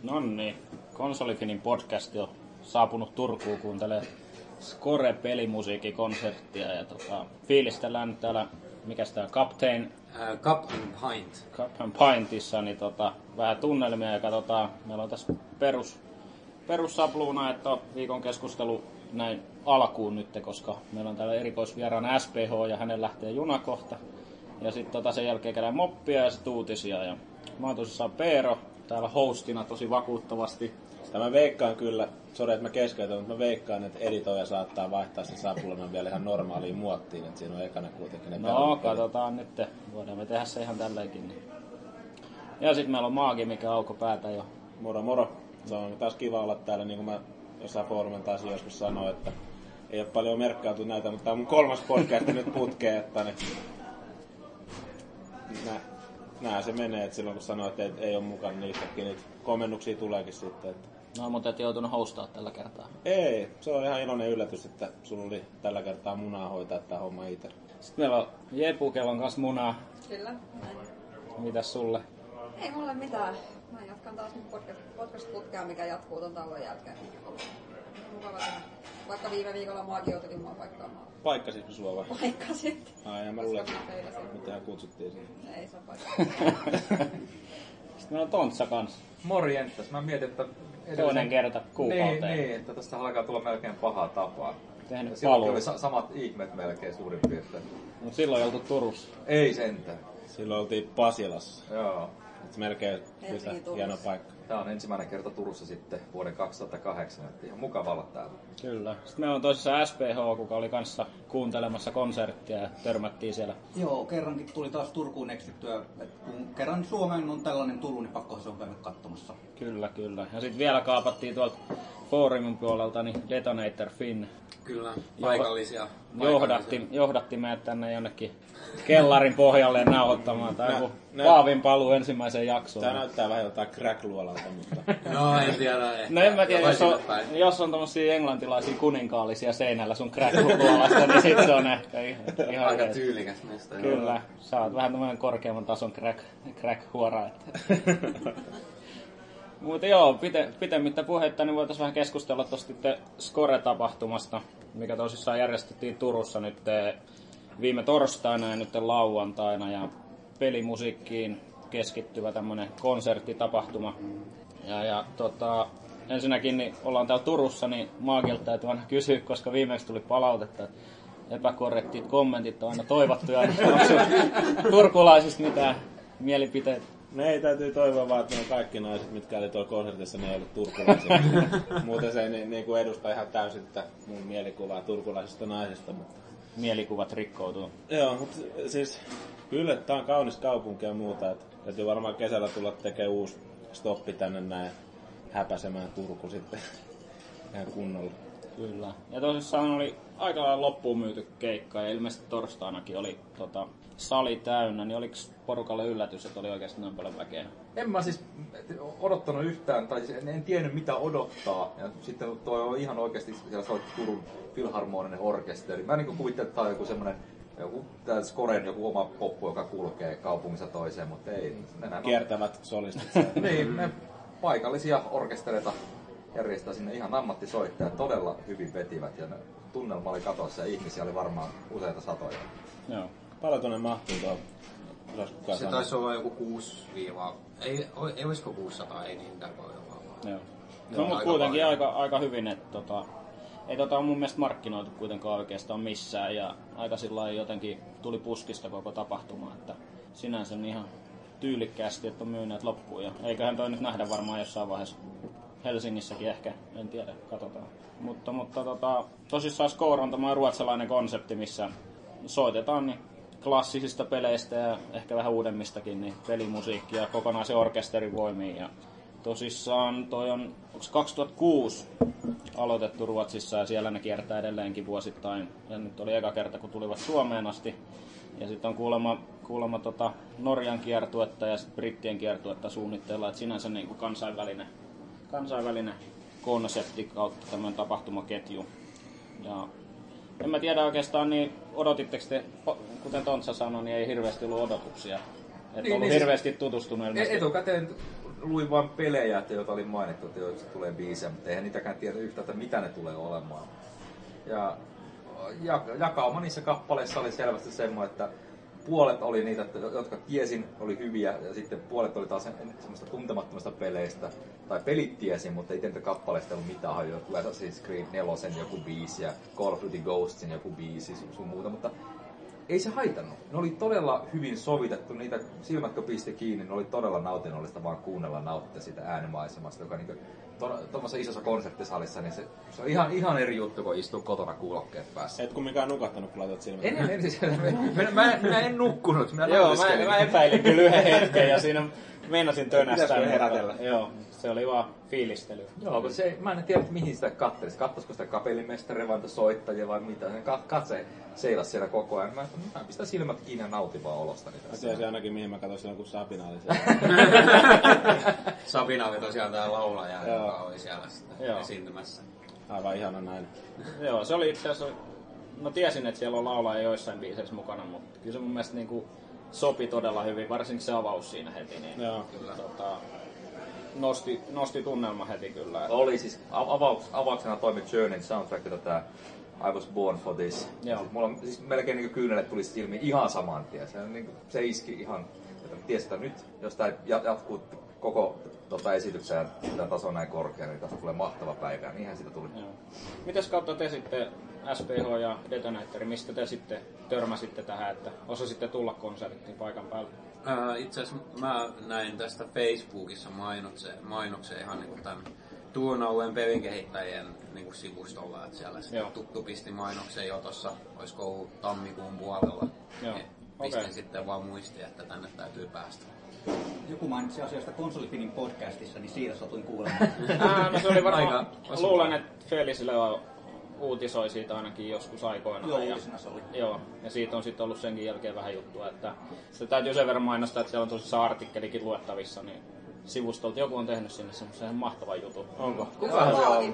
Nonni, Konsolifinin podcast on saapunut Turkuun, kuuntelee Score-pelimusiikkikonserttia ja fiilistellään nyt täällä, mikäs tää, Captain... Cup and Pint. Cup and Pintissa, niin vähän tunnelmia ja katsotaan, meillä on tässä perussapluuna, että viikon keskustelu näin alkuun nyt, koska meillä on täällä erikoisvieraan SPH ja hänen lähtee junakohta. Ja sitten sen jälkeen käydään moppia ja sitten uutisia. Ja mä oon tosissaan Peero, täällä hostina tosi vakuuttavasti. Sitä mä veikkaan kyllä, sori että mä keskeytän, mutta mä veikkaan, että editoija saattaa vaihtaa sen sapluunan vielä ihan normaaliin muottiin, että siinä on ekana kuitenkin ne katsotaan nyt, voidaan me tehdä se ihan tälleenkin. Niin. Ja sitten meillä on Maagi, mikä auko päätä jo. Moro moro, se on taas kiva olla täällä, niin kuin mä jossain foorumen taas joskus sanoin, että ei ole paljon merkkautu näitä, mutta tää on mun 3. podcast nyt putkeen, että niin nää se menee, että silloin kun sanoo, että ei ole mukana niistäkin, niitä komennuksia tuleekin sitten. Että... No, mutta et joutunut hostaa tällä kertaa. Ei, se on ihan iloinen yllätys, että sulla oli tällä kertaa munaa hoitaa tää homma itse. Sitten meillä on Jepu, kello on kanssa munaa. Kyllä, näin. Mitäs sulle? Ei mulle mitään. Mä jatkan taas mun podcast-putkea, mikä jatkuu ton tauon jälkeen. Mukava tehdä. Vaikka viime viikolla Maagi joutakin mua paikkaamaan. Paikkasitko sua vai? Paikkasit. Ai, mä luulen, että ihan kutsuttiin siihen. Ei se on paikka. Sitten meillä on Tontsa kanssa. Morjentas. Mä mietin, että... Toinen kerta kuukauteen. Niin, että tästä alkaa tulla melkein pahaa tapaa. Tehnyt silloin oli samat ihmet melkein suurin piirtein. Mut silloin ei oltu Turussa. Ei sentään. Silloin oltiin Pasilassa. Joo. Et melkein yhtä hieno paikka. Tää on ensimmäinen kerta Turussa sitten vuoden 2008. Että ihan mukava olla täällä. Kyllä. Sitten meillä on toisessa SPH, kuka oli kanssa kuuntelemassa konserttia ja törmättiin siellä. Joo, kerrankin tuli taas Turkuun eksyttyä. Kun kerran Suomeen on tällainen tullut, niin pakkohan se on käydä katsomassa. Kyllä, kyllä. Ja sitten vielä kaapattiin tuolta foorumin puolelta niin Detonator Finn. Kyllä, paikallisia. Johdatti meidät tänne jonnekin kellarin pohjalle nauhoittamaan. Tai joku Paavin paluu ensimmäiseen jaksoon. Tää näyttää vähän jotain crack-luolalta, mutta... No, en tiedä. No en mä tiedä, jos on tommosia englantilaisia kuninkaallisia seinällä sun crack-luolasta, niin sit se on ehkä ihan aika tyylikäs meistä. Kyllä, sä oot vähän tämmönen korkeamman tason crack-huora. Mutta joo, pitemmittä puhetta, niin voitais vähän keskustella tosta Score-tapahtumasta, mikä tosissaan järjestettiin Turussa nyt viime torstaina ja nyt lauantaina, ja pelimusiikkiin keskittyvä tämmönen konserttitapahtuma. Ensinnäkin niin ollaan täällä Turussa, niin Maagilta täytyy aina kysyä, koska viimeksi tuli palautetta, että epäkorrektit kommentit on aina toivottuja. Turkulaisista mitään mielipiteitä? Ne ei täytyy toivoa vaan, että ne on kaikki naiset, mitkä oli tuolla konsertissa, ne ei ollut turkulaisia. Muuten se ei niin kuin edusta ihan täysin tätä mun mielikuvaa turkulaisista naisista. Mutta... Mielikuvat rikkoutuu. Joo, mutta siis kyllä, tää on kaunis kaupunki ja muuta. Että täytyy varmaan kesällä tulla tekemään uusi stoppi tänne näin häpäsemään Turku sitten ihan kunnolla. Kyllä. Ja tosissaan oli aika lailla loppuun myyty keikka ja ilmeisesti torstainakin oli sali täynnä, niin oliko porukalle yllätys, että oli oikeasti noin paljon väkeä? En mä siis odottanut yhtään, tai en tiennyt mitä odottaa. Ja sitten toi on ihan oikeasti, siellä soitti Turun Filharmoninen orkesteri. Mä niin kuvittelin, että tää on joku semmonen, tää Scoren joku oma poppu, joka kulkee kaupungissa toiseen, mutta ei. Kiertävät solistit. Niin, ne paikallisia orkestereita järjestää sinne ihan ammattisoittajat, todella hyvin vetivät. Ja tunnelma oli katossa ja ihmisiä oli varmaan useita satoja. Joo. Paljon tuonne mahtuu tuolla? Se taisi olla joku 6- ei olisiko 600, ei niin paljon. Joo. No mutta kuitenkin aika hyvin, että ei ole mun mielestä markkinoitu kuitenkaan oikeastaan missään ja aika sillä jotenkin tuli puskista koko tapahtuma, että sinänsä ihan tyylikkäästi, että on myyneet loppuun ja eiköhän toi nyt nähdä varmaan jossain vaiheessa Helsingissäkin ehkä, en tiedä, katsotaan. Mutta tosissaan Score on tämä ruotsalainen konsepti, missä soitetaan niin klassisista peleistä ja ehkä vähän uudemmistakin niin pelimusiikkia kokonaisen orkesterin voimiin. Ja tosissaan toi on 2006 aloitettu Ruotsissa ja siellä ne kiertää edelleenkin vuosittain. Ja nyt oli eka kerta kun tulivat Suomeen asti. Ja sitten on kuulemma Norjan kiertuetta ja sitten Brittien kiertuetta suunnitteilla, että sinänsä niin kuin kansainvälinen konsepti kautta tämmöinen tapahtumaketju. Ja en mä tiedä oikeastaan, niin odotitteko te, kuten Tontsa sanoi, niin ei hirveästi ollut odotuksia. Että niin, ollut hirveästi tutustunut ilmeisesti. Etukäteen luin vain pelejä, että joita oli mainittu, että joista tulee biisejä, mutta eihän niitäkään tiedä yhtään, että mitä ne tulee olemaan. Ja jakauma niissä kappaleissa oli selvästi semmoinen, että puolet oli niitä, jotka tiesin, oli hyviä, ja sitten puolet oli taas semmoista tuntemattomista peleistä. Tai pelit tiesin, mutta ei niitä kappaleista ollut mitään hajua. Assassin's Creed 4 joku biisi ja Call of Duty Ghostsin joku biisi sun muuta, mutta ei se haitannut. Ne oli todella hyvin sovitettu, niitä silmät kun pisti kiinni, ne oli todella nautinnollista vaan kuunnella nauttia siitä äänimaisemasta, joka niinku tuommoisessa isossa konserttisalissa, niin se on ihan eri juttu, kun istuu kotona kuulokkeet päässä. Et kumminkaan nukahtanut, kun laitat silmät. Minä en nukkunut, minä Joo, nautiskelin. mä epäilin kyllä yhden hetken ja siinä meinasin tönästää. Pitäisikö herätellä? Joo, se oli vaan fiilistely. Joo, mutta mä en tiedä, mihin sitä kattelisi. Kattoisiko sitä kapellimestaria vai soittajia vai mitä. Katse seilas siellä koko ajan. Mä pistän silmät kiinni ja nautin vaan olostani tässä. Mä tiesin ainakin, mihin mä katsoin silloin, kun Sabina oli siellä. Sabina oli tosiaan tää laulaja, Joo. joka oli siellä sitten Joo. esiintymässä. Aivan ihana näin. Joo, se oli itse asiassa... No tiesin, että siellä on laulaja joissain biiseissä mukana, mutta kyllä se mun mielestä niinku sopi todella hyvin, varsinkin se avaus siinä heti. Niin, Joo. kyllä. Nosti tunnelma heti kyllä. Oli siis avauksena toimi Journeyn soundtrack, tää I Was Born For This. Joo. Siis mulla siis melkein niinku kyynelet tuli silmiin ihan saman tien. Se iski ihan, että ties sitä nyt, jos tää jatkuu koko esityksen ja taso näin korkea, niin tästä tulee mahtava päivä, ja niinhän siitä tuli. Joo. Mites kautta te sitten, SPH ja Detonator, mistä te sitten törmäsitte tähän, että osasitte tulla konserttiin paikan päälle? Itse asiassa mä näin tästä Facebookissa mainoksen ihan niinku tän Tuunauen pelinkehittäjien niinku sivustolla, että siellä sitten tuttu pisti mainoksen jo tossa, oisko ollut tammikuun puolella. Joo. Pistin sitten vaan muistiin, että tänne täytyy päästä. Joku mainitsi asiasta Konsolifinin podcastissa, niin siitä satuin kuulemaan. No se oli varmaan, luulen, että Felisille uutisoi siitä ainakin joskus aikoinaan. Joo, uutisena se oli. Joo, ja siitä on sitten ollut senkin jälkeen vähän juttua, että sitä täytyy sen verran mainostaa, että siellä on tosissaan artikkelikin luettavissa, niin sivustolta joku on tehnyt sinne semmoisen ihan mahtavan jutun. Onko? Kukahan se on?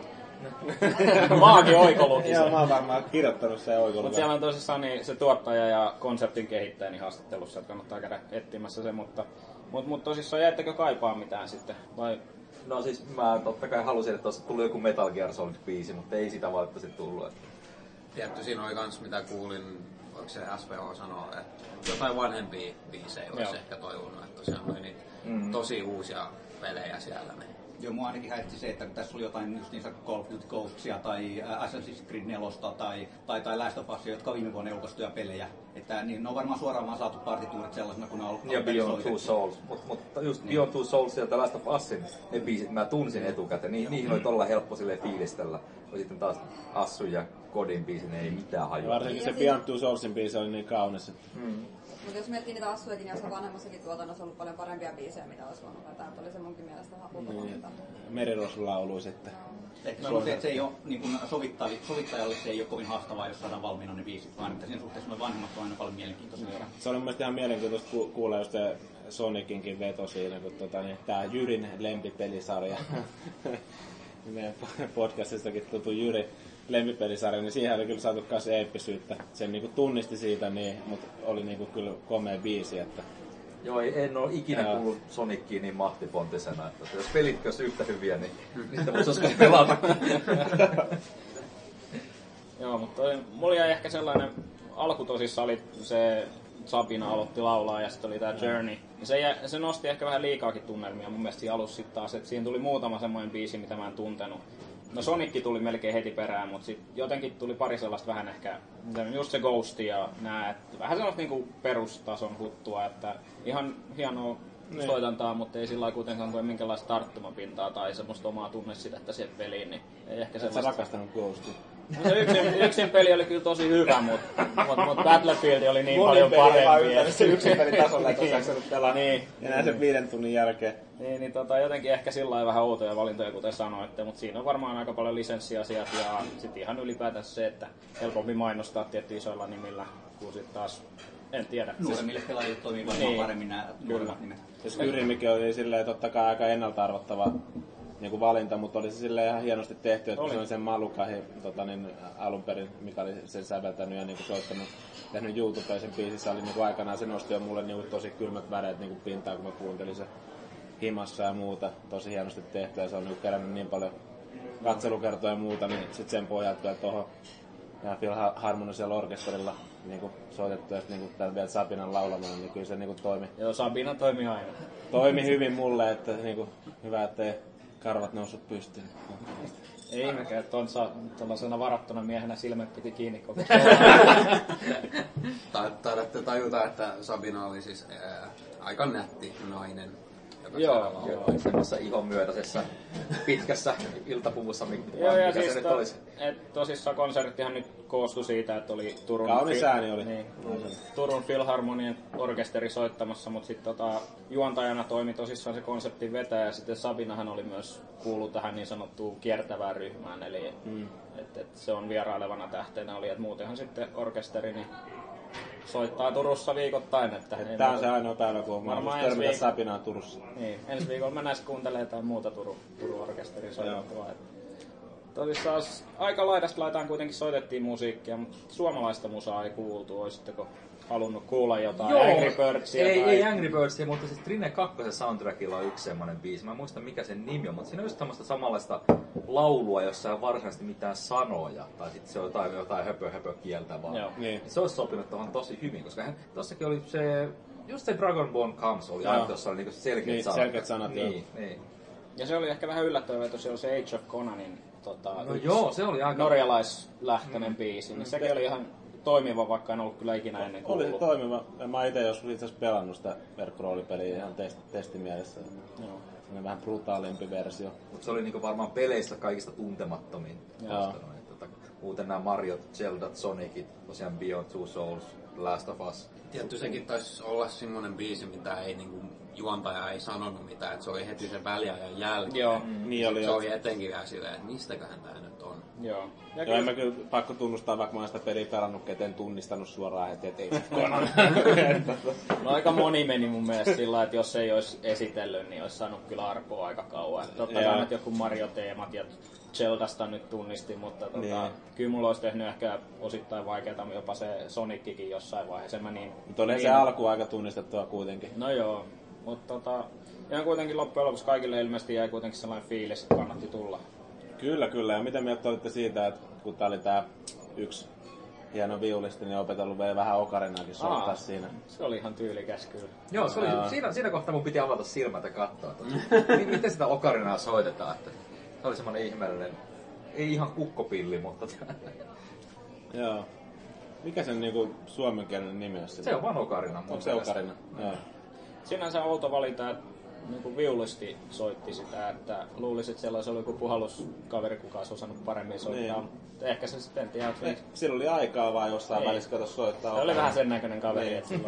Maagi oikoluki Joo, se. mä oon varmaan kirjoittanut sen oikolukin. Mutta siellä on tosissaan niin se tuottaja ja konseptin kehittäjä niin haastattelussa, että kannattaa käydä etsimässä se, mutta tosissaan jäittekö kaipaa mitään sitten? Vai? No siis mä totta kai halusin, että tuossa tuli joku Metal Gear Solid biisi, mutta ei sitä valitettavasti tullut. Tietty siinä oli kans mitä kuulin, voiko se SPH sanoa, että jotain vanhempia biisejä olisi ehkä toivonut, että tosiaan oli niitä tosi uusia pelejä siellä. Niin. Joo, mua ainakin häiritsi se, että tässä oli jotain just niissä Call of Duty Ghostsia tai Assassin's Creed 4 tai Last of Usia, jotka on viime vuonna julkaistuja pelejä. Että niin, ne on varmaan suoraan vaan saatu partituurit sellaisena, kun ne on ollut Ja Beyond Two Souls. Mutta just niin. Beyond Two Souls ja The Last of Usin, ne biisit mä tunsin etukäteen. Niihin oli todella helppo silleen fiilistellä. Ja sitten taas Assu ja Kodin biisit, ne ei mitään hajua. Varsinkin se Beyond Two Soulsin biisi oli niin kaunis. Mutta jos miettii niitä Assujakin, niin olisi vanhemmassakin tuotannossa ollut paljon parempia biisejä, mitä olisi voinut vetää. Oli se munkin mielestä haputokonta. Merirosun laulu sitten. Ehkä se on se, että se ei ole, niin kuin sovittajalle se ei ole kovin haastavaa, jos saadaan valmiina ne biisit, vaan että siinä suhteessa nuo vanhemmat on aina paljon mielenkiintoisempia. Se oli mun mielestä ihan mielenkiintoista kuulla, jos te Sonicinkin veto siinä, kun tää Jyrin lempipelisarja, meidän podcastistakin tuttu Jyri lempipelisarja, niin siihen oli kyllä saatu myös eeppisyyttä. Sen niinku tunnisti siitä, niin, mutta oli niinku kyllä komea biisi, että Joo, en ole ikinä kuullut Soniciin niin mahtipontisena, että jos pelit olisi yhtä hyviä, niin niitä voisi joskus pelata. Joo, mutta mulla jäi ehkä sellainen alku tosissaan oli se Sabina aloitti laulaa ja sitten oli tää Journey. Ja se nosti ehkä vähän liikaakin tunnelmia mun mielestä siinä alussa sitten taas, että siinä tuli muutama semmoinen biisi, mitä mä en tuntenut. No Sonic tuli melkein heti perään, mutta sitten jotenkin tuli pari sellaista vähän ehkä, just se Ghost ja nää, että vähän sellaista niinku perustason huttua, että ihan hienoa soitantaa, mutta ei sillä lailla kuitenkaan tule minkälaista tarttumapintaa tai semmoista omaa tunnesidettä siihen peliin, niin ei ehkä sellaista. et sä rakastanut Ghostia? No se yksin peli oli kyllä tosi hyvä, mutta Battlefield oli niin paljon parempi. Se yksin peli tasolla, että olisi jaksanut pelaa. Niin. Ja näin sen 5 tunnin jälkeen. Niin jotenkin ehkä sillä lailla vähän outoja valintoja, kuten sanoitte, mutta siinä on varmaan aika paljon lisenssiasiat ja sitten ihan ylipäätään se, että helpompi mainostaa tietty isoilla nimillä, kuin sitten taas, en tiedä. Nuoremmille pelaajille toimii varmaan paremmin nämä nuoremmat nimet. Se Skyrimikin oli silleen totta kai aika ennalta-arvattava niin valinta, mutta oli se silleen ihan hienosti tehty, että se oli sen Malukahin alun perin, mikä oli sen säveltänyt ja niin soittanut, tehnyt YouTubeen sen biisissä, oli niin aikanaan, se nosti jo mulle niin tosi kylmät väreet niin pintaan, kun mä kuuntelin se. himassa ja muuta. Tosi hienosti tehty ja se on nyt kerännyt niin paljon katselukertoja ja muuta, niin sit sen pohjalta tulee tohon Filharmonisella orkesterilla niinku soitettu ja niinku täällä vielä Sabinan laulamana, niin kyllä se niinku toimi. Joo, Sabina toimi aina. Toimi hyvin mulle, että niinku hyvä, ettei karvat noussut pystyyn. Ei ihmekään, että on tuollaisena varattuna miehenä silmät piti kiinni koko Taidatte tajuta, että Sabina oli siis aika nätti nainen. Joo. Semmoisessa ihonmyötäisessä pitkässä iltapuvussa, Joo, ja mikä siis se nyt olisi. tosissaan konserttihan nyt koostui siitä, että oli Kaunis ääni oli. Niin, Turun Filharmonian orkesteri soittamassa, mutta sitten juontajana toimi tosissaan se konseptin vetäjä, ja sitten Sabinahan oli myös kuulu tähän niin sanottuun kiertävään ryhmään, eli et se on vierailevana tähteenä oli, että muutenhan sitten orkesteri niin soittaa Turussa viikoittain. Tää on se ainoa päivä, kun on mahdollisuus törmätä Sabinaa Turussa. Niin, ensi viikolla mä näistä kuuntelen jotain muuta Turun orkesterin soittua. Tosissaan aika laidasta laitaan kuitenkin soitettiin musiikkia, mutta suomalaista musaa ei kuultu. Oisitteko halunnut kuulla jotain Angry Birdsia? Ei Angry Birdsia, mutta siis Trine 2 soundtrackilla on yksi semmonen biisi. Mä en muista mikä sen nimi on, mutta siinä on just semmoista samanlaista laulua, jossa ei ole varsinaisesti mitään sanoja. Tai sitten se on jotain höpö kieltä vaan. Niin. Se olisi sopinut tuohon tosi hyvin, koska tossakin oli se, just se Dragonborn Comes oli aina, jossa oli niinku selkeät sanat. Niin. Ja se oli ehkä vähän yllättävää, että se oli se Age of Conanin se oli aika norjalaislähtöinen biisi. Niin sekin oli ihan toimiva, vaikka en ollut kyllä ikinä ennen kuullut. Oli se toimiva. Mä itse joskus itse asiassa pelannut sitä verkkoroolipeliä ihan testimielessä. Joo. Se on vähän brutaalimpi versio. Mutta se oli niinku varmaan peleissä kaikista tuntemattomin. Muuten nämä Mariot, Zeldat, Sonicit, tosiaan Beyond Two Souls, Last of Us. Tietty sekin taisi olla semmonen biisi, mitä ei niinku juontaja ei sanonut mitään, että se oli heti sen väliajan jälkeen. Joo. Niin oli. Se oli etenkin vielä silleen, että mistäköhän tää nyt on. Joo. Ja en mä kyllä pakko tunnustaa, vaikka mä oon sitä peliä pelannut, etten tunnistanut suoraan heti, ettei se Conan. No aika moni meni mun mielestä sillä, että jos ei olisi esitellyt, niin olisi saanut kyllä arpoa aika kauan. Totta kai nyt joku Mario-teemat ja Zeldasta nyt tunnisti, mutta kyllä mulla olisi tehnyt ehkä osittain vaikeaa jopa se Sonickikin jossain vaiheessa. Mutta oli se alku aika tunnistettua kuitenkin. No joo, mutta ihan kuitenkin loppujen lopuksi kaikille ilmeisesti jäi kuitenkin sellainen fiilis, että kannatti tulla. Kyllä. Ja miten mieltä olitte siitä, että kun tää oli tää yksi hieno viulisti, niin opetellut vielä vähän okarinaakin soittaa siinä. Se oli ihan tyylikäs kyllä. Joo, se oli, siinä kohtaa mun piti avata silmät ja katsoa. Miten sitä okarinaa soitetaan? Että se oli semmonen ihmeellinen, ei ihan kukkopilli, mutta... Joo. Mikä sen niinku suomenkielinen nimi on? Se on vaan okarina. Onko se okarina? Joo. Sinänsä outo valinta, että niin viulisti soitti sitä, että luulisit, että siellä olisi ollut joku puhalluskaveri, kuka olisi osannut paremmin soittaa. Niin. Ehkä se sitten tiedä. Sillä oli aikaa vaan jossain välissä kato soittaa. Se oli vähän sen näköinen kaveri. Niin.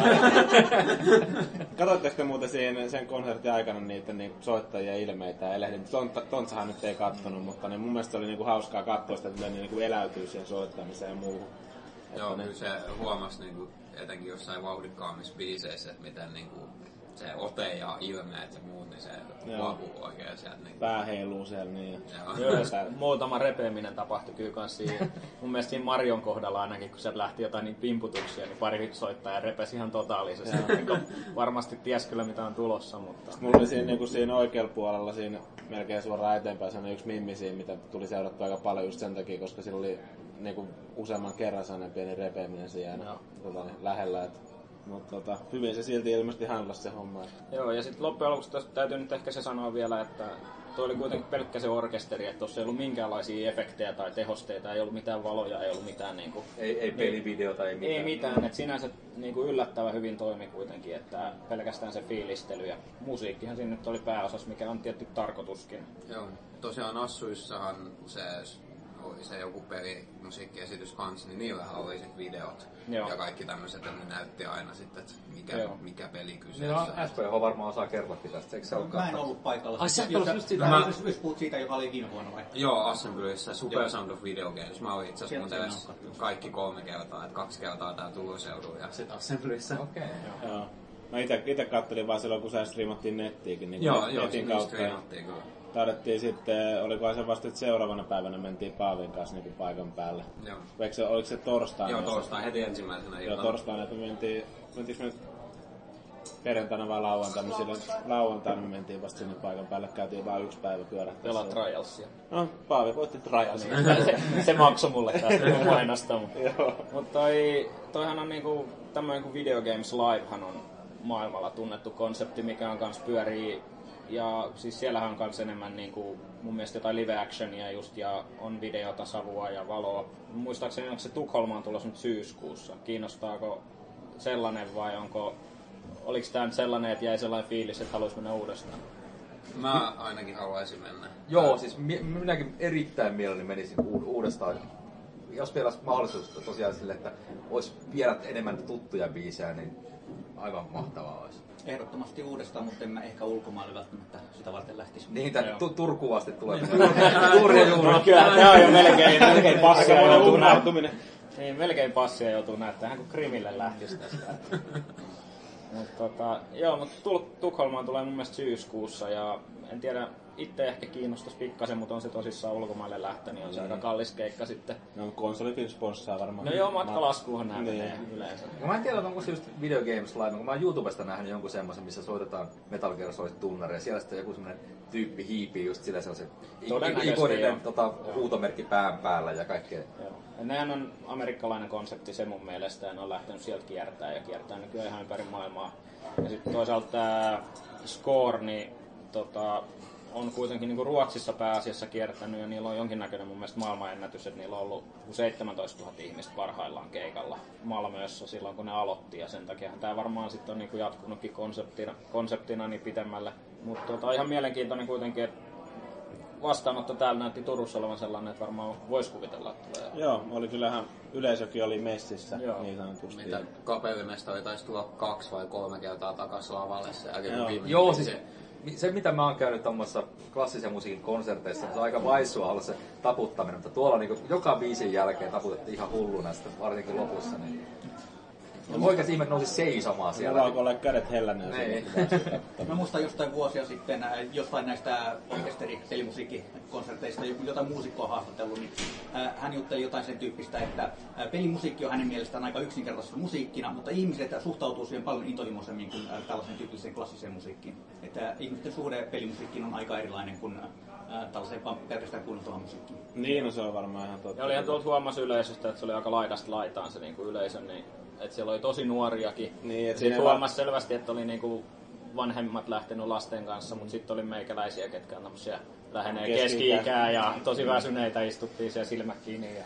Katoitteko te muuten sen konsertin aikana niitä niin soittajia ilmeitä ja elehdin? Tontsahan nyt ei kattonut, mutta niin mun mielestä oli niinku hauskaa katsoa sitä, että niinku eläytyy siihen soittamiseen ja muuhun. Joo, kyllä se huomasi niinku, etenkin jossain vauhdikkaammissa biiseissä, että miten niinku se ote ja ilmeet ja muut, niin se huokuu oikein sieltä. Niin pää heiluu siellä niin. Joo, muutama repeäminen tapahtui kyllä kans siinä. Mun mielestä siinä Marion kohdalla ainakin, kun sieltä lähti jotain niin pimputuksia, niin pari soittaja repesi ihan totaalisesti. Varmasti ties kyllä mitä on tulossa, mutta... Mulla oli siinä oikealla puolella siinä melkein suoraan eteenpäin sellainen yksi mimmi siinä, mitä tuli seurattua aika paljon just sen takia, koska sillä oli niinku useamman kerran sellainen pieni repeäminen siinä lähellä. Mutta hyvin se silti ilmeisesti handlasi se homma. Joo, ja sitten loppujen lopuksi täytyy nyt ehkä se sanoa vielä, että toi oli kuitenkin pelkkä se orkesteri, että tuossa ei ollut minkäänlaisia efektejä tai tehosteita, ei ollut mitään valoja, ei ollut mitään niinku... Ei pelivideota, ei mitään. Ei mitään, että sinänsä niinku yllättävän hyvin toimi kuitenkin, että pelkästään se fiilistely ja musiikkihan siinä nyt oli pääosassa, mikä on tietty tarkoituskin. Joo, tosiaan Assuissahan se joku pelimusiikkiesitys kanssa, niin niillähän oli sit videot. Joo. Ja kaikki tämmöiset, että ne näytti aina sitten, että mikä peli kyseessä. No, SPH varmaan osaa kertoakin tästä, eikö se ole? Mä en ollut paikalla. Ai sä et ollut just siitä? Jos puhut siitä, joka oli viime vuonna vai? Joo, Assemblyssä Super Sound of Video Games. Mä olin itse asiassa kaikki 3 kertaa, että 2 kertaa tää Turun seudulla ja sit Assemblyssä. Okei. Joo. Mä ite kattelin vaan silloin, kun se striimattiin nettiinkin. Niin joo, netin kautta. striimattiin kyllä. Taidettiin sitten, olikohan se vasta, että seuraavana päivänä mentiin Paavin kanssa niin paikan päälle. Joo. Oliko se torstaina? Joo, torstaina heti ensimmäisenä iltana. Joo, torstaina, että me mentiin perjantaina vai lauantaina, lauantaina me mentiin vasta sinne paikan päälle, käytiin vaan 1 päivä pyörähtäessä. Pelaa Trialsia. No, Paavi voitti Trialsia. se maksoi mulle tästä mainosta. Mutta toihan on niinku, tämmöinen kuin Video Games Livehan on maailmalla tunnettu konsepti, mikä on kans pyörii. Ja siis siellähän on kans enemmän niinku, mun mielestä jotain live actionia just, ja on videota, savua ja valoa. Muistaakseni onko se Tukholmaan tulossa nyt syyskuussa? Kiinnostaako sellainen vai oliko tää nyt sellainen, että jäi sellainen fiilis, että haluaisi mennä uudestaan? Mä ainakin haluaisin mennä. Joo, siis minäkin erittäin mielelläni menisin uudestaan. Jos vielä olisi mahdollisuus tosiaan sille, että olisi vielä enemmän tuttuja biisejä, niin aivan mahtavaa olisi. Ehdottomasti uudestaan, mutta en mä ehkä ulkomaille välttämättä sitä varten lähtisi. Niin, Turkuun asti tulee. Kyllähän tää on jo melkein passia joutuu näyttämään. Niin, melkein passia joutuu näyttämään, kun Krimille lähtisi tästä. Mutta Tukholmaan tulee mun mielestä syyskuussa ja en tiedä, itse ehkä kiinnostaisi pikkasen, mutta on se tosissaan ulkomaille lähtö, niin on se aika kallis keikka sitten. No, konsolifilm sponssaa varmaan. No joo, matkalaskuuhan nää menee yleensä. Mä en tiedä, onko se just Video Games Live, kun mä oon YouTubesta nähnyt jonkun semmoisen, missä soitetaan Metal Gear Solid -tunnaria, ja siellä sitten joku semmonen tyyppi hiipii just sillä sellaisen ikoninen huutomerkki pään päällä ja kaikkea. Joo. Ja nehän on amerikkalainen konsepti se mun mielestä, ja ne on lähtenyt sieltä kiertää ja kiertää nykyään ihan ympäri maailmaa. Ja sitten toisaalta tää Score, niin on kuitenkin niin kuin Ruotsissa pääasiassa kiertänyt, ja niillä on jonkinnäköinen mun mielestä maailmanennätys, että niillä on ollut 17 000 ihmistä parhaillaan keikalla Malmössä silloin, kun ne aloitti, ja sen takia tämä varmaan sitten on niin kuin jatkunutkin konseptina niin pitemmälle. Mutta ihan mielenkiintoinen kuitenkin, että vastaanotto täällä näytti Turussa olevan sellainen, että varmaan voisi kuvitella, että tulee. Joo, oli kyllähän yleisökin oli messissä, niin sanotusti. Mitä kapellimestari taisi tulla 2 vai 3 kertaa takaisin lavalle sen jälkeen. Joo, siis se mitä mä oon käynyt tommosissa klassisen musiikin konserteissa, se on aika vaissua olla se taputtaminen, mutta tuolla niinku joka biisin jälkeen taputettiin ihan hulluna sitten varsinkin lopussa. Niin. Ja oikeasti ihmet nousi seisomaan siellä. Mulla alkoi olla kädet helläneen. Mä muistan jostain vuosia sitten, jostain näistä orkesteri-pelimusiikkikonserteista, jota muusikko on haastatellut, niin hän jutteli jotain sen tyyppistä, että pelimusiikki on hänen mielestään aika yksinkertaista musiikkina, mutta ihmiset suhtautuu siihen paljon intohimoisemmin kuin tällaisen tyyppiseen klassiseen musiikkiin. Että ihmisten suhde pelimusiikkiin on aika erilainen kuin tällaiseen pelkästään kuunneltavaan musiikkiin. Niin, no se on varmaan ihan totta. Ja olihan tuolta huomasi yleisöstä, että se oli aika laidasta laitaan se niinku yleisö, niin että siellä oli tosi nuoriakin. Niin, sitten huomasi selvästi, että oli niinku vanhemmat lähtenyt lasten kanssa, mutta sitten oli meikäläisiä, ketkä on tämmöisiä lähenee keski-ikää ja tosi väsyneitä istuttiin siellä silmät kiinni. Ja...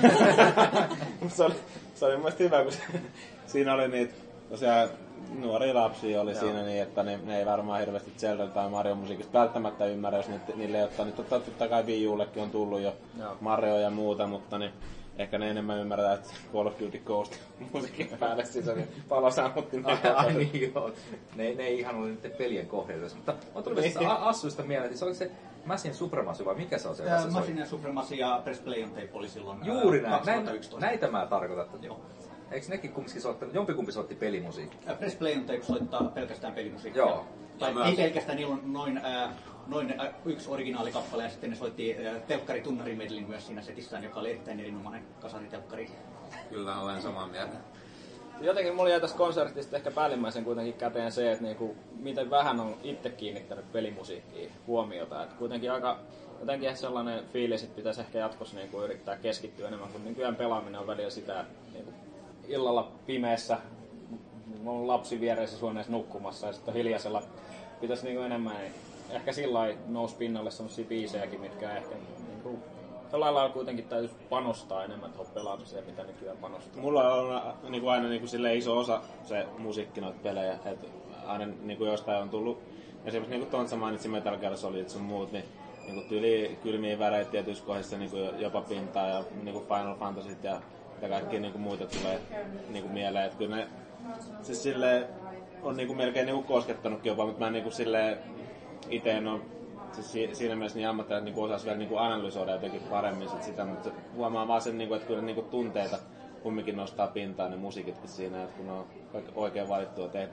se oli mun mielestä hyvä, kun siinä oli niitä tosiaan nuoria lapsia oli siinä niin, että ne ei varmaan hirveästi Zelda tai Mario musiikista välttämättä ymmärrä, jos niille ei ottaa. Nyt totta kai Wii Ullekin on tullut jo Mario ja muuta, mutta niin ehkä ne enemmän ymmärtää, että Call of Duty Ghost musiikin päälle siis oli palosammutti. Niin joo. Ne ei ihan ole niiden pelien kohdalla. Mutta on tullut Assuista mieleen, että oliko se Machine Supremacy vai mikä se on se? Machine Supremacy ja Press Play on Tape oli silloin juuri 2011. Näitä mä tarkoitan. Joo. Eikö nekin kumminkin soittanut, jompikumpi soitti pelimusiikkia? Press Play on Tape soittaa pelkästään pelimusiikkia. Joo. Tai ei pelkästään, niillä on noin yksi originaalikappale ja sitten ne soitti telkkari-tunnari-medlin myös siinä setissään, joka oli erittäin erinomainen kasaritelkkari. Kyllä, olen samaa mieltä. Jotenkin mulla jäi tästä konsertista ehkä päällimmäisen kuitenkin käteen se, että niinku, miten vähän on itse kiinnittänyt pelimusiikkiin huomiota. Et kuitenkin aika jotenkin sellainen fiilis, että pitäisi ehkä jatkossa niinku yrittää keskittyä enemmän, kun nykyään pelaaminen on välillä sitä niinku, illalla pimeässä, on lapsi viereisessä huoneessa nukkumassa ja sitten hiljaisella pitäisi niinku enemmän, niin ehkä sillai nousi pinnalle sellaisia biisejäkin, mitkä ehkä niinku, jollain lailla kuitenkin täytyisi panostaa enemmän tuohon pelaamiseen, mitä nykyään panostaa. Mulla on niinku aina niinku iso osa se musiikki noita pelejä, että aina niinku jostain on tullut, esimerkiksi niinku Tontsa mainitsi Metal Gear Solid sun muut, niin niinku tyli kylmiä väreitä tietyissä kohdissa niinku jopa pintaa ja niinku Final Fantasyt ja kaikkia niinku muita tulee niinku mieleen, että kyllä ne siis silleen on niinku melkein niinku koskettanutkin jopa, mutta mä niinku silleen ite en oo siis siinä mielessä niin ammattilaiset niinku osais vielä niinku analysoida jotenkin paremmin sitä, mutta huomaa vaan sen, niinku, että kyllä niinku tunteita kumminkin nostaa pintaan ne musiikitkin siinä, että kun on oikein valittua tehty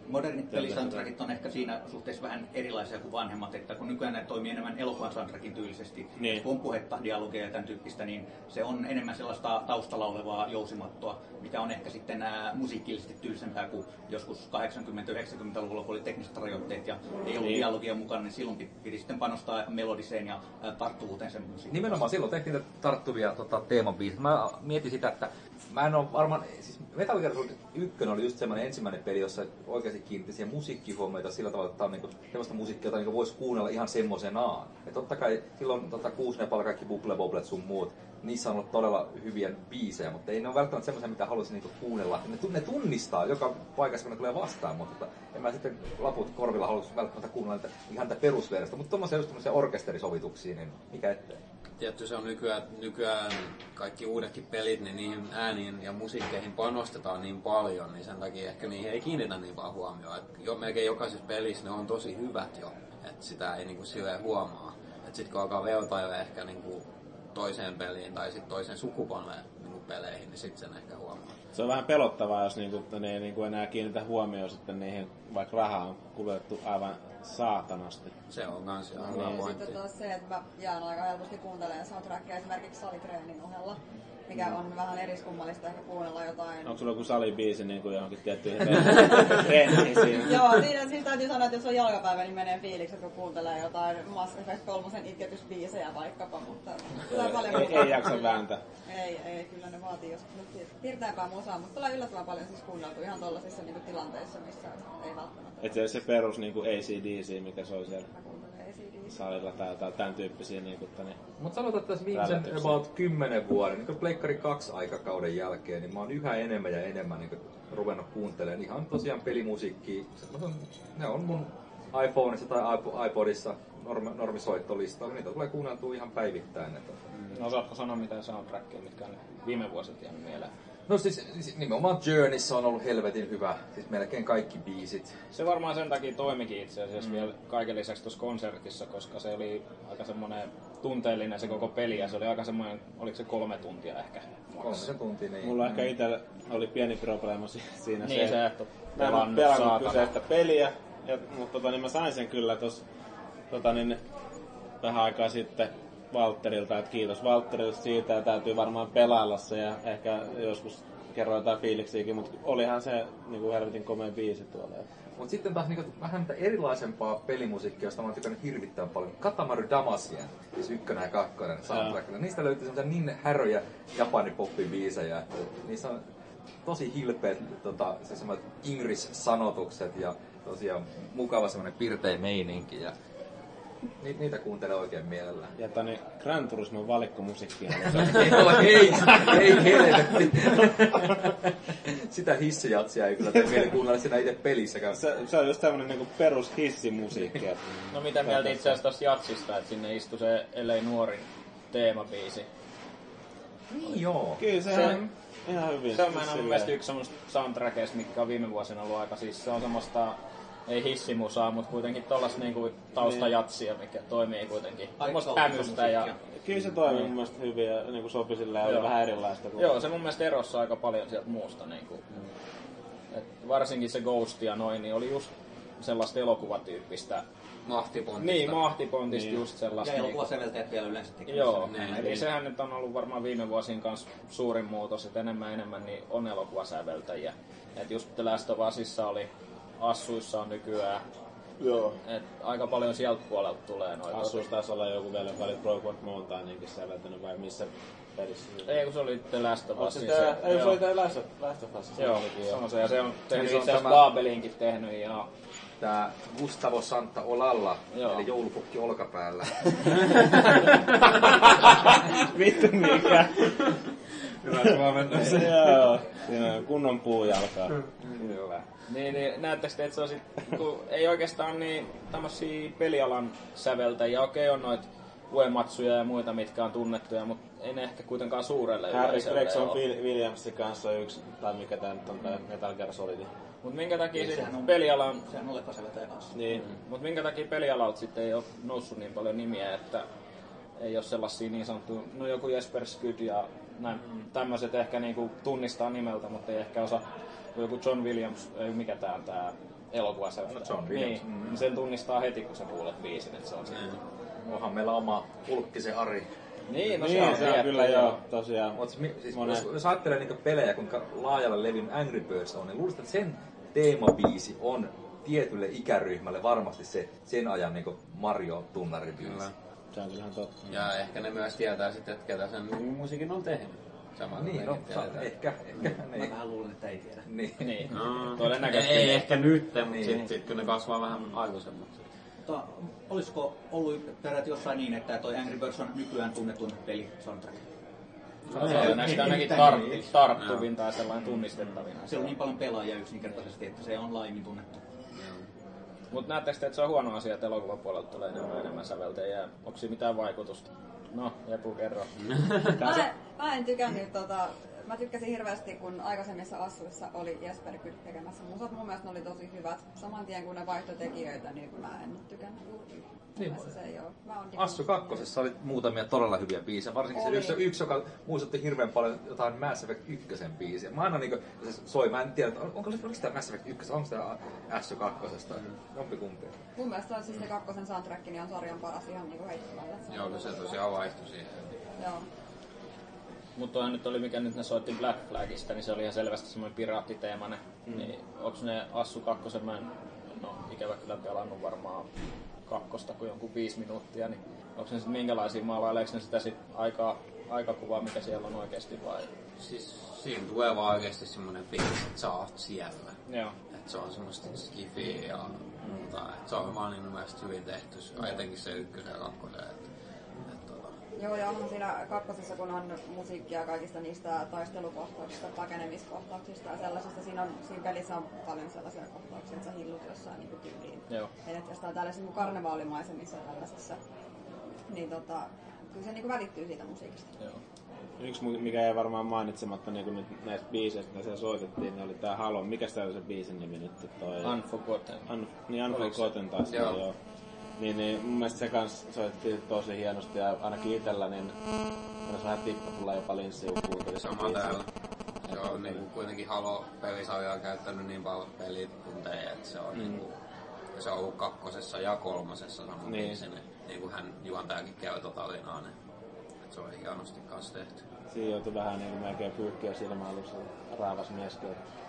Modernit pelisoundtrackit on ehkä siinä suhteessa vähän erilaisia kuin vanhemmat, että kun nykyään ne toimii enemmän elokuvan soundtrackin tyylisesti, niin. Kun on puhetta, dialogeja ja tämän tyyppistä, niin se on enemmän sellaista taustalla olevaa jousimattoa, mikä on ehkä sitten musiikillisesti tylsempää kuin joskus 80-90-luvulla, kun oli tekniset rajoitteet ja ei ollut dialogia mukana, niin silloin piti sitten panostaa melodiseen ja tarttuvuuteen sen musiikkiin. Nimenomaan silloin tehtiin tarttuvia teemabiisit. Mä mietin sitä, että mä en ole varmaan, siis Metal Gear Solid 1 oli just semmoinen ensimmäinen peli, jossa oikeasti kiinnitti siihen musiikkihuomioita sillä tavalla, että tämä on niinku semmoista musiikkia, jota niinku voisi kuunnella ihan semmoisenaan. Ja totta kai silloin Kuusnepal, kaikki Bubble Boblet sun muut, niissä on ollut todella hyviä biisejä, mutta ei ne ole välttämättä semmoisia, mitä haluaisin niinku kuunnella. Ne tunnistaa joka paikassa, kun ne tulee vastaan, mutta en mä sitten laput korvilla haluaisi välttämättä kuunnella ihan tätä perusversiosta. Mutta tommoisia orkesterisovituksia, niin mikä ettei. Tietty se on nykyään kaikki uudetkin pelit, niin niihin ääniin ja musiikkeihin panostetaan niin paljon, niin sen takia ehkä niihin ei kiinnitä niin vaan huomioon. Melkein jokaisessa pelissä ne on tosi hyvät jo, että sitä ei niinku silleen huomaa. Että sit kun alkaa vertailla ehkä niinku toiseen peliin tai sit toisen sukupolven niinku peleihin, niin sit sen ehkä huomaa. Se on vähän pelottavaa, jos ne ei niinku enää kiinnitä huomioon sitten niihin, vaikka rahaa on kulutettu aivan saatanasti. Se on kans ihan hyvä pointti. Ja sitten taas se, että mä jään aika helposti kuuntelemaan soundtrackia esimerkiksi salitreenin ohella, mikä on vähän eriskummallista ehkä kuunnella jotain. Onko sulla joku salibiisi niin kuin johonkin tiettyihin treeniin siinä? Joo, siinä täytyy sanoa, että jos on jalkapäivä, niin menee fiilikset, kun kuuntelee jotain Mass Effect 3 itketysbiisejä vaikkapa, mutta ei jaksa vääntää. Ei, kyllä ne vaatii jos piirteempää musaa, mutta tulee yllättävän paljon siis kuunneltu ihan tuollaisissa niin tilanteissa, missä ei välttämättä. Et se perus niin kuin AC/DC, mikä se on siellä salilla tai tämän tyyppisiä niin mutta sanotaan, että tässä viimeisen about 10 vuoden, niin Pleikkari 2 aikakauden jälkeen, niin mä oon yhä enemmän ja enemmän niin ruvennut kuuntelemaan ihan tosiaan pelimusiikkia. Ne on mun iPhoneissa tai iPodissa normisoittolistalla, niitä tulee kuunneltua ihan päivittäin. No osaatko sanoa mitään soundtrackia, mitkä on viime vuosit jäänyt mieleen? No siis nimenomaan Journeyssä on ollut helvetin hyvä, siis melkein kaikki biisit. Se varmaan sen takia toimikin itse asiassa vielä kaiken lisäksi tuossa konsertissa, koska se oli aika semmoinen tunteellinen se koko peli ja se oli aika semmoinen, oliko se 3 tuntia ehkä? 3 tuntia, niin. Mulla ehkä itsellä oli pieni probleema siinä niin, se, että mä en pelannut kyseistä peliä, mutta niin mä sain sen kyllä tuossa vähän aikaa sitten Valtterilta, että kiitos Valtterilta siitä ja täytyy varmaan pelailla se ja ehkä joskus kerroin jotain fiiliksiäkin, mutta olihan se niinku helvetin komea biisi tuolla. Mutta sitten taas niinku vähän erilaisempaa pelimusiikkia, josta mä oon tykännyt hirvittävän paljon. Katamari Damacian, siis 1 ja 2 soundtrackilla. Niistä löytyy semmosia niin häröjä japanipoppibiisejä, että niissä on tosi hilpeät siis semmoiset Ingris-sanotukset ja tosiaan mukava semmoinen pirteä meininki. Ja niitä kuuntelee oikein mielellään. Ja Gran Turismon valikkomusiikkia. ei helvetti. Sitä hissijatsia ei kyllä tee mieli kuunnella siinä itse pelissäkään. Se on just tämmönen niinku perus hissimusiikki. No mitä mieltä itse asiassa tosta jatsista, että sinne istui se LA Nuorin teemabiisi. Niin joo. Kyllä se on ihan hyvin. Se on mun mielestä yksi semmoista soundtrackeista, mitkä on viime vuosina ollut aika siis se on semmoista ei hissimusaa, mutta kuitenkin tollaista niinku taustajatsia, mikä toimii kuitenkin. Semmoista hämystä ja kyllä se toimii mun mielestä hyvin ja niinku sopi silleen oli vähän erilaista. Joo, se mun mielestä erossa aika paljon sieltä muusta niinku. Et varsinkin se Ghost ja noin, niin oli just sellaista elokuvatyyppistä mahtipontista. Niin, mahtipontista niin. Just sellaista. Ja elokuvasäveltäjät vielä yleensä tekee. Joo, eli sehän nyt on ollut varmaan viime vuosien kanssa suurin muutos, että enemmän niin on elokuvasäveltäjiä. Et just The Last of Usissa oli Assuissa on nykyään. Joo. Et aika paljon sieltä puolelta tulee noita. Assuissa taisi olla joku vielä paljon Brokeback Mountainiinkin säveltänyt vai missä pelissä? Ei kun se oli The Last of Us. Ei se oli The Last of Us. Joo, se on se. Ja se on tehnyt itse asiassa Babelinkin tehnyt. Ja tää Gustavo Santa Olalla, eli joulupukki olkapäällä. Vittu mikä. Hyvä, mä mennään. Joo, siinä on kunnon puujalkaa. Hyvä. Niin näettekö te, että se on sit, kun ei oikeastaan niin tämmösiä pelialan säveltäjiä. Okei, on noit Uematsuja ja muita, mitkä on tunnettuja, mutta ei ne ehkä kuitenkaan suurelle yleisölle ole. Harry Gregson Williamsin kanssa on yksi, tai mikä tää nyt on tää Metal Gear Solid. Mut minkä takia sit pelialan... Sehän on leppäsäveltäjä kanssa. Niin, mut minkä takia pelialalta sitten ei oo noussut niin paljon nimiä, että ei oo sellaisia niin sanottuja, no joku Jesper Skyd ja näin, tämmöset ehkä niinku tunnistaa nimeltä, mutta ei ehkä osaa joku John Williams, ei mikä tää elokuvasäveltäjä. John Williams. Niin, sen tunnistaa heti, kun sä kuulet biisin, että se on siinä. Onhan meillä oma Pulkkisen Ari. Niin, no Niin, se on kyllä joo, tosiaan. Siis, jos ajattelee niitä pelejä, kuinka laajalla levin Angry Birds on, niin luulisin, että sen teemabiisi on tietylle ikäryhmälle varmasti se sen ajan niin Mario-tunnaribiisi. Se on kyllähän totta. Ja ehkä ne myös tietää sitten, että ketä sen musiikin on tehnyt. Niin, no, ehkä. Mä vähän luulen, että ei tiedä. Niin. Todennäköisesti. Ei ehkä nyt, mutta sitten kun ne kasvaa vähän aikuisemmaksi. Olisiko ollut peräti jossain niin, että toi Angry Birds on nykyään tunnetun peli soundtrack? Näistä ainakin tarttuvin tai sellainen tunnistettavin. Se on niin paljon pelaajia yksinkertaisesti, että se on laajemmin tunnettu. Mutta näettekö te, että se on huono asia, että elokuvapuolelta tulee enemmän säveltäjiä? Onko siinä mitään vaikutusta? No, Jepu, kerro. Mä en tykännyt mä tykkäsin hirveästi, kun aikaisemmissa assuissa oli Jesper Kylt tekemässä musat. Mun mielestä ne oli tosi hyvät. Saman tien kun ne vaihtoi tekijöitä, niin mä en tykännyt juuri. Niin, se ei ole. Assu 2. oli muutamia todella hyviä biisejä. Varsinkin se yksi, joka muistutti hirveän paljon jotain Mass Effect 1 biisiä. Mä aina niinku, se soi, mä en tiedä, oliko tämä Mass Effect 1, onko tämä Assu 2. Jompikumpi. Mun mielestä siis se 2 soundtrack niin on sarjan paras ihan niinku heittovällä. Joo, se tosiaan vaihtui siihen. Joo. Mutta toihan nyt oli, mikä nyt ne soitti Black Flagista, niin se oli ihan selvästi semmoinen piraattiteemainen. Niin onks ne Assu 2, mä en ikävä kyllä pelannut varmaan 2 kuin jonkun 5 minuuttia, niin onko ne sitten minkälaisia maalaileeko ne sitä sit aikakuvaa, mikä siellä on oikeesti vai? Siis siinä tulee vaan oikeesti semmonen fiilis, että sä oot siellä. Joo. Et se on semmoista skifiä ja muuta. Et se on vaan niin mielestä hyvin tehty, etenkin se 1 ja 2. Joo, ja onhan siinä 2, kun on musiikkia kaikista niistä taistelukohtauksista, pakenemiskohtauksista ja sellaisista. Siinä pelissä on paljon sellaisia kohtauksia, että sä hillut jossain niin tyyliin. Joo. Menet jostain tällaisissa niin karnevaalimaisemissa tällaisissa. Niin kyllä se niin välittyy siitä musiikista. Joo. Yksi, mikä ei varmaan mainitsematta niin nyt näistä biiseistä, mitä siellä soitettiin, niin oli tää Halo. Mikäs tää oli se biisin nimi nyt? Toi... Unforgotten. Unforgotten taas. Joo. Niin, mun mielestä se kans soitettiin tosi hienosti ja ainakin itellä niin olisi vähän tippa tulla jopa linssiin kuuntelissa. Sama täällä. Se on niinku kuitenkin Halo-pelisarja on käyttänyt niin paljon pelitunteja, että se on niinku, se on ollut 2 ja 3 saman biisin. Niinku hän juontajakin käy tarinaa, niin se on hienosti kans tehty. Siinä joutui vähän niinku melkein pyykkiä silmä alussa raavas mieskin.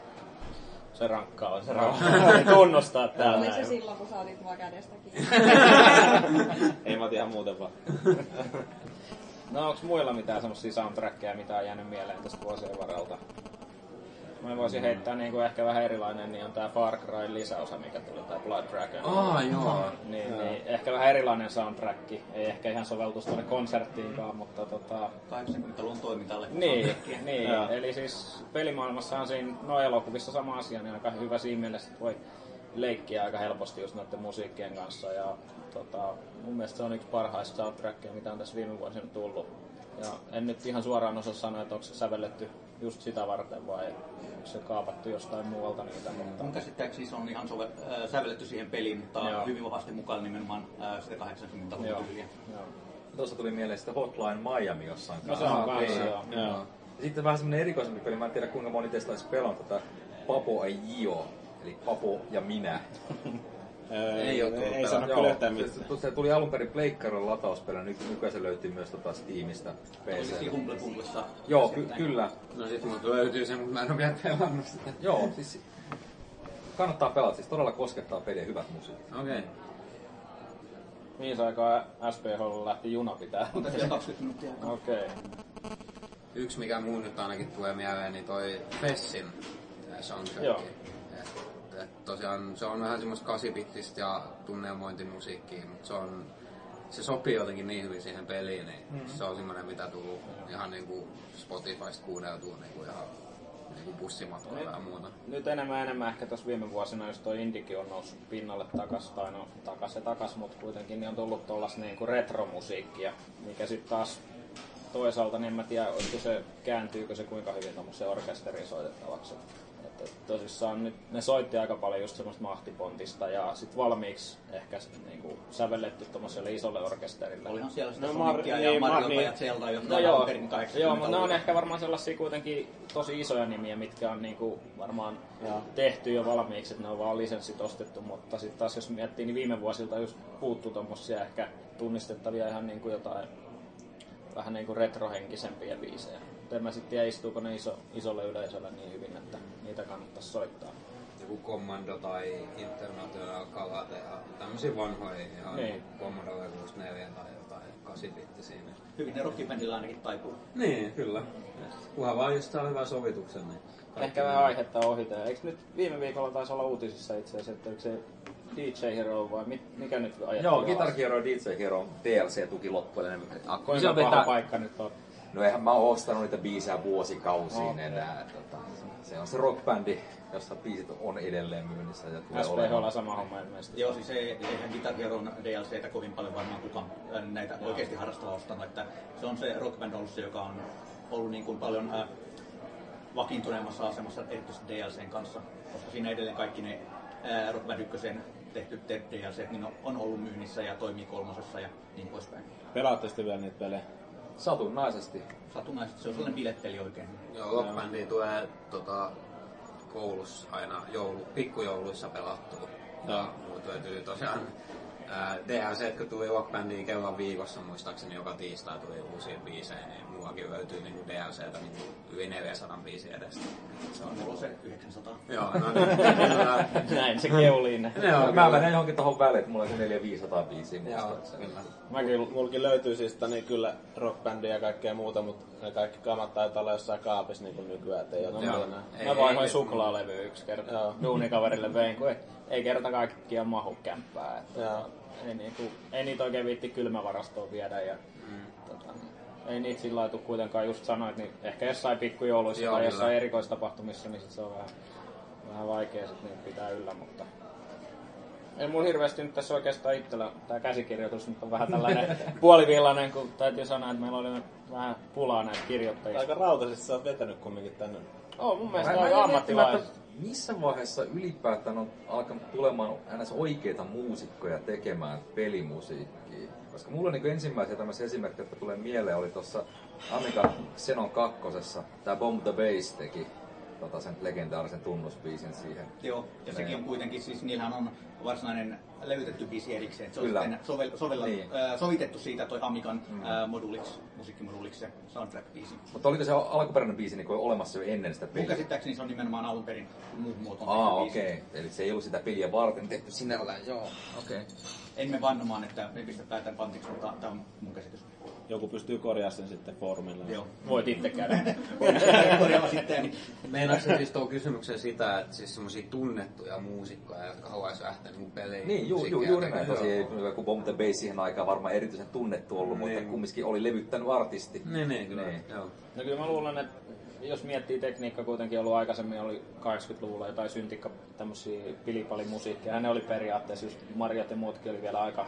Se rankkaa on, se rankkaa. Tunnustaa täällä. Oliko se silloin, kun sä otit mua kädestä kiinni? Ei mä ihan muuten vaan. No onks muilla mitään semmosia soundtrackeja, mitä on jäänyt mieleen tästä vuosien varalta? Mä voisin heittää niinku ehkä vähän erilainen, niin on tää Far Cry lisäosa, mikä tuli, tää Blood Dragon. Joo. Niin, ehkä vähän erilainen soundtrack. Ei ehkä ihan soveltus tuonne konserttiinkaan, mutta 80-luvun toimintalle. Niin. Eli siis pelimaailmassahan siinä elokuvissa sama asia, niin aika hyvä siinä mielessä, että voi leikkiä aika helposti just noiden musiikkien kanssa. Ja mun mielestä se on yksi parhaista soundtrackia, mitä on tässä viime vuosina tullut. Ja en nyt ihan suoraan osaa sanoa, että onko se sävelletty just sitä varten vai onko se kaapattu jostain muualta niitä. Mutta... Mun käsittääkseni se on ihan sävelletty siihen peliin, mutta hyvin vahvasti mukaan nimenomaan sitä 80-luvun tyyliä. Tuossa tuli mieleen sitä Hotline Miami jossain kanssa. No se on kanssa, joo. Ja sitten vähän semmonen erikoisempi peli, mä en tiedä kuinka moni teistä olisi pelannut tätä Papo ja Jio, eli Papo ja minä. Ei sano kyllä yhtään mitään. Se tuli alun perin Pleikkarin latauspelä, nykyään se löytyy myös Steamista PC:llä. Humble-Bundlessa. Joo, kyllä. No sit mun löytyy se, mutta mä en oo vielä pelannut sitä. Joo, siis kannattaa pelata, siis todella koskettaa peliä, hyvät musiikit. Okei. Mihin aikaa SPH:lla lähti juna pitää? Mutta siellä 20 minuuttia. Okei. Yksi mikä mun nyt ainakin tulee mieleen, niin toi Fessin soundtrack. Joo. Tosiaan se on vähän semmoista 8-bittistä ja tunnelmointimusiikkia, mutta se sopii jotenkin niin hyvin siihen peliin, niin se on semmoinen mitä tullut ihan niinku Spotifysta kuunneltua niinku ihan niinku bussimatkoilla ja muuta. Nyt enemmän ehkä tuossa viime vuosina, jos toi indikin on noussut pinnalle takas, mutta kuitenkin niin on tullut tuollaista niinku retromusiikkia, mikä sitten taas toisaalta, niin en mä tiedä, kääntyykö se kuinka hyvin tommoseen orkesteriin soitettavaksi. tosissaan nyt ne soitti aika paljon just semmoista mahtipontista ja sit valmiiksi ehkä niinku sävelletty tommoselle isolle orkesterille. Olihan siellä sitä Sonicia ja Mario ja Zelda, jotka on alun perin 80-luvulla. Joo, mutta ne on ehkä varmaan sellaisia kuitenkin tosi isoja nimiä, mitkä on niinku varmaan tehty jo valmiiksi, että ne on vaan lisenssit ostettu, mutta sitten taas jos miettii, niin viime vuosilta just puuttuu tommosia ehkä tunnistettavia ihan niinku jotain vähän niinku retrohenkisempiä biisejä. En mä sitten tiedä, istuuko ne isolle yleisölle niin hyvin, että niitä kannattaisi soittaa. Joku Commando tai International Galate ja tämmösiä vanhoja ihan niin. Commodore 64 tai jotain 8-bitti siinä. Hyvin ne rockibändillä ainakin taipuu. Niin, kyllä. Kunhan vaan just saa hyvän sovituksen. Niin ehkä vähän aihetta ohita. Eikö nyt viime viikolla taisi olla uutisissa itse asiassa, että oliko se DJ Hero vai mikä nyt ajettiin? Joo, Guitar Hero DJ Hero DLC tuki loppujen. Kuinka paha paikka nyt on? No eihän mä oo ostanut niitä biisejä vuosikausiin enää. Se on se rockbändi, jossa biisit on edelleen myynnissä. SPH:lla sama homma ilmeisesti. Joo, siis eihän Guitar Heron DLCtä kovin paljon varmaan kukaan näitä oikeasti harrastava ostanut. Että se on se rockband ollut se, joka on ollut niin kuin paljon vakiintuneemmassa asemassa erityisesti DLCn kanssa. Koska siinä edelleen kaikki ne Rock Band 1 tehty DLC niin on ollut myynnissä ja toimii 3. ja niin poispäin. Pelaatte sitten vielä niitä pelejä? Satunnaisesti. Satunnaisesti, se on sellainen biletteli oikein. Joo, Rock Bandia tulee koulussa aina pikkujouluissa pelattua. Ja muut löytyy tosiaan DLC, kun tuli Rock Bandiin kerran viikossa, muistaakseni joka tiistai tuli uusia biisejä, niin mullakin löytyy niinku DLCtä niinku yli 400 biisiä edestä. Mulla on se 900. Joo, no niin. Näin se keuliin. Mä menen johonkin tohon väliin, että mulla on se 400-500 biisiä muistaakseni. Mullakin löytyy siis kyllä rockbändiä ja kaikkea muuta, mutta ne kaikki kamat taitaa olla jossain kaapissa niin kuin nykyään, ei ole enää. Mä vaihoin suklaalevyä yksi kerta duunikaverille vein, kun ei kerta kaikkiaan mahu kämppää. Ei niitä oikein viitti kylmävarastoon viedä ja ei niitä sillä lailla kuitenkaan just sanoit, niin ehkä jossain pikkujouluissa tai jossain erikoistapahtumissa, niin sit se on vähän vaikea sit niitä pitää yllä, mutta ei mulla hirveästi nyt tässä oikeastaan itsellä tää käsikirjoitus nyt on vähän tällainen puolivillainen, kun täytyy sanoa, että meillä oli vähän pulaa näitä kirjoittajista. Aika rautaisesti sä oot vetänyt kumminkin tänne. Mun mielestä aika ammattilainen. Missä vaiheessa ylipäätään on alkanut tulemaan ns. Oikeita muusikkoja tekemään pelimusiikkia? Koska mulla on ensimmäisiä tämmöisiä esimerkkejä, jotka tulee mieleen, oli tuossa Amiga Xenon 2. Tää Bomb the Bass teki sen legendaarisen tunnusbiisin siihen. Joo, ja sekin on kuitenkin, siis niillähän on varsinainen levytetty biisi erikseen. Se on sitten sovitettu siitä toi Amigan musiikkimoduliksi se soundtrack-biisi. Mutta oliko se alkuperäinen biisi niin olemassa jo ennen sitä peliä? Mun käsittääkseni se on nimenomaan alun perin muotoon biisi. Okei. Eli se ei ollut sitä peliä varten tehty sinällään, joo. Okei. En me vannomaan, että me pistä päätään pantiksi, mutta tämä on mun käsitys. Joku pystyy korjaamaan sen sitten foorumilla. Joo. Voit itse käydä. Korjaamaan sitten. Meinaatko siis tuon kysymyksen sitä, että siis semmosia tunnettuja muusikkoja, jotka haluaisi lähteä niinku peleihin? Niin, juuri näin. Tosi kun Bomb the Bass siihen aikaan varmaan erityisen tunnettu ollut, mutta kumminkin oli levyttänyt artisti. Niin, kyllä. Joo. No kyllä mä luulen, että jos miettii tekniikka kuitenkin ollut aikaisemmin, oli 80-luvulla jotain syntikka tämmösiä pilipalimusiikkia. Ja ne oli periaatteessa just Mariot ja muutkin oli vielä aika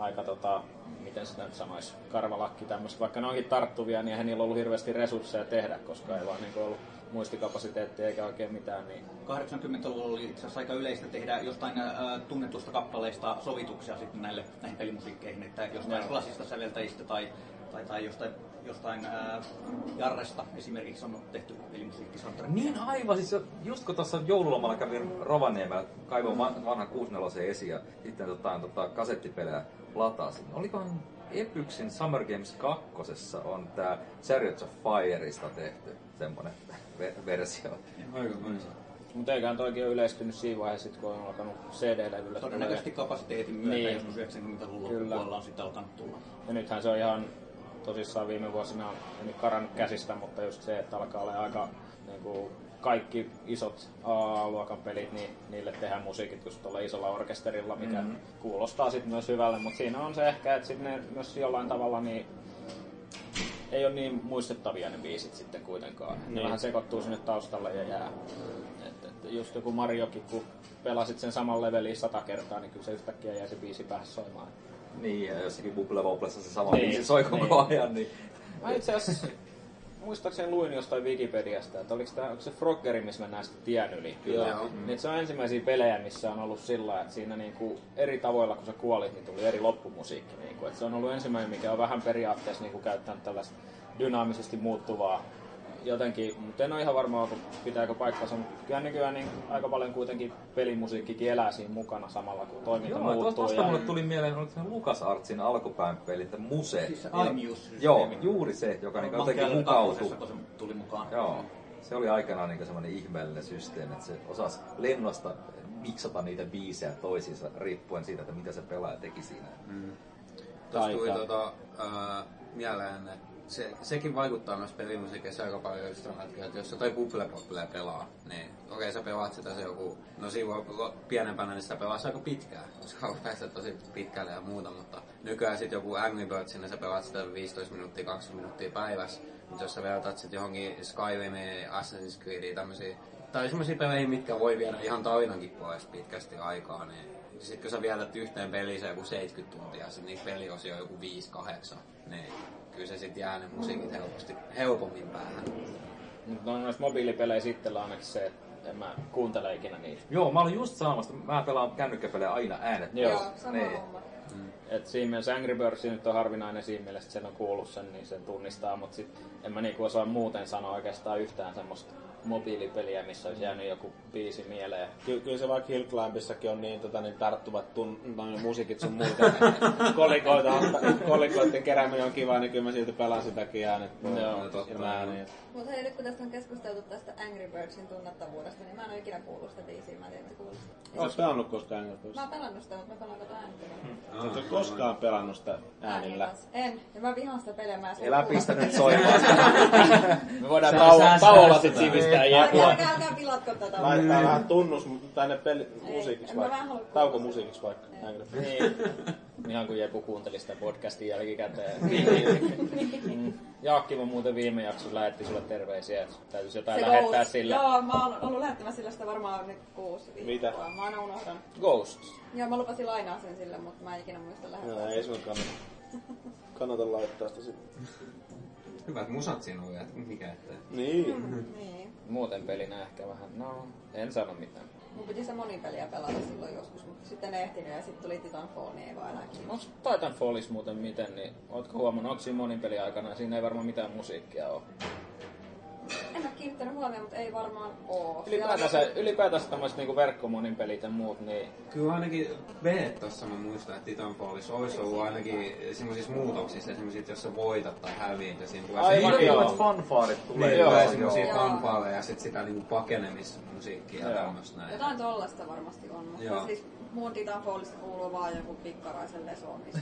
miten sitä nyt sanoisi, karvalakki tämmöistä. Vaikka ne onkin tarttuvia, niin eihän niillä ollut hirveästi resursseja tehdä, koska ei vaan niin ollut muistikapasiteettia eikä oikein mitään. Niin 80-luvulla oli itse asiassa aika yleistä tehdä jostain tunnetusta kappaleista sovituksia sitten näihin pelimusiikkeihin, että jostain klassista säveltäjistä tai jostain Jarresta esimerkiksi on tehty pelimusiikkisoundtrack. Niin aivan, siis just kun tuossa joululomalla kävin Rovaniemellä, kaivoin vanhan 64 esiin ja sitten kasettipelejä latasin. Olikohan Epyxin Summer Games 2 on tää Chariots of Fireista tehty semmonen versio. Aika maisa. Mutta eiköhän toikin ole yleistynyt siinä vaiheessa, kun on alkanut CD-levyllä. Todennäköisesti kapasiteetin myötä niin. Joskus 90-luvun loppupuolella on sitten alkanut tulla. Ja nythän se on ihan tosissaan viime vuosina nyt karannut käsistä, mutta just se, että alkaa olla aika niinku, kaikki isot A-luokan pelit, niin niille tehdään musiikit just tuolla isolla orkesterilla, mikä kuulostaa sitten myös hyvälle, mutta siinä on se ehkä, että sitten ne myös jollain tavalla niin ei ole niin muistettavia ne biisit sitten kuitenkaan. Ne vähän sekoittuu sinne taustalle ja jää. Just joku Mariokin, kun pelasit sen saman levelin 100 kertaa, niin kyllä se yhtäkkiä jäi se biisi päässä soimaan. Niin, ja jossakin Bubble Wobblessa se sama biisi soi koko ajan. Niin. Mä itse asiassa muistaakseni luin jostain Wikipediasta, että onko se Froggeri, missä mennään sitten tien yli. Kyllä. Niin se on ensimmäisiä pelejä, missä on ollut sillä, että siinä niinku eri tavoilla, kun sä kuolit, niin tuli eri loppumusiikki. Niinku. Et se on ollut ensimmäinen, mikä on vähän periaatteessa niinku käyttänyt tällaista dynaamisesti muuttuvaa jotenkin, mutta en ole ihan varma, pitääkö paikkansa, mutta kyllä nykyään niin aika paljon kuitenkin pelimusiikkikin elää siinä mukana samalla, kun toiminta muuttuu. Tuosta mulle tuli mieleen, oliko se LucasArtsin alkupään pelit, Muse. Siis Almius. Joo, juuri se, joka niin jotenkin mukautui. Se tuli mukaan. Joo, se oli aikanaan niin semmoinen ihmeellinen systeemi, että se osasi lennosta miksata niitä biisejä toisiinsa riippuen siitä, että mitä se pelaaja teki siinä. Tuossa tuli mieleen, että sekin vaikuttaa myös pelimusiikissa aika paljon just että jos sä toi Bubble Bobble pelaa, niin okei, sä pelaat sitä se joku, no siinä voi pienempänä, niin sitä pelaa aika pitkään, koska on päästä tosi pitkälle ja muuta, mutta nykyään sit joku Angry Birds, niin sä pelaat sitä 15 minuuttia, 20 minuuttia päivässä, mutta jos sä vertaat sit johonkin Skyrimiin, Assassin's Creediin, tämmösiä, tai semmosia pelejä, mitkä voi viedä ihan tarinankin puolesta pitkästi aikaa, niin sit kun sä viedät yhteen peliin se joku 70 tuntia, sit niitä peliosia on joku 5-8, niin kyllä se sit jää ne musiikit helpommin päähän. Mutta on noissa mobiilipeleissä itsellä ainakin se, että en mä kuuntele ikinä niitä. Joo, mä olin just sanomassa, mä pelaan kännykkäpelejä aina äänet. Joo, sama homma. Et siinä mielessä Angry Birds nyt on harvinainen siinä mielessä, että sen on kuullut sen, niin sen tunnistaa, mutta sit en mä niinku osaa muuten sanoa oikeastaan yhtään semmoista mobiilipeliä, missä olisi jäänyt joku biisi mieleen. Kyllä se vaikka Hill Climbissakin on niin, tarttuvat musiikit sun muuta. Kolikoiden kerääminen on kiva, niin kyllä mä silti pelaan sitäkin äänet. Joo, totta. Mutta hei, nyt kun tästä on keskusteltu tästä Angry Birdsin tunnettavuudesta, niin mä en ole ikinä kuullut sitä biisiä. Mä en tiedä, että kuullut sitä. Oletko pelannut koskaan Angry Birds? Mä oon pelannut sitä, mutta mä pelaan kato äänillä. Oletko koskaan pelannut sitä äänillä? En. Ja mä vihaan sitä peliä. Elä pistä nyt soimaan. Me voidaan tauolla sit sivistää jääpua. Älkää pilatko tätä. Laittaa vähän tunnus tänne musiikiksi vaikka. Taukomusiikiksi vaikka. Niin. Ihan kun Jepu kuunteli sitä podcastin jälkikäteen. Jaakki muuten viime jaksossa lähetti sulle terveisiä, että täytyisi jotain se lähettää Ghost. sille. Joo, mä oon ollut lähettämässä sillä sitä varmaan nyt 6 viikkoa. Mitä? Mä aina unohdan. Ghosts. Joo, mä lupasin lainaa sen sille, mutta mä en ikinä muista lähettää. Joo, ei sun kannata laittaa sitä sinne. Hyvät musat siinä on, että mikä ettei. Niin. Niin. Muuten pelinä ehkä vähän, no en sano mitään. Mun piti se monipeliä pelata silloin joskus, mutta sitten en ehtinyt ja sitten tuli Titanfall, niin ei vaan enää kiinni. Onko Titanfallissa muuten miten, niin ootko huomannut, onko siinä monipeli aikana, siinä ei varmaan mitään musiikkia ole? En ole kiinnittänyt huomioon, mutta ei varmaan oo. Ylipäätänsä tämmöiset niinku verkkomoninpelit ja muut, niin... Kyllä ainakin tossa mä muistan, että Titanfallissa olisi ollut ainakin semmoisissa muutoksissa, esimerkiksi jos sä voitat tai häviit ja siinä tulee Aivan fanfaarit tulee. Niin, tulee semmosia fanfaareja ja sit sitä niinku pakenemismusiikkia ja tämmöstä näin. Jotain tollasta varmasti on, mutta joo. Siis mun Titanfallista kuuluu vaan joku pikkaraisen leso, missä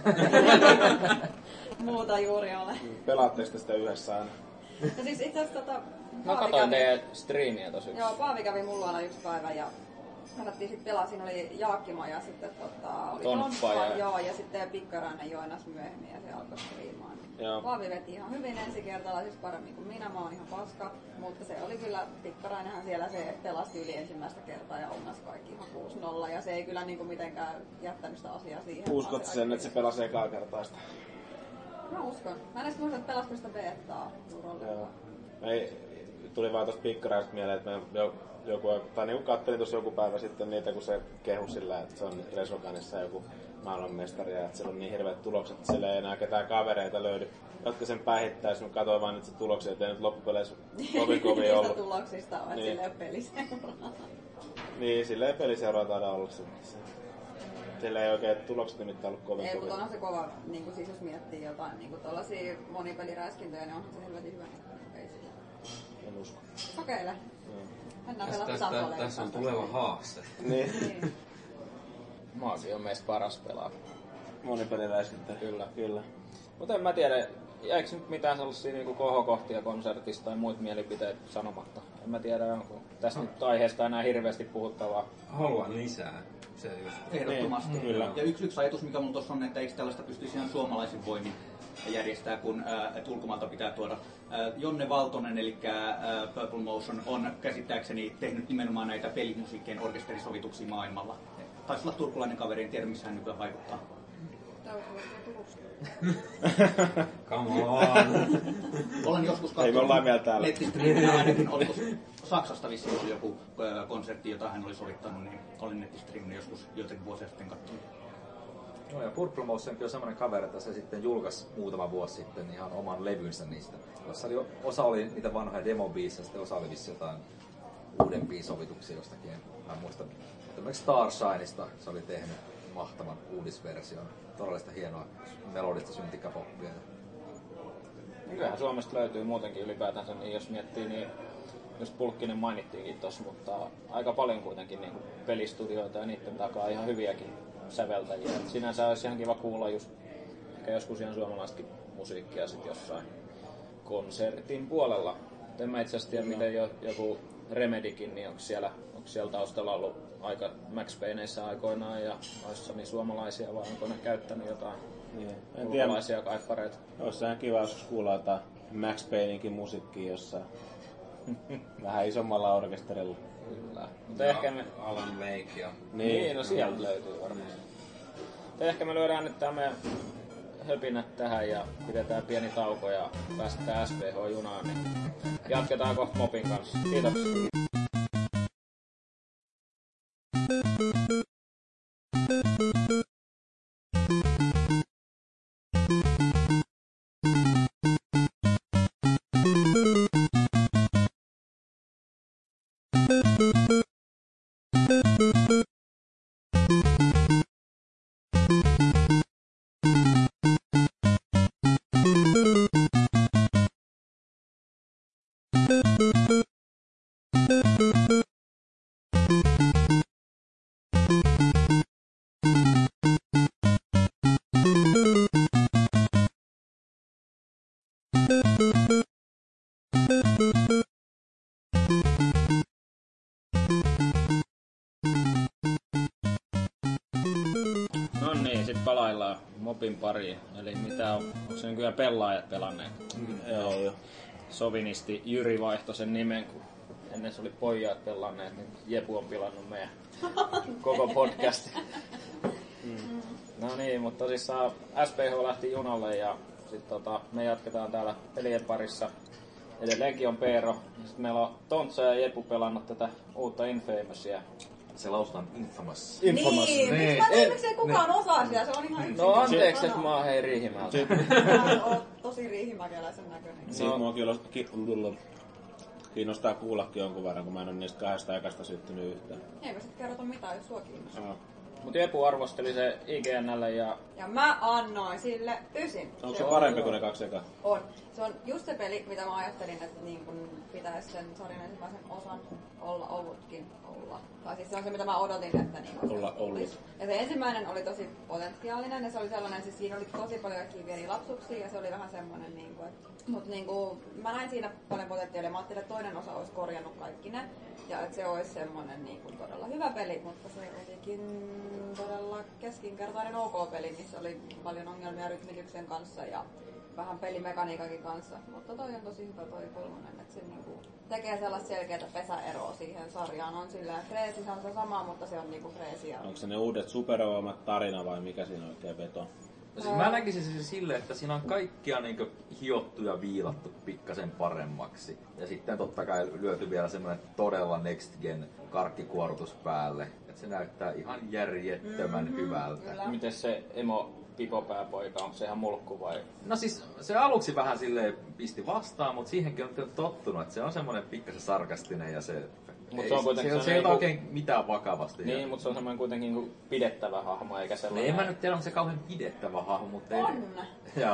muuta juuri ole. Pelaatteko sitä yhdessä aina? No siis itse asiassa mä katsoin teidän striimiä tosi. Joo, Paavi kävi mulla aina yksi päivä ja kannattiin sitten pelaa. Siinä oli Jaakkima ja sitten oli Tontpa joo, ja sitten Pikkarainen Joinas myöhemmin ja se alkoi striimaan. Paavi veti ihan hyvin ensikertalaisiksi paremmin kuin minä, mä oon ihan paska, mutta se oli kyllä, Pikkarainenhan siellä se pelasti yli ensimmäistä kertaa ja onnasi kaikki ihan 6-0 ja se ei kyllä niinku mitenkään jättänyt sitä asiaa siihen. Uskot sen, että se pelasi ekaa kertaa sitä? Mä uskon. Mä en edes muista, että pelasiko sitä betaa Turolle. Joo. Tuli vaan tosta Pikkaraisesta mieleen, että niin kattelin tuossa joku päivä sitten niitä, kun se kehu sillä, että se on Resoganissa joku maailmanmestari ja että siellä on niin hirveät tulokset, että siellä ei enää ketään kavereita löydy, jotka sen päihittäisi. Mä katsoin vaan niitä tuloksia, ettei nyt loppupeleissä kovin ollut. Niistä tuloksista on, että sillä ei ole peliseuraa. Niin, sillä ei peliseuraa taida olla se. Sillä ei oikein tulokset nimittäin ollut kovin. Ei, mutta onhan se kova, niin siis jos miettii jotain niin tollasia monipeliräiskintöjä, niin onhan se helvetin hyvä. Ei sillä. En usko. Kokeile. Mennään pelata tässä on tuleva haaste. Niin. Maakin on meistä paras pelaa. Monipeliräiskintä. Kyllä. Mutta en mä tiedä, jäikö nyt mitään sellaisia niinku kohokohtia konsertista tai muita mielipiteitä sanomatta? En mä tiedä, onko tästä nyt aiheesta enää hirveästi puhuttavaa. Haluan lisää. Se just. Ehdottomasti. Niin, kyllä. Ja yksi ajatus, mikä mulla tuossa on, että eikö tällaista pystyisi ihan suomalaisin voimin järjestää, kun ulkomailta pitää tuoda. Jonne Valtonen, eli Purple Motion, on käsittääkseni tehnyt nimenomaan näitä pelimusiikkien orkesterisovituksia maailmalla. Taisi olla turkulainen kaveri, en tiedä missä hän nykyään vaikuttaa. Come on. Olen joskus Ei me ollaan vielä täällä. nettistriiminä ainakin, oliko Saksasta vissiin oli joku konsertti, jota hän oli soittanut, niin olin nettistriiminä joskus jotenkin vuosia sitten katsonut. No ja Purple Motionkin on semmoinen kaveri, että se sitten julkaisi muutama vuosi sitten ihan oman levynsä niistä. Jossa oli, osa oli niitä vanhoja demobiisejä, sitten osa oli vissi jotain uudempia sovituksia jostakin. Mä muistan, että Starshineista se oli tehnyt mahtavan uudisversion. Todellista hienoa melodista syntikkapoppia. Kyllähän Suomesta löytyy muutenkin ylipäätänsä, niin jos miettii, niin just Pulkkinen mainittiinkin tossa, mutta aika paljon kuitenkin niin pelistudioita ja niiden takaa ihan hyviäkin säveltäjiä. Et sinänsä olisi ihan kiva kuulla just ehkä joskus ihan suomalaistakin musiikkia sit jossain konsertin puolella. En mä itse asiassa tiedä, miten joku Remedykin, niin onko siellä taustalla ollut aika Max Payneissä aikoinaan ja oissa suomalaisia vai onko ne käyttänyt jotain ulkolaisia kaiffareita? Olisi ihan kiva joskus kuulla jotain Max Paynekin musiikkia jossain vähän isommalla orkesterilla. Kyllä. Mutta ehkä me... Alan Wake ja... Niin, no sieltä löytyy varmaan. Ehkä me lyödään nyt tää meidän höpinät tähän ja pidetään pieni tauko ja päästään SPH-junaan, niin jatketaan kohta Mopin kanssa. Kiitoksia. No niin, sit palaillaan Mopin pariin. Eli mitä on, onko se nykyään pelaajat pelanneet? Joo. Sovinisti Jyri vaihtoi sen nimen, kun ennen se oli pojat pelanneet, niin Jepu on pilannut meidän koko podcastin. No niin, mutta tosissaan SPH lähti junalle ja sit me jatketaan täällä pelien parissa. Edelleenkin on Peero. Sitten meillä on Tontsa ja Jepu pelannut tätä uutta Infamousia. Se lausutaan Infamous. Niin, miksi ei kukaan osaa sitä? Se on ihan yksinkertainen. No anteeksi, että mä oon hei Riihimäeltä. Mä oon tosi riihimäkeläisen näköinen. Siitä mua kiinnostaa kuullakin jonkun verran, kun mä en ole niistä kahdesta ekasta syttynyt yhtään. Ei me sit kerrota mitään, jos sua kiinnostaa. Mut Jepu arvosteli se IGN:lle ja mä annoin sille 9. Onko se parempi kuin ne kaksi ekaa? On. Se on just se peli, mitä mä ajattelin, että niin kun pitäisi sen sarjan ensimmäisen osan olla ollutkin olla. Tai siis se on se, mitä mä odotin, että niin kun Olla ollut. olisi. Ja se ensimmäinen oli tosi potentiaalinen ja se oli sellainen, siis siinä oli tosi paljon pieniä lapsuksia ja se oli vähän semmoinen, niin kuin, että mut niin kuin, mä näin siinä paljon potentiaalia. Mä ajattelin, että toinen osa olisi korjannut kaikki ne ja että se olisi semmoinen niin kuin todella hyvä peli, mutta se olikin todella keskinkertainen OK-peli, missä oli paljon ongelmia rytmityksen kanssa ja vähän pelimekaniikakin kanssa, mutta toi on tosi hyvä toi kolmonen, että se niinku tekee sellaista selkeää pesäeroa siihen sarjaan. On silleen, freesi on se sama, mutta se on niinku freesiä. Onko se ne uudet supervoimat tarina vai mikä siinä oikein veto? No siis mä näkisin se silleen, että siinä on kaikkia niinku hiottu ja viilattu pikkasen paremmaksi. Ja sitten totta kai lyöty vielä semmoinen todella next gen karkkikuorutus päälle. Että se näyttää ihan järjettömän hyvältä. Kyllä. miten se emo pipopääpoika, onko se ihan mulkku vai? No siis se aluksi vähän silleen pisti vastaan, mutta siihenkin on tottunut, että se on semmoinen pikkasen sarkastinen ja se... Mut se on kuitenkin se ei ota oikein mitään vakavasti. Niin, mutta se on semmoinen kuitenkin niinku pidettävä hahmo, eikä sellainen... En mä nyt tiedä, onko se kauhean pidettävä hahmo, mutta ei... On! Jaa.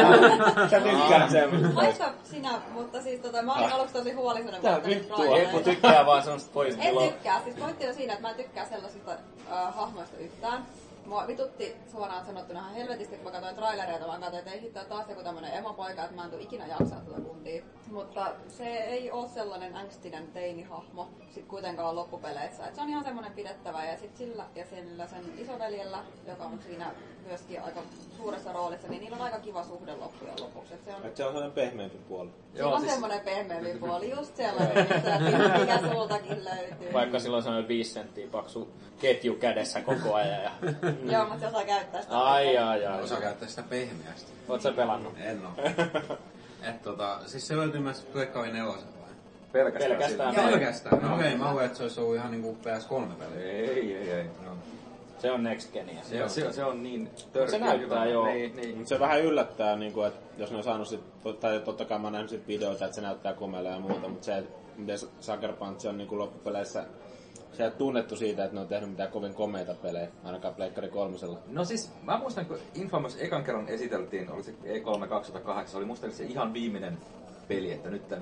Sä tykkäät semmoista. Vaikka sinä, mutta siis mä olin aluksi tosi huolissani. Tää vittua. Jepu tykkää vaan semmoista poista. En tykkää. Siis pointti on siinä, että mä en tykkää sellaisista hahmoista yhtään. Mua vitutti suoraan sanottuna ihan helvetisti, kun mä katsoin trailereita, vaan katsoin, että ei hittoa taas joku tämmönen emopoika, että mä en tuu ikinä jaksaa tätä kuntia. Mutta se ei oo sellainen ängstinen teinihahmo sit kuitenkaan loppupeleissä. Et se on ihan semmonen pidettävä ja sit sillä ja sen isoveljellä, joka on siinä myöskin aika suuressa roolissa, niin niillä on aika kiva suhde loppujen lopuksi. Et se on, Et se on sellainen pehmeämpi puoli. sillä on semmonen pehmeämpi puoli, just sellainen, mikä sultakin löytyy. Vaikka silloin on 5 senttiä paksu ketju kädessä koko ajan ja Joo, mutta se osaa käyttää sitä. Ai. Osaa käyttää sitä pehmeästi. Oot sä pelannut? En oo. Siis se löytyy myös Pleikkari 4 vai? Pelkästään. Pelkästään? No okei, mä luulen, että se olisi ollut ihan niinku PS3-peli. Ei. No. Se on Next Genia. Se on niin törkeä. Se näyttää joo. Niin. Se vähän yllättää, niin että jos ne on saanut tai totta kai mä oon nähnyt videoita, että se näyttää komealle ja muuta, mutta se, miten Sucker Punch on niin loppupeleissä, se ei tunnettu siitä, että ne on tehnyt mitään kovin komeita pelejä, ainakaan Pleikkari 3:lla. No siis, mä muistan, kun Infamous ekan kerran esiteltiin, oli se E3 2008, oli musta se ihan viimeinen peli, että nyt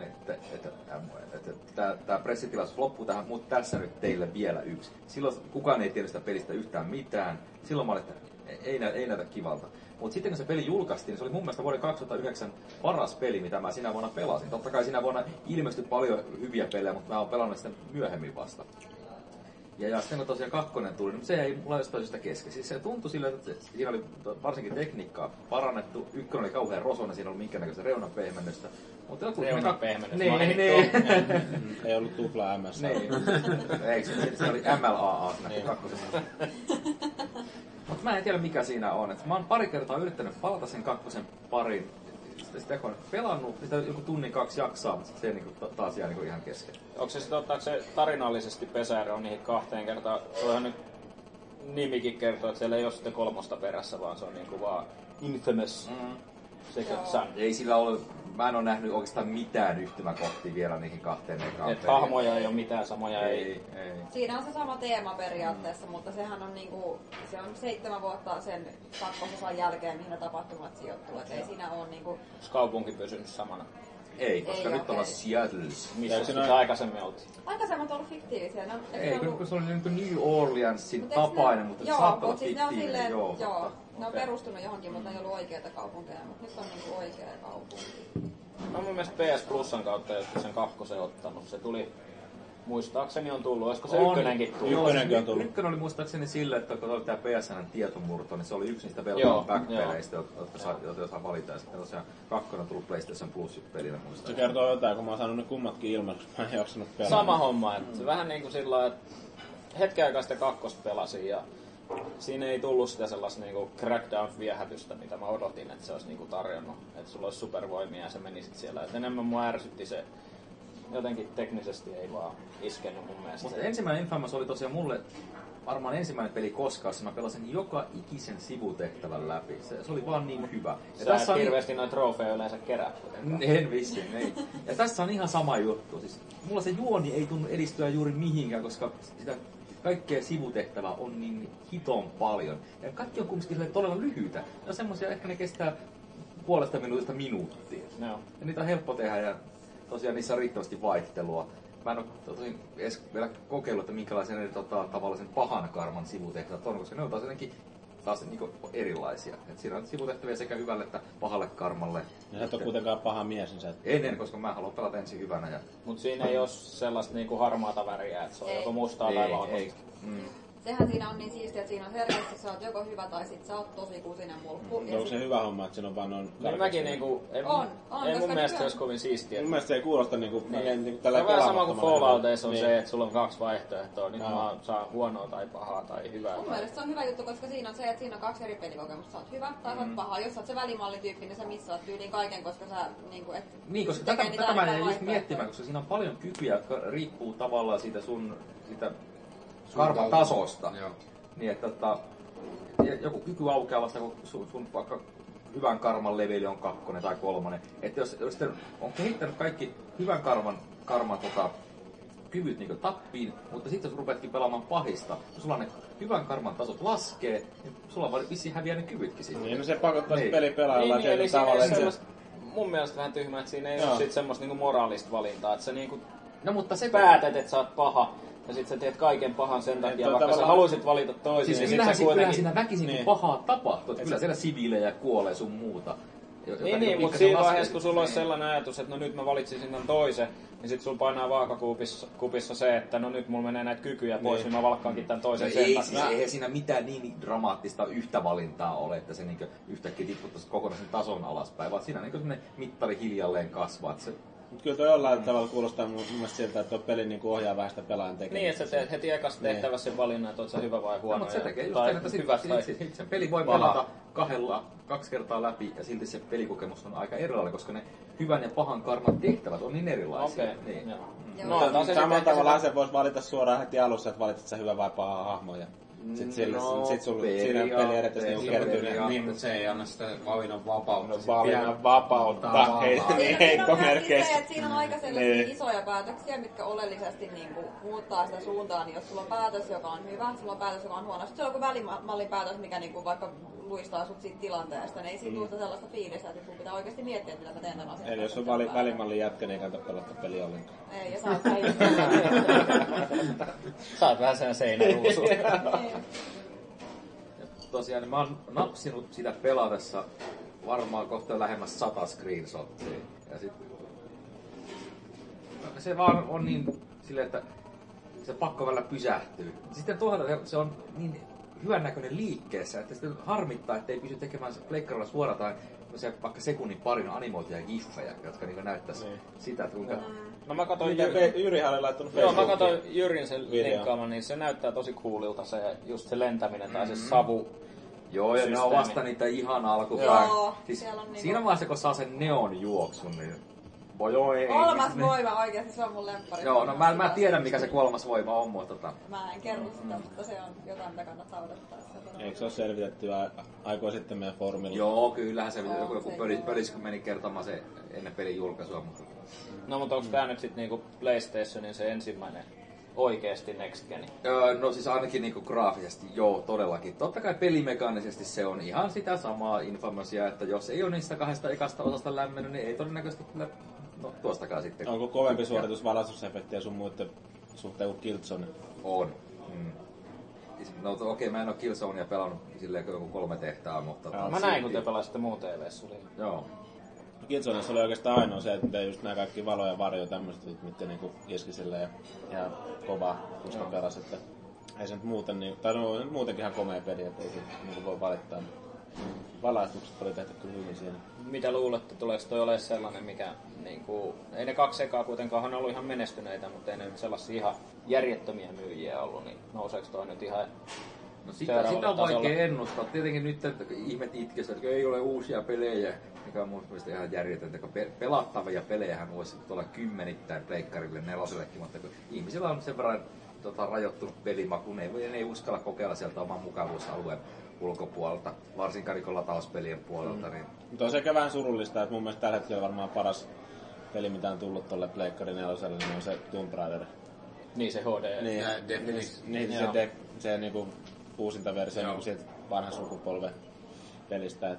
tämä pressitilaisuus loppuu tähän, mutta tässä nyt teille vielä yksi. Silloin kukaan ei tiedä sitä pelistä yhtään mitään. Silloin mä olin, että ei näytä kivalta. Mutta sitten kun se peli julkaistiin, niin se oli mun mielestä vuoden 2009 paras peli, mitä mä sinä vuonna pelasin. Totta kai sinä vuonna ilmestyi paljon hyviä pelejä, mutta mä oon pelannut sitä myöhemmin vasta. Ja sitten kun tosiaan 2 tuli, niin se ei mulla jostain syystä kesken. Siis se tuntui silleen, että siinä oli varsinkin tekniikkaa parannettu. 1 oli kauhean rosoinen, siinä ei ollut minkäännäköistä reunapehmennystä. Reunapehmennys, niin. Ei ollut tupla MS. Niin. Ei, se oli MLAA siinä 2. Mutta mä en tiedä mikä siinä on. Et mä oon pari kertaa yrittänyt palata sen 2 pariin. Sitä kun on pelannut, sitä joku tunnin 2 jaksaa, mutta se niinku taas jää niinku ihan kesken. Onko se sitten ottaako se tarinallisesti pesäero niihin 2 kertaan? Tuohan nyt nimikin kertoo, että siellä ei ole sitten 3 perässä, vaan se on niinku vaan Infamous Second Son. Ei sillä ole, mä en ole nähnyt oikeastaan mitään yhtymäkohtia vielä niihin 2 ekaan. Että hahmoja ei ole mitään, samoja ei. Siinä on se sama teema periaatteessa, mutta sehän on niinku, se on 7 vuotta sen 2. jälkeen, mihin ne tapahtumat sijoittuu. Et ei siinä ole niinku... Onko kaupunki pysynyt samana? Ei, koska nyt ollaan Seattle. Missä sitä aikaisemmin oltiin? Aikaisemmin on ollut fiktiivisiä. Ei, kun se oli niinku New Orleansin tapainen, mutta se saattaa olla fiktiivinen. Joo, ne on perustunut johonkin, mutta ei ollut oikeita kaupunkeja, mutta nyt on niinku oikea kaupunki. No mun mielestä PS Plusan kautta jotka sen 2 ottanut. Se tuli, muistaakseni on tullut, olisiko se 1:nkin tullut? Ykkönen on tullut. Ykkönen oli muistaakseni sille, että kun oli tää PSN:n tietomurto, niin se oli yksi niistä Welcome Back-peleistä, jotka saa valita. Ja sitten tosiaan 2 on tullut PlayStation Plus-pelinä muistaakseni. Se kertoo jotain, kun mä oon saanut ne kummatkin ilman, mä en jaksanut pelata. Sama homma, että vähän niinku sillä että hetken aikaa sitä 2 pelasin ja siinä ei tullut sitä sellaista niinku crackdown-viehätystä, mitä mä odotin, että se olisi niinku tarjonnut. Että sulla olisi supervoimia ja se meni sit siellä. Et enemmän mua ärsytti se, jotenkin teknisesti ei vaan iskenyt mun mielestä. Mutta ensimmäinen Infamous oli tosiaan mulle varmaan ensimmäinen peli koskaan, jossa mä pelasin joka ikisen sivutehtävän läpi. Se oli vaan niin hyvä. Ja sä et hirveästi noita trofeja yleensä kerää. En vissiin, ei. Ja tässä on ihan sama juttu. Siis, mulla se juoni ei tunnu edistyä juuri mihinkään, koska sitä kaikkea sivutehtävää on niin hiton paljon. Ja kaikki on kumminkin todella lyhyitä. Ne on semmosia, ehkä ne kestää puolesta minuutista minuuttia. No. Ja niitä on helppo tehdä ja tosiaan niissä on riittävästi vaihtelua. Mä en ole edes vielä kokeillut, että minkälaisen tavallisen pahan karman sivutehtävät on, koska ne on taas jotenkin niinku erilaisia. Et siinä on sivutehtäviä sekä hyvälle että pahalle karmalle. Ja sä et ole kuitenkaan paha mies, niin sä et... En, koska mä haluan pelata ensin hyvänä. Ja... Mut siinä ei ole sellaista niinku harmaata väriä, että se on joko mustaa tai valkoista. Sehän siinä on niin siistiä, että siinä on selkeästi sä oot joko hyvä tai sit sä oot tosi kusinen mulkku. Onko se hyvä homma, että siinä on vaan noin... Niin mäkin niinku... Ei mun mielestä se olisi kovin siistiä. Mun mielestä se ei kuulosta niinku... Niin. Se on vähän sama kuin Fallouteissa on se, että sulla on 2 vaihtoehtoa. Nyt mä saan huonoa tai pahaa tai hyvää. Mun mielestä se on hyvä juttu, koska siinä on se, että siinä on 2 eri pelikokemusta. Sä oot hyvä tai sä oot paha. Jos sä oot se välimallityyppi, niin sä missaat tyyliin kaiken, koska sä niinku... Niin, koska tätä mä en just miettimään, koska siinä on paljon kykyjä, jotka riippuu tavallaan siitä sun karvan tasosta. Joo. Niin, että joku kyky aukeaa vasta, kun sun vaikka hyvän karman leveli on 2 tai 3. Että jos sitten on kehittänyt kaikki hyvän karman kyvyt niin tappiin, mutta sitten jos rupeatkin pelaamaan pahista, kun sulla ne hyvän karman tasot laskee, niin sulla vaan vissiin häviää ne kyvytkin sitten. Niin, no se pakottaa niin. Pelipelaajalla niin, tavalla. Mun mielestä vähän tyhmä, että siinä ei ole sit semmoista niinku moraalista valintaa, että sä niinku mutta se päätät, että sä oot paha. Ja sit sä teet kaiken pahan sen takia, vaikka sä haluisit valita toisen. Siis niin kyllähän siinä väkisin niin. Pahaa tapahtuu. Kyllä siellä siviilejä kuolee sun muuta. Niin, mutta siinä vaiheessa, kun sulla olisi sellainen ajatus, että no nyt mä valitsisin tämän toisen, niin sit sulla painaa vaakakupissa se, että no nyt mulla menee näitä kykyjä pois, niin mä valkkaankin tämän toisen sen takia. Siis eihän siinä mitään niin dramaattista yhtä valintaa ole, että se niinku yhtäkkiä tipputtaisi kokonaisen tason alaspäin, vaan siinä niinku semmoinen mittari hiljalleen kasvaa. Mutta kyllä toi jollain tavalla kuulostaa mun mielestä siltä, että tuo peli niinku ohjaa vähän sitä pelaajan tekemistä. Niin, että sä teet heti ekassa tehtävässä sen valinnan, että oot sä hyvä vai huono. No, mutta se tekee just tai sen, että sen peli voi pelata kaksi kertaa läpi ja silti se pelikokemus on aika erilainen, koska ne hyvän ja pahan karman tehtävät on niin erilaisia. Okei. Niin. No, samalla tavalla se voisi valita suoraan heti alussa, että valitset sä hyvä vai paha hahmo. Ja sit sulla siinä peli erityisesti kertyy. Niin, mutta se ei anna sitä valinnan vapautta. No, valinnan vapautta, heittomerkeissä. Siinä on aika sellaisia isoja päätöksiä, mitkä oleellisesti niinku muuttaa sitä suuntaa. Niin jos sulla on päätös, joka on hyvä, sulla on päätös, joka on huono. Sitten se on joku välimallin päätös, mikä niinku vaikka luistaa sut siitä tilanteesta, niin ei siitä tule sellaista fiilistä, että sun pitää oikeasti miettiä, että mitä mä teen tämän asian. Eli jos on välimallin jätkä, niin ei kannata pelata peliä ollenkaan. Ei, ja sä oot päivä. Sä oot vähän sen seinäruusu. Tosiaan niin mä oon napsinut sitä pelatessa varmaan kohta lähemmäs 100 screenshottia. Ja sit se vaan on niin silleen, että se pakko välillä pysähtyy. Sitten toisaalta se on niin hyvännäköinen liikkeessä, että sitten harmittaa, että ei pysy tekemään pleikkarilla suoraan se vaikka sekunnin parin animoituja giffejä, jotka niinku näyttäisi sitä, että kuinka... No mä katsoin Jyrihän oli laittanut Facebookiin. Facebookiin. Joo, mä katsoin Jyrin sen linkkaaman, niin se näyttää tosi coolilta se just se lentäminen tai se savu. Joo, ja ne on vasta niitä ihan alkupään. Joo, siis niinku... siinä vaiheessa, kun saa sen neon juoksun, niin... Kolmas voima oikeesti, se on mun lemppari. Joo, no mä tiedän mikä se kolmas voima on, mutta Mä en kerro sitä, mutta se on jotain, mitä kannattaa odottaa. Eikö se ole selvitetty aikoja sitten meidän foorumilla? Joo, kyllähän se joku pöliskö meni kertomaan se ennen pelin julkaisua, mutta... No, mutta onko tää nyt sit niinku PlayStationin se ensimmäinen oikeesti Next Geni? No siis ainakin niinku graafisesti, joo, todellakin. Totta kai pelimekaanisesti se on ihan sitä samaa Infamousia, että jos ei ole niistä kahdesta ekasta osasta lämmennyt, niin ei todennäköisesti kyllä tuostakaan sitten. Onko kovempi suoritus valaistusefektiä sun muiden suhteen kuin Killzone? On. No okei, mä en oo Killzonea pelannut silleen joku 3 tehtävää, mutta... Mä näin, kun te pelasitte muu TV:ssä. Joo. Killzoneessa oli oikeastaan ainoa se, että just nää kaikki valo ja varjo tämmöset, mitkä niinku iski silleen ja kova kusta pelas, että ei se nyt muuten niin, tai no muutenkin ihan komea peli, että ei se niinku voi valittaa. Valaistukset oli tehty kyllä hyvin siinä. Mitä luulette, tuleeko toi olemaan sellainen, mikä niinku, ei ne 2 ekaa kuitenkaan ollut ihan menestyneitä, mutta ei ne nyt sellaisia ihan järjettömiä myyjiä ollut, niin nouseeko toi nyt ihan no sitä on vaikea ennustaa. Tietenkin nyt että ihmet itkestä, että ei ole uusia pelejä, mikä on mun mielestä ihan järjetöntä, kun pelattavia pelejähän voisi tulla kymmenittäin pleikkarille, 4:llekin, mutta kun ihmisillä on sen verran rajoittunut pelimaku, ne ei uskalla kokeilla sieltä oman mukavuusalueen ulkopuolelta, varsinkaan niin latauspelien puolelta. Niin... Mutta on sekä vähän surullista, että mun mielestä tällä hetkellä varmaan paras peli, mitä on tullut tuolle Pleikkari 4:lle, niin on se Tomb Raider. Niin se HD. Niin, se niinku uusinta versio niinku siitä vanhan sukupolven pelistä.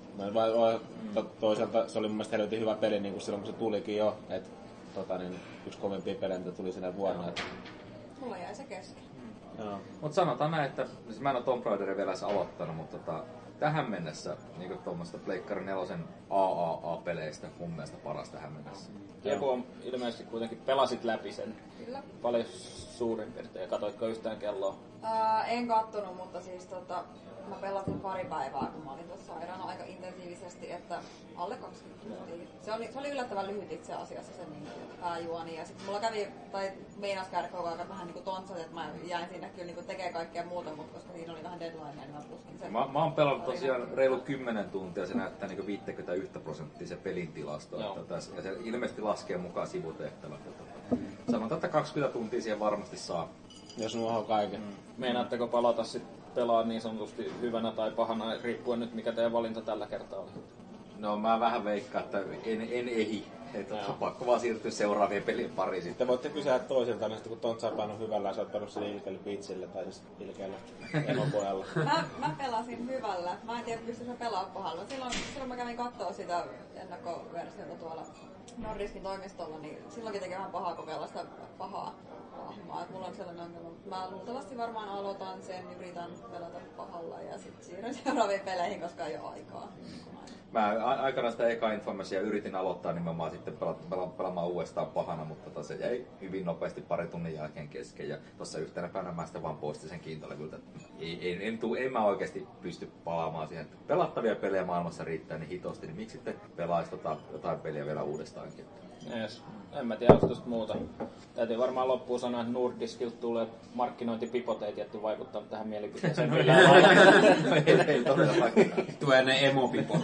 Toisaalta se oli mun mielestä helvetin hyvä peli niin kuin silloin kun se tulikin jo. Et, yksi kovimpia pelejä, mitä tuli sinä vuonna. Et... Mulla jäi se kesken. Mutta sanotaan näin, että siis mä en ole Tomb Raideria vielä edes aloittanut, mutta tähän mennessä niin tuommoista Pleikkari 4 AAA-peleistä mun mielestä paras tähän mennessä. Joku on ilmeisesti kuitenkin pelasit läpi sen. Kyllä. Paljon suurin piirtein. Katoitko yhtään kelloa? En kattonut, mutta siis mä pelasin pari päivää, kun mä olin tuossa sairaana aika intensiivisesti, että alle 20 tuntia. Se oli yllättävän lyhyt itse asiassa se niin pääjuoni. Ja sitten mulla kävi, tai meinas käydä koko ajan vähän niin tontsat, että mä jäin sinne kyllä niin tekemään kaikkea muuta, mutta koska siinä oli vähän deadline, niin mä puskin sen. Mä oon pelannut tosiaan reilu 10 tuntia, se näyttää niin 51% se pelin tilasto. Ja se ilmeisesti laskee mukaan sivutehtävät. Sanotaan, että 20 tuntia siihen varmasti saa. Jos nuohon kaiken. Meinaatteko palata sitten pelaa niin sanotusti hyvänä tai pahana, riippuen nyt mikä teidän valinta tällä kertaa oli? No mä vähän veikkaan, että en ehi. Että pakko vaan siirtyä seuraavien pelien pariin. Sitten voitte kysyä toisilta, niin kun Tontsapan on hyvällä ja sä oot perus sille ilkeälle Beatsille tai siis ilkeälle emopojalla. Mä pelasin hyvällä. Mä en tiedä pystyisin pelaamaan pahalla. Silloin mä kävin kattoo sitä ennakkoversiota tuolla Nordiskin toimistolla, niin silloinkin teki vähän pahaa kokeilla sitä pahaa hahmoa. Mulla on sellainen ongelma. Mä luultavasti varmaan aloitan sen, yritän pelata pahalla ja sitten siirryn seuraaviin peleihin, koska ei ole aikaa. Mä aikanaan sitä eka Infamousia yritin aloittaa nimenomaan sitten pelaamaan uudestaan pahana, mutta se jäi hyvin nopeasti pari tunnin jälkeen kesken. Ja tuossa yhtenä päivänä mä sitten vaan poistin sen kiintolevyltä. En mä oikeasti pysty palaamaan siihen. Pelattavia pelejä maailmassa riittää niin hitosti, niin miksi sitten pelaisi jotain peliä vielä uudestaankin? Yes. En mä tiedä, onko muuta. Täytyy varmaan loppuun sanoa, että Nordiskilta tulee markkinointipipot ei tietty vaikuttaa tähän mielipiteeseen millään lailla. Ei todellakaan. Tulee ne emopipot.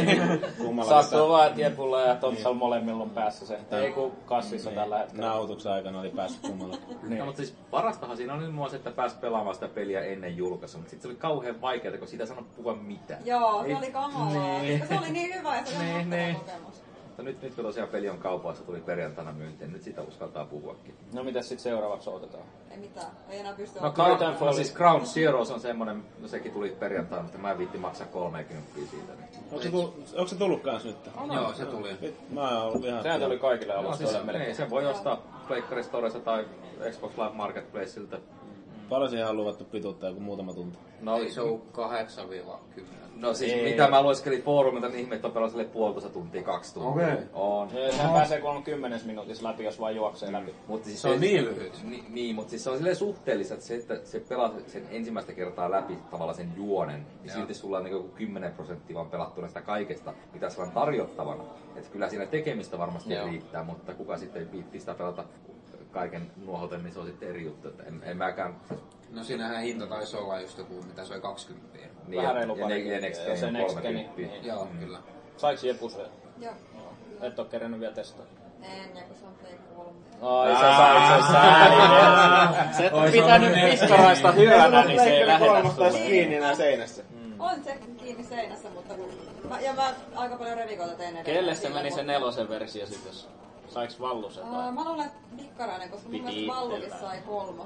Sattuu vaan, että Jepulla ja Totsalla molemmilla on päässä se. Ei kun kassissa tällä hetkellä. Nautuksen aikana oli päässyt kummalla. No, mutta siis parastahan siinä oli muun että pääsi pelaamaan sitä peliä ennen julkaisua, mutta sitten se oli kauhean vaikeaa, kun siitä ei sanonut puhua mitään. Joo, se oli kamalaa. Se oli niin hyvä ja se oli mahtava kokemus. Mutta nyt kun tosiaan peli on kaupassa, tuli perjantaina myyntiin, nyt siitä uskaltaa puhuakin. No mitäs sitten seuraavaksi odotetaan? Ei mitään, ei enää pysty No siis Ground Zeroes on semmonen, no sekin tuli perjantaina, mutta mä en viitti maksaa 30 siitä. Onko se tullut kans nyt? Joo, se tuli. Mä oon ollut ihan... Sehän tuli kaikille alustoille melkein. Sen voi ostaa Pleikkari Storesta tai Xbox Live Marketplaceilta. Paljon siihen on luvattu pituuttaa, joku muutama tunti. No se on 8-10. No siis mitä mä lueskelin foorumilta, niin ihme, että on pelasille 1,5 tuntia, 2 tuntia. Okei. On. Sehän pääsee 10 minuutissa läpi, jos vaan juoksee läpi. Mutta siis se on niin lyhyt. Niin, mutta siis se on silleen suhteellista, että se pelaa sen ensimmäistä kertaa läpi tavallaan sen juonen. Ja silti sulla on niin 10% vaan pelattuna sitä kaikesta, mitä sulla on tarjottavana. Että kyllä siinä tekemistä varmasti riittää, mutta kuka sitten viittii sitä pelata kaiken nuohoten, niin se on sitten eri juttu. Että en mäkään... No siinähän hinta taisi olla just joku, mitä se oli 20. Niin, vähän reilu pari. Ja Next Gen 30. Joo, kyllä. Saiks Jepus vielä? Joo. Et oo kerännyt vielä testaa? En, ja kun se on Play 3. Ai, sä sait sen sääli. Se et pitänyt piskaraista hyvänä, niin se ei lähetä sulle. Kiinni nää seinässä. On se kiinni seinässä, mutta mä aika paljon revikoita tein edelleen. Kelle se meni se 4 versio sit, jos saiks Vallu sen vai? Mä luulen, että Pikkarainen, koska mun mielestä Vallukin sai 3.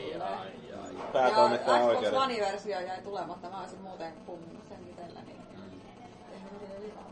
Päätoimittaa ja oikeuden. Xbox One-versio jäi tulematta, mä olisin muuten puhunut sen itellä, niin eihän me vielä liikaa.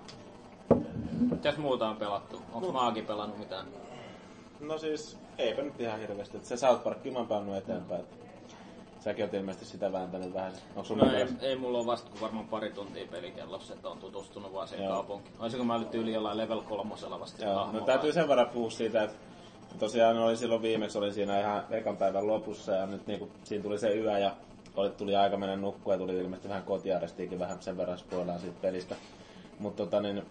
Mitäs muuta on pelattu? Onks Maagi pelannut mitään? No siis, eipä nyt ihan hirveästi. Se South Park mä pannut eteenpäin. Säkin oot ilmeisesti sitä vääntänyt vähän. No ei mulla ole vasta kuin varmaan pari tuntia pelikellossa, että on tutustunut vaan siihen kaupunkiin. Olisiko mä nyt yli jollain level 3 vasta? Joo, no täytyy sen verran puhua siitä, että tosiaan oli silloin viimeksi oli siinä ihan ekan päivän lopussa ja nyt niinku, siinä tuli se yö ja tuli aika mennä nukkua ja tuli ilmeisesti vähän kotiarestiikin vähän sen verran spoilaan siitä pelistä. Mutta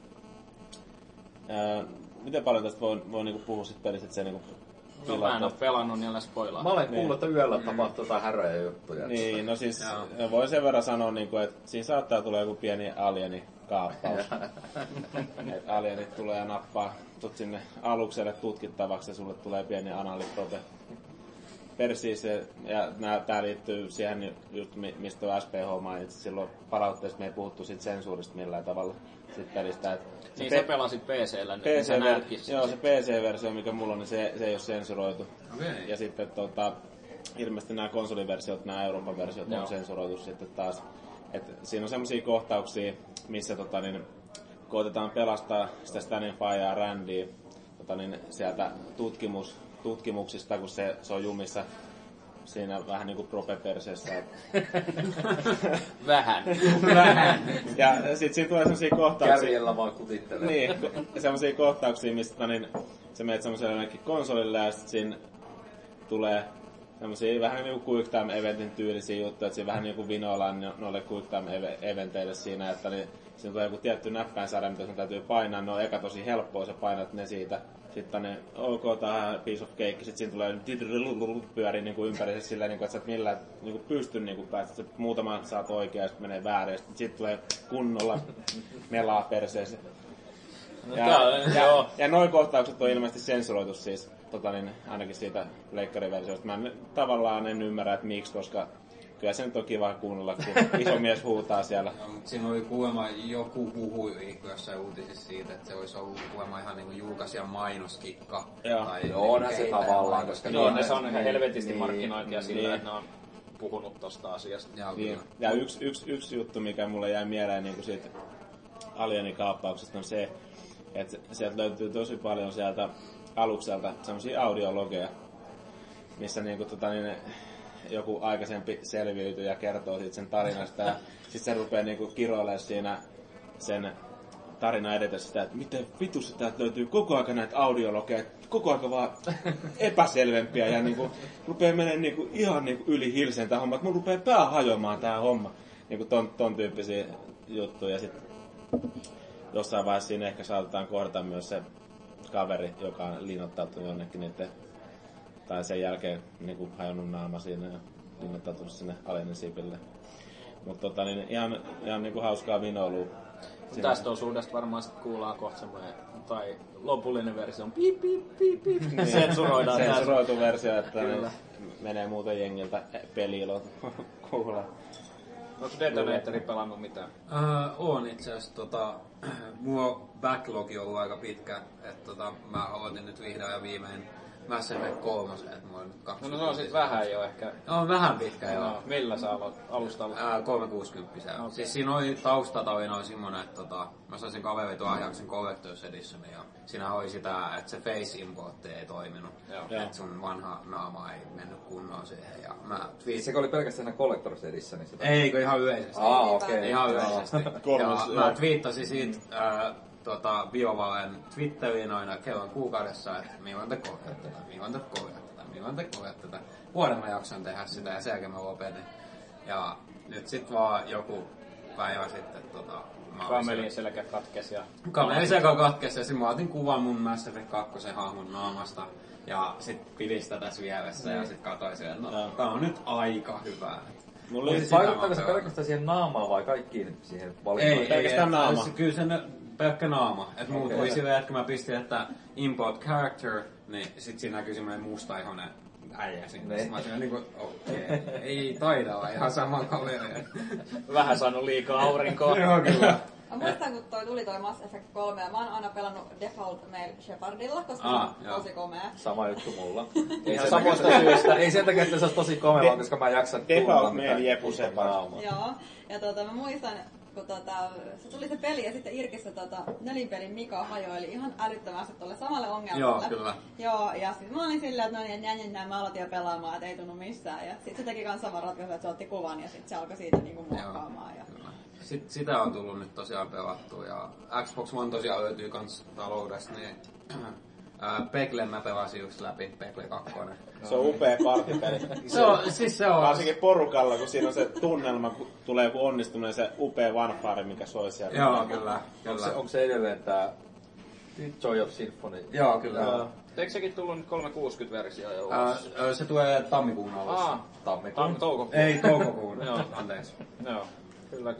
miten paljon tästä voi niinku puhua siitä pelistä, että se niinku... No mä en oo pelannut, niin älä spoilaa. Mä olen kuullut, että yöllä tapahtuu jotain häröjä juttuja. Niin, no siis voi sen verran sanoa, niinku, että siinä saattaa tulla joku pieni alienikaappaus. Että alienit tulee ja nappaa sut sinne alukselle tutkittavaksi ja sulle tulee pieni analiprote persiiseen. Ja tää liittyy siihen, just mistä SPH mainitsi silloin palautteessa, me ei puhuttu siitä sensuurista millään tavalla siitä pelistä. Niin sä pelasit PC-llä nyt, niin sä näytkin sitä. Joo, se PC-versio, mikä mulla on, niin se ei ole sensuroitu. Okay. Ja sitten ilmeisesti nämä konsoliversiot, nämä Euroopan versiot on sensuroitu sitten taas. Et siinä on semmosia kohtauksia, missä koitetaan pelastaa sitä Stanin Firea Randyä sieltä tutkimuksista, kun se on jumissa siinä vähän niinku propeperseessä. Vähän. Ja sit siinä tulee semmosia kohtauksia. Kärjellä vaan kutittelee. Niin, semmosia kohtauksia, mistä sä menet semmoiselle jonnekin konsolille ja sit siinä tulee semmosia vähän niinku Quick Time Eventin tyylisiä juttuja, että siinä vähän niinku vinoillaan noille Quick Time Eventeille siinä, että siinä tulee joku tietty näppäinsarja, mitä sun täytyy painaa, ne on eka tosi helppoa, sä painat ne siitä. Sitten OK, tähän piece of cake, sit siinä tulee pyörii niinku ympäri silleen, niinku, että sä et millään niinku pysty niinku päästä, että muutama saat oikein ja sit menee väärin, sit tulee kunnolla melaa perseeseen. Ja noi kohtaukset on ilmeisesti sensuroitu siis, ainakin siitä leikkariversiosta. Mä tavallaan en ymmärrä, että miksi, koska kyllä se nyt on kiva kuunnella, kun iso mies huutaa siellä. No, siinä oli kuulemma joku puhui jossain uutisissa siitä, että se olisi ollut kuulemma ihan niinku julkaisijan mainoskikka. Joo, onhan se tavallaan, koska se on ihan helvetisti markkinointia sillä, että ne on puhunut tosta asiasta. Ja yksi juttu, mikä mulle jäi mieleen niin siitä alienikaappauksesta on se, että sieltä löytyy tosi paljon sieltä alukselta semmosia audiologeja, missä niinku joku aikaisempi selviytyy ja kertoo siitä sen tarinasta ja sit se rupee niinku kiroilemaan siinä sen tarina edetessä sitä, että miten vitussa täältä löytyy koko ajan näitä audiologeja, koko ajan vaan epäselvempiä ja niinku rupeaa menemään niinku ihan niinku yli hilseen tää homma, että mun rupeaa pää hajoamaan tää homma. Niinku ton tyyppisiä juttuja. Ja sit jossain vaiheessa siinä ehkä saatetaan kohdata myös se kaveri, joka on linnoittautunut jonnekin niiden, tai sen jälkeen niinku hajonnut naama siinä ja linnoittautunut sinne Alienishipille. Mutta niin ihan niinku hauskaa vinoilua. Tästä osuudesta varmaan sit kuullaan kohta semmoinen, tai lopullinen versio on piip piip piip piip. Sensuroidaan. Sensuroitu versio, että menee muuten jengiltä peli-ilot kuulee. Onko Detonatori pelannut mitään? Oon itse asiassa. Mulla backlogi on ollut aika pitkä. Mä aloitin nyt vihdoin ja viimein Mass Effect 3, että mulla on nyt 20. No se on sit vähän jo ehkä. On vähän pitkä joo. No, millä sä aloit alustalla? 360. Okay. Siis siinä oli taustatarina oli semmonen, että mä sain sen kaverin Ajaxin Collector's Edition ja siinä oli sitä, että se face importti ei toiminut. Että sun vanha naama ei mennyt kunnolla siihen. Ja mä Sekä oli pelkästään siinä Collector's Editionissa? Eikö ihan yleisesti. Okei. Ihan yleisesti. Ja mä twiittasin siitä BioValen Twitteriin aina kerran kuukaudessa, että milloin te korjaatte tätä. Vuoden mä jaksan tehdä sitä ja sen jälkeen mä lopetin. Ja nyt sit vaan joku päivä sitten Kamelin selkä katkesi ja... Kamelin selkä katkesi ja sit mä otin kuvan mun Mass Effect 2 hahmon naamasta. Ja sit pidistä tässä vieressä ja sit katsoin sen, että tää on nyt aika hyvää. Vaikuttaako se pelkästään siihen naamaan vai kaikkiin siihen valintaan? Ei, pelkästään naama. Kyllä se pelkkä naama. Et muut oli silleen, että kun mä pistin, että import character, niin sit siinä näkyy semmonen mustaihonen äijä sinne. Sit mä olin niinku, okei, ei taida olla ihan sama kaveri. Vähän saanut liikaa aurinkoa. Joo, kyllä. Mä muistan, kun tuli toi Mass Effect 3 ja mä oon aina pelannut Default Male Shepardilla, koska se on tosi komea. Sama juttu mulla. Ihan samoista syistä. Ei sen takia, että se olisi tosi komea, vaan koska mä jaksan Default Male Jepu Shepard. Joo, ja mä muistan, kun se tuli se peli ja sitten Irkissä nelinpelin Mika hajoili ihan älyttömästi tolle samalle ongelmalle. Joo, kyllä. Joo, ja sit mä olin silleen, että no niin, mä aloitin jo pelaamaan, että ei tunnu missään. Ja sit se teki kans saman ratkaisun, että se otti kuvan ja sit se alkoi siitä niinku muokkaamaan. Ja... Sitä on tullut nyt tosiaan pelattua ja Xbox One tosiaan löytyy kans taloudesta, niin Peklen mä pelasin just läpi, Pekle 2. Se on upea partipeli. Se on. Varsinkin porukalla, kun siinä on se tunnelma, kun tulee joku onnistuneen se upea fanfare, mikä soi siellä. Joo, kyllä. Onko se edelleen tää Joy of Symphony? Joo, kyllä. Eikö sekin tullut nyt 360-versio jo? Se tulee tammikuun alussa. Toukokuun. Ei, toukokuun. Anteeksi. Joo, kyllä.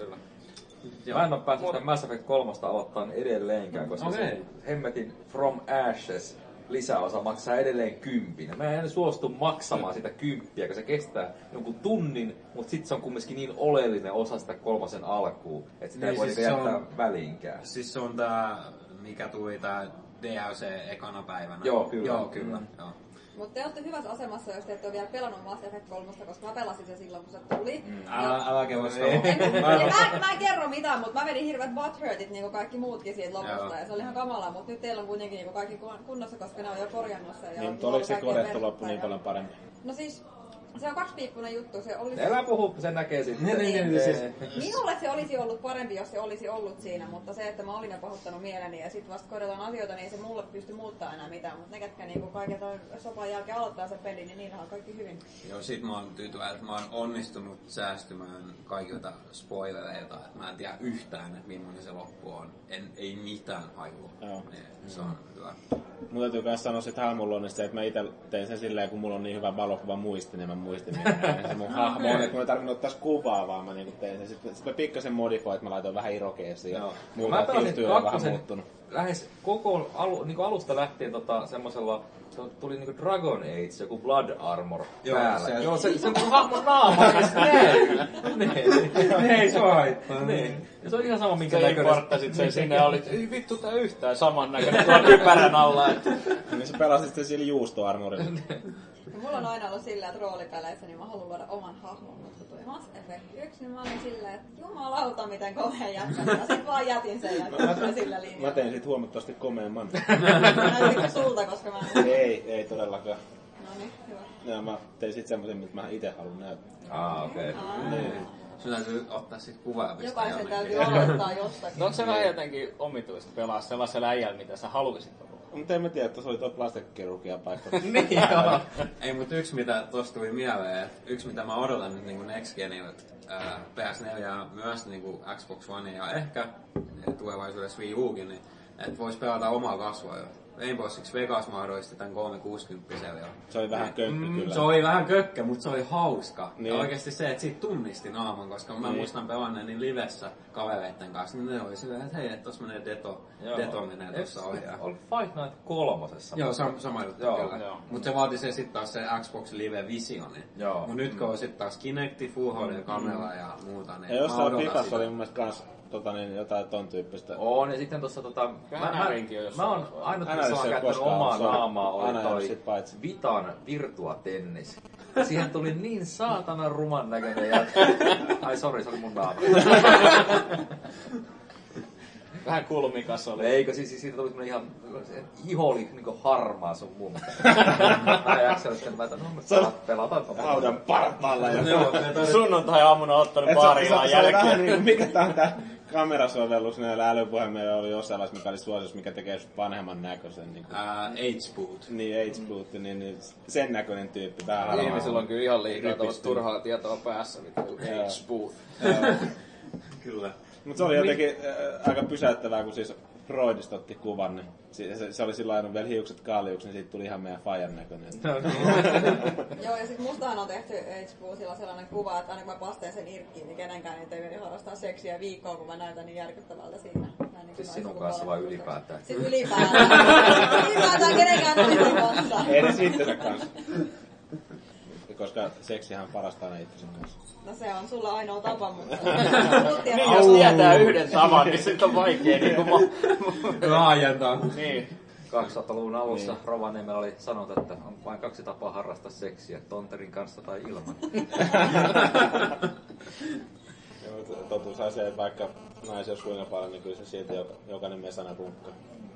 Mä en oo päässyt sitä Mass Effect 3 aloittaa edelleenkään, koska se hemmetin From Ashes lisäosa maksaa edelleen 10. Mä en suostu maksamaan sitä 10, kun se kestää jonkun tunnin, mutta sit se on kumminkin niin oleellinen osa sitä 3 alkuun, että sitä ei voi siis jättää väliinkään. Siis se on tää, mikä tuli tää DLC ekana päivänä. Joo, kyllä. Joo, kyllä. Joo. Mutta te olette hyvässä asemassa, jos te ette ole vielä pelannut Mass Effect 3, koska mä pelasin sen silloin, kun se tuli. Älä kerro sitä. Mä en kerro mitään, mutta mä vedin hirveät butthurtit niinku kaikki muutkin siitä lopusta. Ja se oli ihan kamalaa, mutta nyt teillä on kuitenkin niinku kaikki kunnossa, koska ne on jo korjannossa. Ja niin, mutta oliko se korjattu loppu niin paljon paremmin? No siis, se on kaksipiippunen juttu. Se olisi... Älä puhu, sen näkee sitten. Minulle se olisi ollut parempi, jos se olisi ollut siinä, mutta se, että mä olin jo pahoittanut mieleni ja sitten vasta korjataan asioita, niin ei se mulle pysty muuttaa enää mitään. Mutta ne, ketkä niinku kaiken sopan jälkeen aloittaa sen pelin, niin niillä on kaikki hyvin. Joo, sit mä oon tyytyväinen, että mä oon onnistunut säästymään kaikilta spoilereilta. Mä en tiedä yhtään, että millainen se loppu on. Ei mitään hajua. Se on hyvä. Mun täytyy myös sanoa sit hahmonluonnista, että mä ite tein sen silleen, kun mulla on niin hyvä valokuva muisti, niin mä muistin se mun hahmo on, että mun ei tarvinnut ottaa kuvaa, vaan mä niinku tein sen. Sitten mä pikkasen modifoin, että mä laitoin vähän irokeesiin ja muuta tiltyä on vähän muuttunut. Lähes koko alusta lähtien semmosella tuli niinku Dragon Age, joku Blood Armor päällä. Joo, se mun hahmon naama. Ei se haittaa. Ja se on ihan sama minkä näköinen. Se importtasit sen sinne ja olit, ei vittu tää yhtään saman näköinen tuon kypärän alla. Niin sä pelasit sitten sillä juustoarmorilla. Mulla on aina ollut silleen, että roolipeleissä niin mä haluan luoda oman hahmon, mutta tuli Mass Effect 1, niin mä olin silleen, että jumalauta miten komea jätkä. Ja sit vaan jätin sen ja sillä linjalla. Mä tein sit huomattavasti komeamman. Näytikö sulta, koska mä en... Ei todellakaan. No niin, hyvä. Ja mä tein sit semmosen, mitä mä ite haluan näyttää. Okei. Sun täytyy ottaa sit kuvaa ja pistää Jokaisen jonnekin. täytyy aloittaa jostakin. No onko se vähän jotenkin omituista pelaa sellaisella äijällä, mitä sä haluisit pelaa? Mutta en mä tiedä, että se oli tuo plastikkirurgian paikka. Niin joo. Ei, mutta yksi mitä tosta tuli mieleen, yksi mitä mä odotan nyt niinku Next Genillä, PS4 ja myös niinku Xbox One ja ehkä tulevaisuudessa Wii Ukin, niin että vois pelata omaa kasvoa jo. Rainbow Six Vegas mahdollisti tän 360-sellä jo. Se oli vähän kökkö kyllä. Se oli vähän kökkö, mutta se oli hauska. Niin. Ja oikeesti se, että siitä tunnisti naaman, koska mä muistan pelanneen niin livessä kavereitten kanssa, niin ne oli silleen, että hei, että tossa menee Deto menee tossa ohjaa. Oli Fight Night 3. Joo, sama juttu kyllä. Mut se vaati se sit taas se Xbox Live Visioni. Mut nyt kun on sit taas Kinecti, Full HD kamera ja muuta, niin ja jossain Fifassa oli mun mielestä kans jotain ton tyyppistä. On, ja sitten tossa mä oon ainut, missä oon käyttänyt omaa naamaa, oli toi Vitan Virtua Tennis. Siihen tuli niin saatana ruman näköinen jätkä. Ai sori, se oli mun naama. Vähän kulmikas oli. Eikö, siis siitä tuli semmonen ihan, iho oli niinku harmaa sun mun. Mä en jaksanut sitten, mä pelataan tuolla. Haudan partaalla. Sunnuntai-aamuna ottanut baarilaan jälkeen. Vähän niinku, mikä tää on tää kamerasovellus näillä älypuhelimilla oli jossain vaiheessa, mikä oli suositus, mikä tekee just vanhemman näköisen. Niin H-boot. Niin, H-boot, niin sen näköinen tyyppi. Tää Ihmisillä on kyllä ihan liikaa turhaa tietoa päässä, mitä H-boot. Kyllä. Mutta se oli jotenkin aika pysäyttävää, kun siis Freudista otti kuvan, niin se oli sillä lailla vielä hiukset kalliuksi, niin siitä tuli ihan meidän fajan näköinen. Joo, ja sit mustahan on tehty H-Boosilla sellainen kuva, että aina kun mä pasteen sen irkkiin, niin kenenkään ei tee harrastaa seksiä viikkoa, kun mä näytän niin järkyttävältä siinä. Niin siis sinun kanssa vai ylipäätään? Siis ylipäätään. Ylipäätään kenenkään toisen kanssa. Ei edes itsensä kanssa. Koska seksihän parastaa ne itsensä kanssa. No se on sulla ainoa tapa, mutta... Niin, jos tietää yhden tavan, niin sit on vaikea niinku laajentaa. Niin. 2000-luvun alussa niin. Rovaniemellä oli sanonut, että on vain 2 tapaa harrastaa seksiä, tonterin kanssa tai ilman. Totuus on se, että vaikka naisia olisi kuinka paljon, niin kyllä se silti jokainen mies aina runkkaa.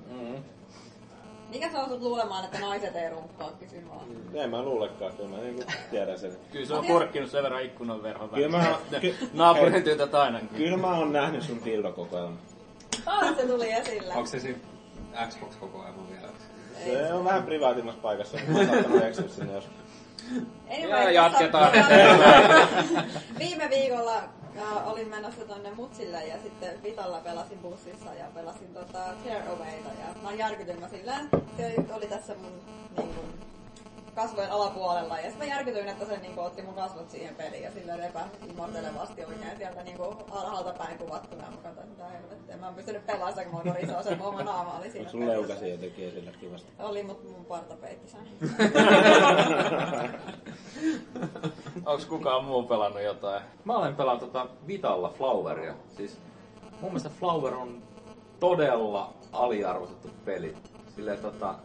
Mikä sä osut luulemaan, että naiset ei runkkaa, kysyn vaan. En mä luulekaan, kyllä mä niinku tiedän sen. Kyllä se on kurkkinut sen verran ikkunan verran välissä. Naapurin tytöt ainakin. Kyllä mä oon nähnyt sun dildokokoelman. Se tuli esille. Onko se siinä Xbox-kokoelma vielä? Se on vähän privaatimmassa paikassa. Mä oon saattanut eksyä sinne jos... Ja jatketaan. Viime viikolla olin menossa tonne Mutsille ja sitten Vitalla pelasin bussissa ja pelasin Tear Awayta ja mä järkytyin silleen. Se oli tässä mun niin kun, kasvojen alapuolella ja sitten mä järkytyin, että se niin kun, otti mun kasvot siihen peliin ja silleen epäimmortelevasti oikein sieltä niin kun, alhaalta päin kuvattuna ja mä katsoin mitä helvettiä. Mä en pystynyt pelaamaan sitä, kun mä olin iso, se oma naama oli siinä. Sun leukasi jotenkin esillä kivasti. Oli, mutta mun parta peitti sen. Onks kukaan muu pelannut jotain? Mä olen pelannut Vitalla Floweria. Siis mun mielestä Flower on todella aliarvostettu peli. Silleen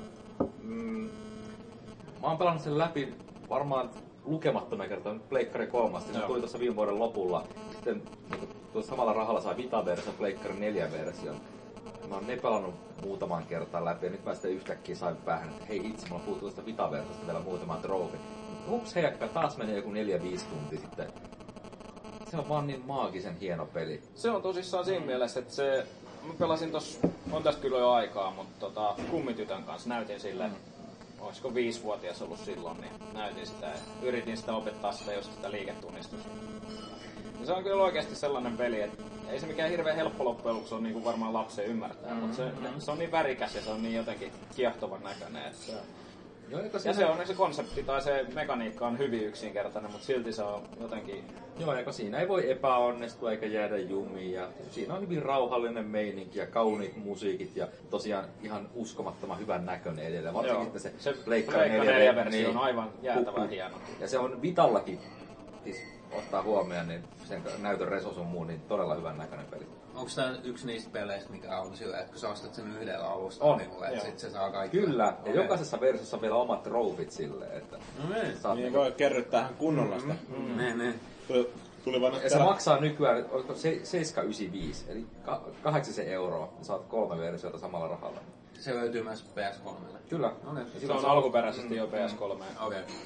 mä oon pelannut sen läpi varmaan lukemattomia kertaa nyt Pleikkari 3. Se tuli tuossa viime vuoden lopulla. Sitten tuossa samalla rahalla sai Vita-versio, Pleikkari 4-versio. Mä oon ne pelannut muutaman kertaan läpi ja nyt mä sitten yhtäkkiä sain päähän, että hei itse, mulla puuttuu tuosta Vita-versiosta vielä muutama trofi. Hups heikka, taas menee joku 4-5 tuntia sitten. Se on vaan niin maagisen hieno peli. Se on tosissaan siinä mielessä, että se... Mä pelasin on tästä kyllä jo aikaa, mutta kummitytön kanssa näytin sille, olisiko 5-vuotias ollut silloin, niin näytin sitä ja yritin sitä opettaa sitä just sitä liiketunnistusta. Ja se on kyllä oikeasti sellainen peli, että ei se mikään hirveän helppo loppujen lopuksi on niin kuin varmaan lapsen ymmärtää, mutta se on niin värikäs ja se on niin jotenkin kiehtovan näköinen, että se... Ja se on se konsepti tai se mekaniikka on hyvin yksinkertainen, mutta silti se on jotenkin... Joo, eikä siinä ei voi epäonnistua eikä jäädä jumiin. Ja siinä on hyvin rauhallinen meininki ja kauniit musiikit ja tosiaan ihan uskomattoman hyvän näköinen edelleen. Varsinkin että se Pleikkari 4-versio on aivan jäätävän hieno. Ja se on Vitallakin, siis ottaa huomioon, niin sen näytön resos on muu, niin todella hyvän näköinen peli. Onko tämä yksi niistä peleistä, mikä on sillä, että kun sä ostat sen yhdellä alusta, niin että sit se saa kaikki? Kyllä, ja jokaisessa versiossa on vielä omat trofit silleen, että... Niin voi kerryttää kunnolla sitä. Tuli vaan ja se maksaa nykyään, olisiko 7,95, eli 8 euroa, ja saat 3 versiota samalla rahalla. Se löytyy myös PS3:lle? Kyllä. Se on alkuperäisesti jo PS3. Okei.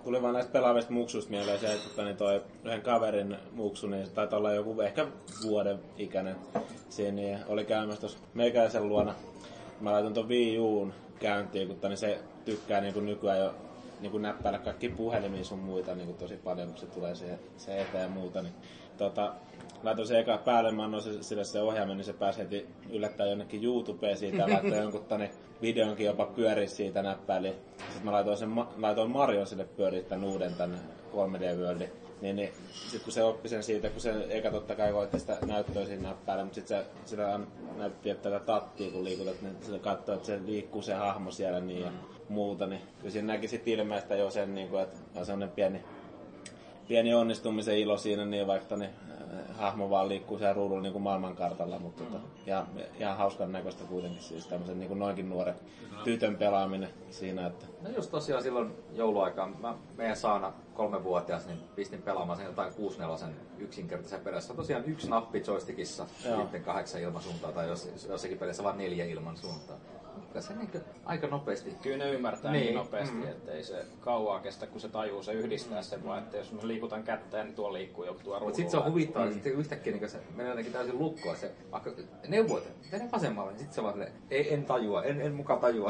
tuli vaan näistä pelaavista muksuista mieleen se, että niin toi yhden kaverin muksu, niin se taitaa olla joku ehkä vuoden ikäinen. Siinä niin oli käymässä tuossa meikäläisen luona. Mä laitan ton Wii U:n käyntiin, kun niin se tykkää niin kuin nykyään jo niin kuin näppäillä kaikki puhelimia sun muita niin kuin tosi paljon, kun se tulee se eteen ja muuta. Niin, laitoin se eka päälle, mä annoin sille se ohjaimen, niin se pääsi heti yllättäen jonnekin YouTubeen siitä ja laittoi jonkun videonkin jopa pyörii siitä näppäiliin. Sitten mä laitoin Marion sille pyörii tän uuden tän 3D Worldin. Niin sit kun se oppi sen siitä, kun se eka totta kai koitti sitä näyttöä siinä näppäillä, mutta sit sillä näytti, että tätä tattia kun liikutat, niin se katsoo, että se liikkuu se hahmo siellä niin ja muuta. Niin kyllä siinä näki sit ilmeistä jo sen, niin kuin, että on semmonen pieni onnistumisen ilo siinä, niin vaikka niin hahmo vaan liikkuu siellä ruudulla niin kuin maailmankartalla, mutta ja ihan hauskan näköistä kuitenkin siis tämmöisen niin kuin noinkin nuoren tytön pelaaminen siinä, että... No just tosiaan silloin jouluaikaan, meidän saana 3-vuotias, niin pistin pelaamaan sen jotain 6-4 yksinkertaisen pelissä. Tosiaan 1 nappi joystickissa, sitten 8 ilmansuuntaa tai jossakin pelissä vaan 4 ilmansuuntaa. Se niin aika nopeasti. Kyllä ne ymmärtää niin nopeasti, ettei se kauaa kestä, kun se tajuu se yhdistää sen, vaan että jos me liikutaan kättä, niin tuo liikkuu joku tuo ruudulla. Mutta sitten se on huvittavaa, että yhtäkkiä niin se menee jotenkin täysin lukkoon. Se vaikka neuvoo, että mene vasemmalle, niin sitten se vaan silleen, en tajua, en muka tajua.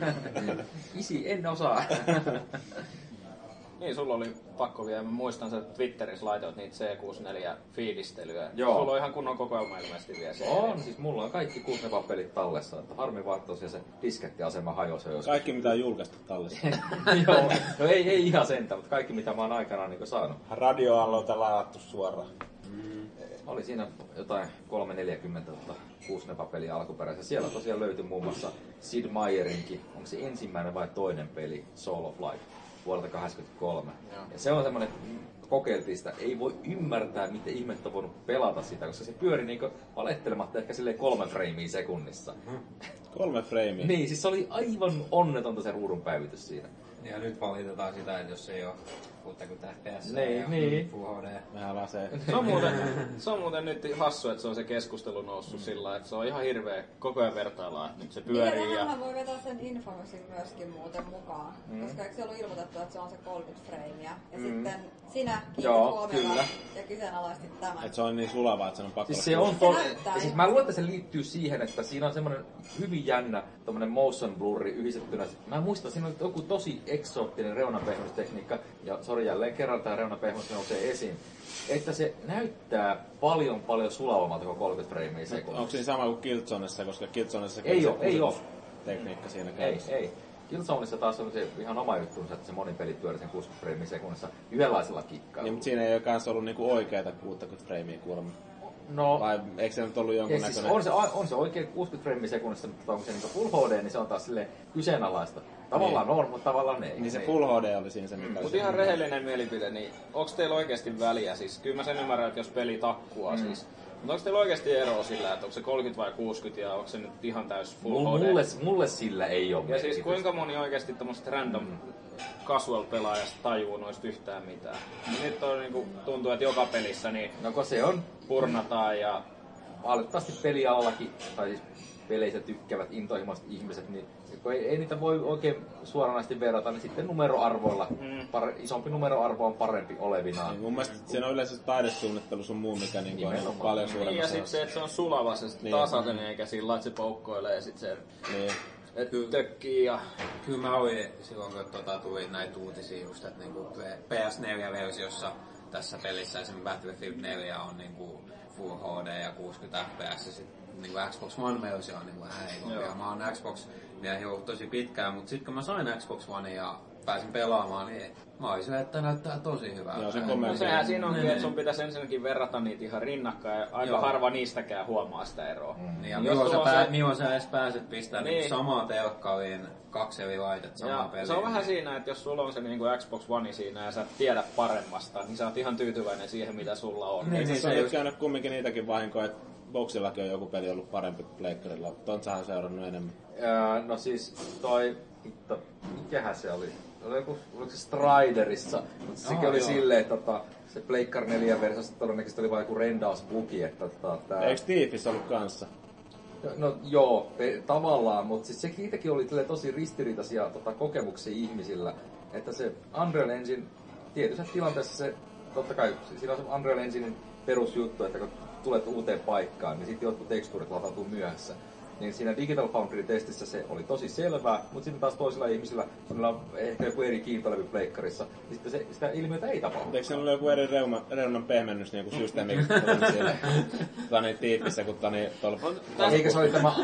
Isi, en osaa. Niin, sulla oli pakko vielä. Mä muistan, että Twitterissä laitoit niitä C64-fiilistelyä. Joo. Sulla on ihan kunnon kokoelma ilmeisesti vielä se. On, siis mulla on kaikki 6-pelit tallessa. Että harmi vaan tosiaan se diskettiasema hajosi joskus. Kaikki mitä on julkaistu tallessa. Joo, no ei ihan sentään, mutta kaikki mitä mä oon aikanaan niin saanut. Radioaallolta ladattu suoraan. Oli siinä jotain 340 6-peliä alkuperäisessä. Siellä tosiaan löytyi muun muassa Sid Meier'inkin, onko se ensimmäinen vai toinen peli, Soul of Life, vuodelta 1983. Ja se on semmoinen, kokeiltiin sitä, ei voi ymmärtää, miten ihmettä on voinut pelata sitä, koska se pyöri niinku valettelematta ehkä silleen 3 freimiä sekunnissa. 3 freimiä? Niin, siis se oli aivan onnetonta se ruudun päivitys siinä. Ja nyt valitetaan sitä, että jos ei ole 60 FPS niin. Full HD. Vähän lasee. Se on muuten nyt hassu, että se on se keskustelu noussut sillä, että se on ihan hirveä koko ajan vertaillaan, että nyt se pyörii. Niin, ja voi vetää sen Infamousin myöskin muuten mukaan, koska eikö se ollut ilmoitettu, että se on se 30 freimiä. Ja sitten sinä kiinnit huomioon ja kyseenalaistit tämän. Että se on niin sulavaa, että se on pakko. Siis se on siis mä luulen, että se liittyy siihen, että siinä on semmoinen hyvin jännä tommonen motion blurri yhdistettynä. Mä muistan, siinä oli joku tosi eksoottinen reunapehmystekniikka, ja sori jälleen kerran tää reunapehmys nousee esiin, että se näyttää paljon sulavammalta kuin 30 freimiä sekunnissa. Onko siinä sama kuin Killzonessa, koska Killzonessa ei oo tekniikka siinä käynnissä? Ei. Killzoneissa taas on se ihan oma juttuunsa, että se monin peli pyörii sen 60 freimiä sekunnissa yhdenlaisella kikkailla. Niin, mutta siinä ei ole kans ollut niinku oikeeta 60 freimiä kuulemma. No, vai eikö se nyt ollut jonkun näköinen? Siis on se oikein 60 freimiä sekunnissa, mutta onko se niinku Full HD, niin se on taas silleen kyseenalaista. Tavallaan on, mutta tavallaan ei. Niin se Full HD oli siinä se, mikä Mutta ihan rehellinen mielipide, niin onko teillä oikeasti väliä? Siis kyllä mä sen ymmärrän, että jos peli takkuaa siis. Mutta onko teillä oikeasti eroa sillä, että onko se 30 vai 60 ja onko se nyt ihan täys Full HD? Mulle sillä ei ole. Ja siis kuinka moni oikeasti tämmöistä random casual-pelaajasta tajuu noista yhtään mitään? Nyt on niinku, tuntuu, että joka pelissä niin se on purnataan ja... Valitettavasti pelialallakin, tai siis peleissä tykkäävät intohimoiset ihmiset, niin kun ei niitä voi oikein suoranaisesti verrata, niin sitten numeroarvoilla, isompi numeroarvo on parempi olevinaan. Niin, mun mielestä siinä on yleensä taidesuunnittelu sun muu, mikä niin on paljon suuremmassa. Niin, ja sitten se, että se on sulava, se tasainen, eikä sillä että se poukkoilee ja sit se... tökkii ja... Kyllä mä olin silloin, kun tuli näitä uutisia just, että niinku PS4-versiossa tässä pelissä esimerkiksi Battlefield 4 on niinku Full HD ja 60 FPS ja sitten niinku Xbox One-versio on niinku heikompi. Ja mä oon Xbox-miehiä ollut tosi pitkään, mutta sitten kun mä sain Xbox One ja pääsin pelaamaan, niin mä olisin, että näyttää tosi hyvää. Joo, sehän siinä onkin, että sun pitäisi ensinnäkin verrata niitä ihan rinnakkain ja aika harva niistäkään huomaa sitä eroa. Ja milloin sä edes pääset pistämään niin samaan telkkariin 2 eri laitetta samaan peliin. Se on vähän siinä, että jos sulla on se niinku Xbox One siinä ja sä et tiedä paremmasta, niin sä oot ihan tyytyväinen siihen, mitä sulla on. Niin, se on nyt käynyt kumminkin niitäkin vahinkoja, että Boxillakin on joku peli ollut parempi kuin Pleikkarilla. Tontsahan seurannut enemmän. No siis mikähän se oli? Oliko se Striderissa, mutta sekin oli silleen, että se Pleikkar 4 versiossa todennäköisesti oli vain joku rendausbugi, että Eikö Thiefissa ollut kanssa? No joo, tavallaan, mutta siis siitäkin oli tosi ristiriitaisia kokemuksia ihmisillä, että se Unreal Engine, tietyssä tilanteessa se, totta kai, siinä on se Unreal Enginein perusjuttu, että kun tulet uuteen paikkaan, niin sitten jotkut tekstuurit latautuu myöhässä. Niin siinä Digital Foundry-testissä se oli tosi selvää, mutta sitten taas toisilla ihmisillä, joilla on ehkä joku eri kiintoilevy pleikkarissa, niin sitten sitä ilmiötä ei tapahdu. Eikö se ollut joku eri reunan pehmennys niin systeemi, kun siellä tiipissä, kun Eikö se oli tämä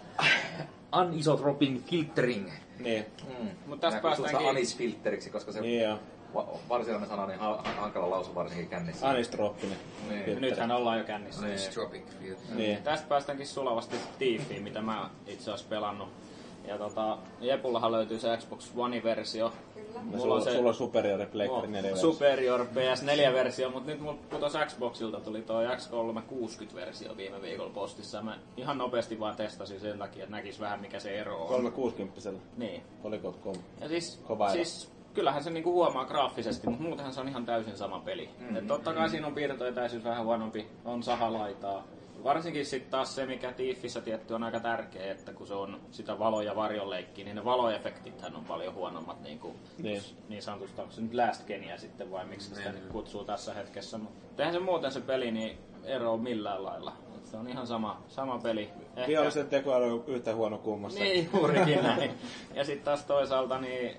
anisotropin filtering? Niin. Mutta tästä päästäänkin anisfilteriksi, koska se niin varsinainen sana niin hankala lausu varsinkin kännissä. Anistroppinen. Niin. Nythän ollaan jo kännissä. Anistropic filter. Niin. Tästä päästäänkin sulavasti Thiefiin, mitä mä itse asiassa pelannut. Ja Jepullahan löytyy se Xbox One-versio. Sulla on Superior Pleikkari 4 versio. Superior PS4-versio, mutta nyt mulla putosi Xboxilta tuli toi X360-versio viime viikolla postissa. Mä ihan nopeasti vaan testasin sen takia, että näkis vähän mikä se ero on. 360 Niin. Oliko ja kova siis kyllähän se niinku huomaa graafisesti, mutta muutenhan se on ihan täysin sama peli. Et totta kai siinä on piirtoetäisyys vähän huonompi, on sahalaitaa. Varsinkin sitten taas se, mikä Thiefissä tietty on aika tärkeä, että kun se on sitä valo- ja varjonleikkiä, niin ne valoefektithän on paljon huonommat niin sanotusta. Onko se nyt last genia sitten vai miksi sitä kutsuu tässä hetkessä. Mutta eihän se muuten se peli niin ero millään lailla. Se on ihan sama peli. Vihollisen tekoäly on yhtä huono kummassa. Niin, juurikin näin. Ja sitten taas toisaalta niin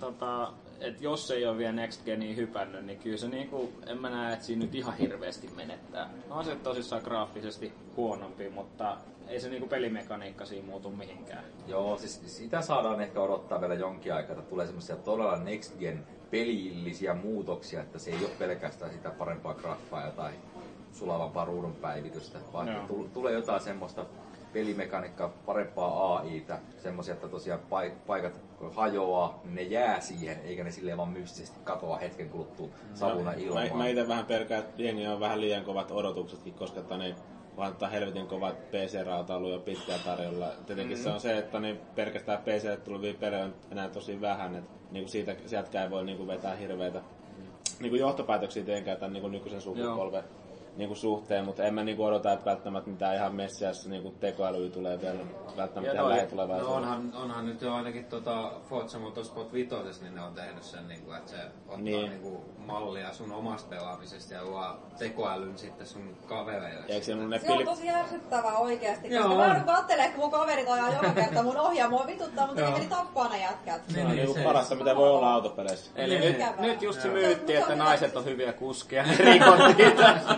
että jos ei ole vielä Next Geniin hypännyt, niin kyllä se niinku, en mä näe, että siinä nyt ihan hirveästi menettää. No on se tosissaan graafisesti huonompi, mutta ei se niinku pelimekaniikka siinä muutu mihinkään. Joo, siis sitä saadaan ehkä odottaa vielä jonkin aikaa, että tulee semmoisia todella Next Gen pelillisiä muutoksia, että se ei ole pelkästään sitä parempaa graffaa tai sulavampaa ruudun päivitystä, vaan tulee jotain semmoista pelimekaniikkaa, parempaa AI:tä, semmoisia, että tosiaan paikat hajoaa, ne jää siihen, eikä ne silleen vaan mystisesti katoa hetken kuluttua savuna ilmaan. Mä itse vähän pelkään, että jengi on vähän liian kovat odotuksetkin, koska vaan helvetin kovat PC-rauta ollut jo pitkään tarjolla. Tietenkin se on se, että pelkästään PC tulevia pelejä on enää tosi vähän, että niinku sieltäkään ei voi niinku vetää hirveitä niinku johtopäätöksiä tietenkään tämän niinku nykyisen sukupolven niinku suhteen, mutta en mä niinku odota, että välttämättä mitään ihan messiassa niinku tekoälyä tulee vielä välttämättä ihan lähitulevaisuudessa. No onhan nyt jo ainakin Forza Motorsport 5, niin ne on tehnyt sen, niinku, että se ottaa niinku mallia sun omasta pelaamisesta ja luo tekoälyn sitten sun kavereille. Se on tosi ärsyttävää oikeesti, koska mä joudun kattelemaan, kun mun kaverit ajaa joka kerta mun ohjaamoa vituttaa, mutta ei meni tappaa ne jätkät. Se on niinku parasta, mitä voi olla autopeleissä. Eli nyt just se myytti, että naiset on hyviä kuskeja, ne rikottiin tästä.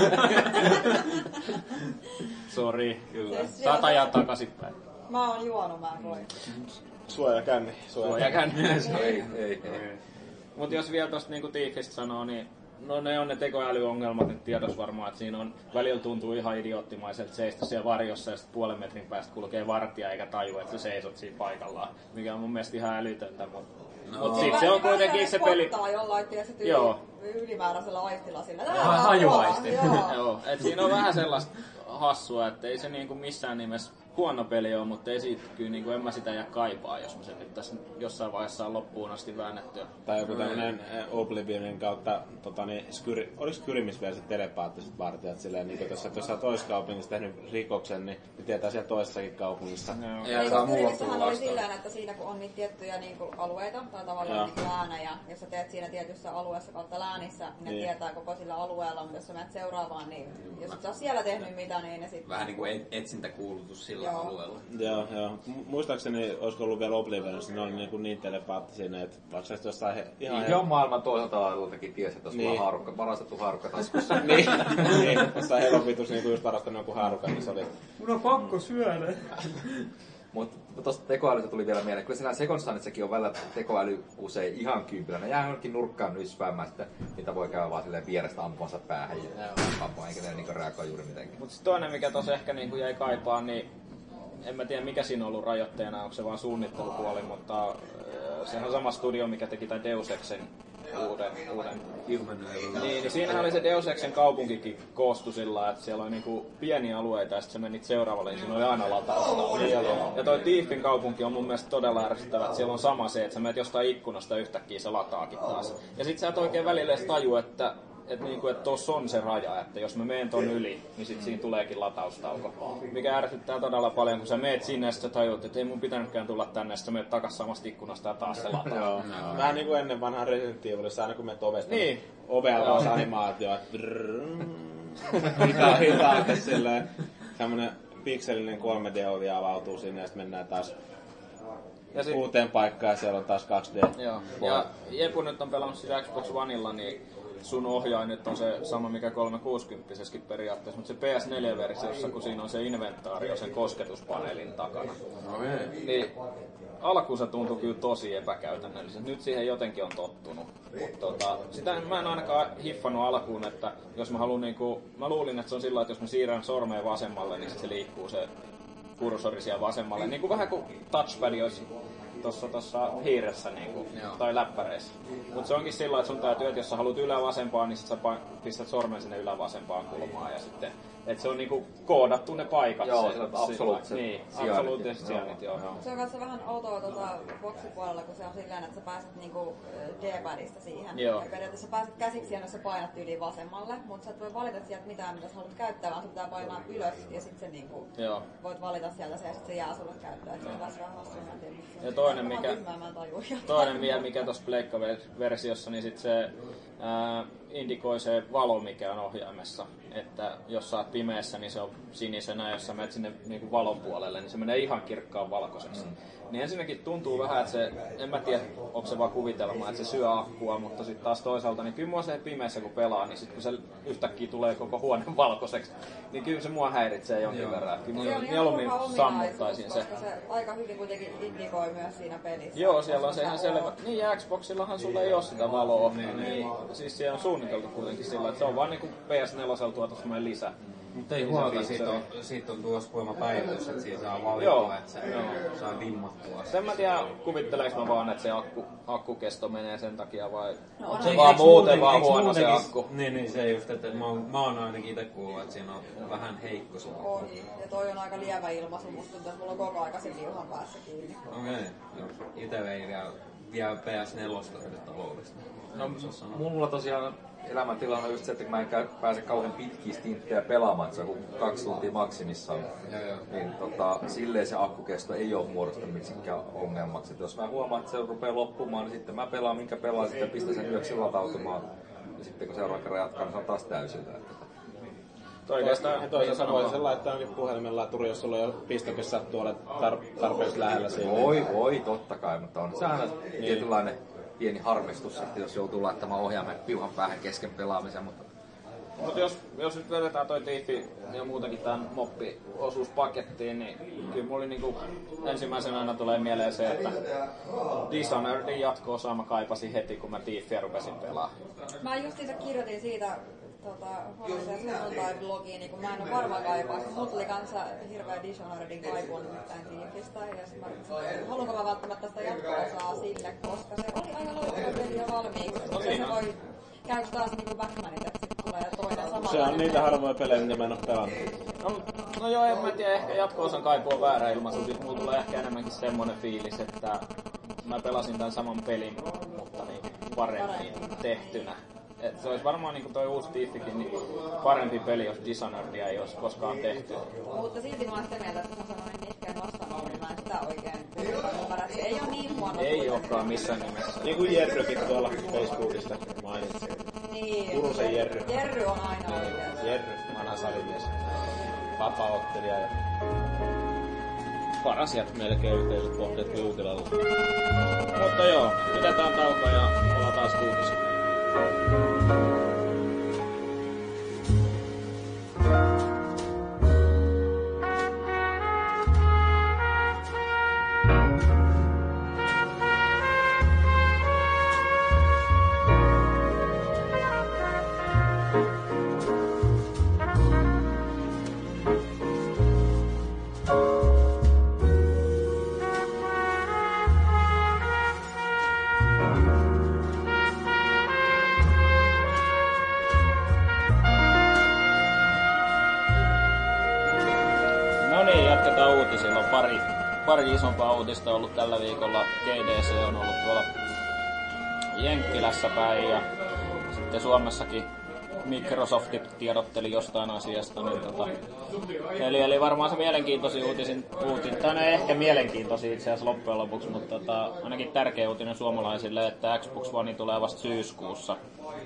Sori, kyllä. Saat ajaa takaisinpäin. Mä oon juonut, mä en voi. Suojakänni. ei. Mut jos vielä tosta niinku Thiefistä sanoo, niin no ne on ne tekoälyongelmat nyt tiedossa varmaan, että siinä on välillä tuntuu ihan idioottimaiselta seistä siellä varjossa ja sitten puolen metrin päästä kulkee vartija eikä tajua, että sä seisot siinä paikallaan, mikä on mun mielestä ihan älytöntä, mutta sit se on kuitenkin se peli. Jollain tietysti ylimääräisellä aistilla sillä. Hajuaisti. Joo, et siinä on vähän sellaista hassua, että ei se niinku missään nimessä huono peli ole, mutta ei siitä kyllä niinku en mä sitä jää kaipaa, jos mä sen nyt tässä jossain vaiheessa saan loppuun asti väännettyä. Tai joku tämmönen Oblivionin kautta, oliko Skyrimis vielä se telepaattiset vartijat silleen, niin jos sä oot toisessa kaupungissa tehnyt rikoksen, niin tietää siellä toisessakin kaupungissa. Skyrimissähän oli silleen, että siinä kun on niitä tiettyjä niinku alueita tai tavallaan niinku läänejä, jos sä teet siinä tietyssä alueessa kautta läänissä, niin ne tietää koko sillä alueella, mutta jos sä menet seuraavaan, niin jos et sä oot siellä tehnyt mitään, niin ne sitten... Vähän niinku etsintäkuulutus sillä alueella. Joo. Muistaakseni, olisiko ollut vielä Oblivionissa, ne oli niin telepaattisia, että vaikka sä jossain ihan maailman toiselta laidaltakin tiesi, että olisi varastettu haarukka taskussa. niin, jossain helopitus niin just varastanut joku haarukan, niin se oli... Mun on pakko syödä. Mutta tuosta tekoälystä tuli vielä mieleen. Kyllä siinä Second Sunissakin on välillä tekoäly usein ihan kympillä. Ne jää johonkin nurkkaan nysväämään, sitten niitä voi käydä vaan silleen vierestä ampumansa päähän ja tappaa, eikä ne niinku reagoi juuri mitenkään. Mutta toinen, mikä tossa ehkä niinku jäi kaipaan, niin en mä tiedä mikä siinä on ollut rajoitteena, onko se vaan suunnittelupuoli, mutta sehän on sama studio, mikä teki tai Deus Exen uuden. Niin siinähän oli se Deus Exen kaupunkikin koostu sillä, että siellä oli niinku pieniä alueita ja sitten sä menit seuraavalle, niin siinä oli aina latausta. Ja toi Thiefin kaupunki on mun mielestä todella ärsyttävä, että siellä on sama se, että sä menet jostain ikkunasta yhtäkkiä se lataakin taas. Ja sit sä et oikein välillä edes taju, että niinku, et tossa on se raja, että jos mä menen ton yli, niin sit siinä tuleekin lataustauko. Mikä ärsyttää todella paljon, kun sä meet sinne ja sit sä tajut, että ei mun pitänytkään tulla tänne, ja sit sä menet takas samasta ikkunasta ja taas se lataa. Joo. Vähän niinku ennen vanhaa Resident Evilissa, aina kun menet ovesta, niin ovea on animaatio, että hitaasti silleen. Semmonen pikselinen 3D-ovi avautuu sinne ja sit mennään taas uuteen paikkaan ja siellä on taas 2D. Joo. Ja Jepu nyt on pelannut sitä Xbox Oneilla, niin sun ohjain nyt on se sama mikä 360-sessäkin periaatteessa, mutta se PS4-versiossa, kun siinä on se inventaario sen kosketuspaneelin takana. Niin alkuun se tuntui kyllä tosi epäkäytännöllisen. Nyt siihen jotenkin on tottunut. Mutta sitä mä en ainakaan hiffannut alkuun, että jos mä haluan niinku, mä luulin, että se on sillä, että jos mä siirrän sormeen vasemmalle, niin sit se liikkuu se kursori siellä vasemmalle. Niinku vähän kuin touchpad olisi tossa hiiressä niinku, tai läppäreissä. Mutta se onkin sillä, että sun täytyy, että jos sä haluat ylävasempaan, niin sit sä pistät sormen sinne ylävasempaan kulmaan ja sitten että se on niinku koodattu ne paikat. Joo, se on absoluuttiset sijainnit, joo. Se on kanssa vähän outoa boksipuolella, kun se on silleen, että sä pääset niinku D-padista siihen. Joo. Ja periaatteessa sä pääset käsiksi siihen, jos sä painat yli vasemmalle, mutta sä et voi valita sieltä mitään, mitä sä haluat käyttää, vaan sä pitää painaa ylös ja sit se niinku voit valita sieltä se ja sit se jää sulle käyttöön. Se on vähän hassuinen. Ja toinen vielä, mikä tossa Pleikka-versiossa, niin sit se indikoi se valo, mikä on ohjaimessa. Että jos sä oot pimeässä, niin se on sinisenä, jos sä menet sinne niin valon puolelle, niin se menee ihan kirkkaan valkoiseksi. Niin ensinnäkin tuntuu vähän, että se, en mä tiedä, onko se vaan kuvitelma, että se syö akkua, mutta sitten taas toisaalta, niin kyllä mua se pimeässä kun pelaa, niin sitten kun se yhtäkkiä tulee koko huone valkoiseksi, niin kyllä se mua häiritsee jonkin verran. Kyllä mieluummin sammuttaisin se. Koska se aika hyvin kuitenkin indikoi myös siinä pelissä. Joo, siellä on se ihan selvä. Niin ja Xboxillahan sulla ei ole sitä valoa. Niin, siis siellä on suunniteltu kuitenkin sillä, että se on vaan niinku PS4 tuotu semmoinen lisä. Mutta ei huolta, siitä on tuossa päivitys, että siinä saa valita, että se saa dimmattua. Sen mä tiedän, kuvitteleeko mä vaan, että se akkukesto menee sen takia vai no, se vaan muuten vaan huono se akku? Niin se just, että mä oon ainakin itse kuullut, että siinä on vähän heikko se akku. On, ja toi on aika lievä ilmaisu, musta tuntuu, että mulla on koko aika sen liuhan päässä kiinni. Okei, ite vei vielä PS4 taloudesta. No, mulla tosiaan elämäntilanne on just se, että mä en pääse kauhean pitkiä stinttejä pelaamaan, että se on kuin 2 tuntia maksimissaan. Niin silleen se akkukesto ei ole muodostunut miksikään ongelmaksi. Et jos mä huomaan, että se rupeaa loppumaan, niin sitten mä pelaan minkä pelaan, sitten pistän sen yöksi latautumaan. Ja sitten kun seuraavan kerran jatkaa, niin se on taas täysillä. Toisaalta voi sen laittaa jonkin puhelimen laturi, jos sulla ei ole pistoke sattuu ole tarpeeksi lähellä siinä. Voi, totta kai, mutta on se aina tietynlainen pieni harmistus sitten, jos joutuu laittamaan ohjaimen piuhan päähän kesken pelaamisen. Mutta jos nyt vedetään toi Tiifi ja muutenkin tämän moppi-osuuspakettiin, niin kyllä mulla niinku ensimmäisenä aina tulee mieleen se, että Dishonoredin jatko-osaa mä kaipasin heti, kun mä Tiifiä rupesin pelaamaan. Mä justiinsa kirjoitin siitä huomiseen sunnuntai-blogiin, niin kun mä en oo varmaan kaipaa. Mulla tuli kanssa hirveä Dishonoredin kaipua nimittäin Tiifistä. Ja sit mä haluanko mä välttämättä sitä jatko-osaa sille, koska se oli aika loistava peli jo valmiiksi. Se voi käydä taas niinku Batmanit, että sit tulee toinen sama. Se on niitä harvoja pelejä, mitä mä en oo pelannut. No joo, en mä tiedä, ehkä jatko-osan kaipuu on väärä ilmaisu. Siis mulla tulee ehkä enemmänkin semmonen fiilis, että mä pelasin tän saman pelin, mutta niin paremmin tehtynä. Et se olisi varmaan niinku toi uusi Tiiffikin niin parempi peli, jos Dishonoredia ei olisi koskaan tehty. Mutta silti mä oon sitä mieltä, että mä sanoin nihkeen vastaan, niin mä en sitä oikein ymmärrä. Se ei oo niin huono. Ei ookaan missään nimessä. Niin kuin Jerrykin tuolla Facebookista mainitsi. Niin. Turusen Jerry. Jerry on aina oikein. Jerry, vanha salimies. Vapaa-ottelija ja paras jättä melkein yhteiset kohteet kuin Juutilalla. Mutta joo, pidetään tauko ja ollaan taas kuutissa. Uutisilla on pari isompaa uutista ollut tällä viikolla. GDC on ollut tuolla Jenkkilässä päin ja sitten Suomessakin Microsoft tiedotteli jostain asiasta. Niin eli varmaan se mielenkiintoisin uutinen, tai ehkä mielenkiintoisin itse asiassa loppujen lopuksi, mutta ainakin tärkeä uutinen suomalaisille, että Xbox One tulee vasta syyskuussa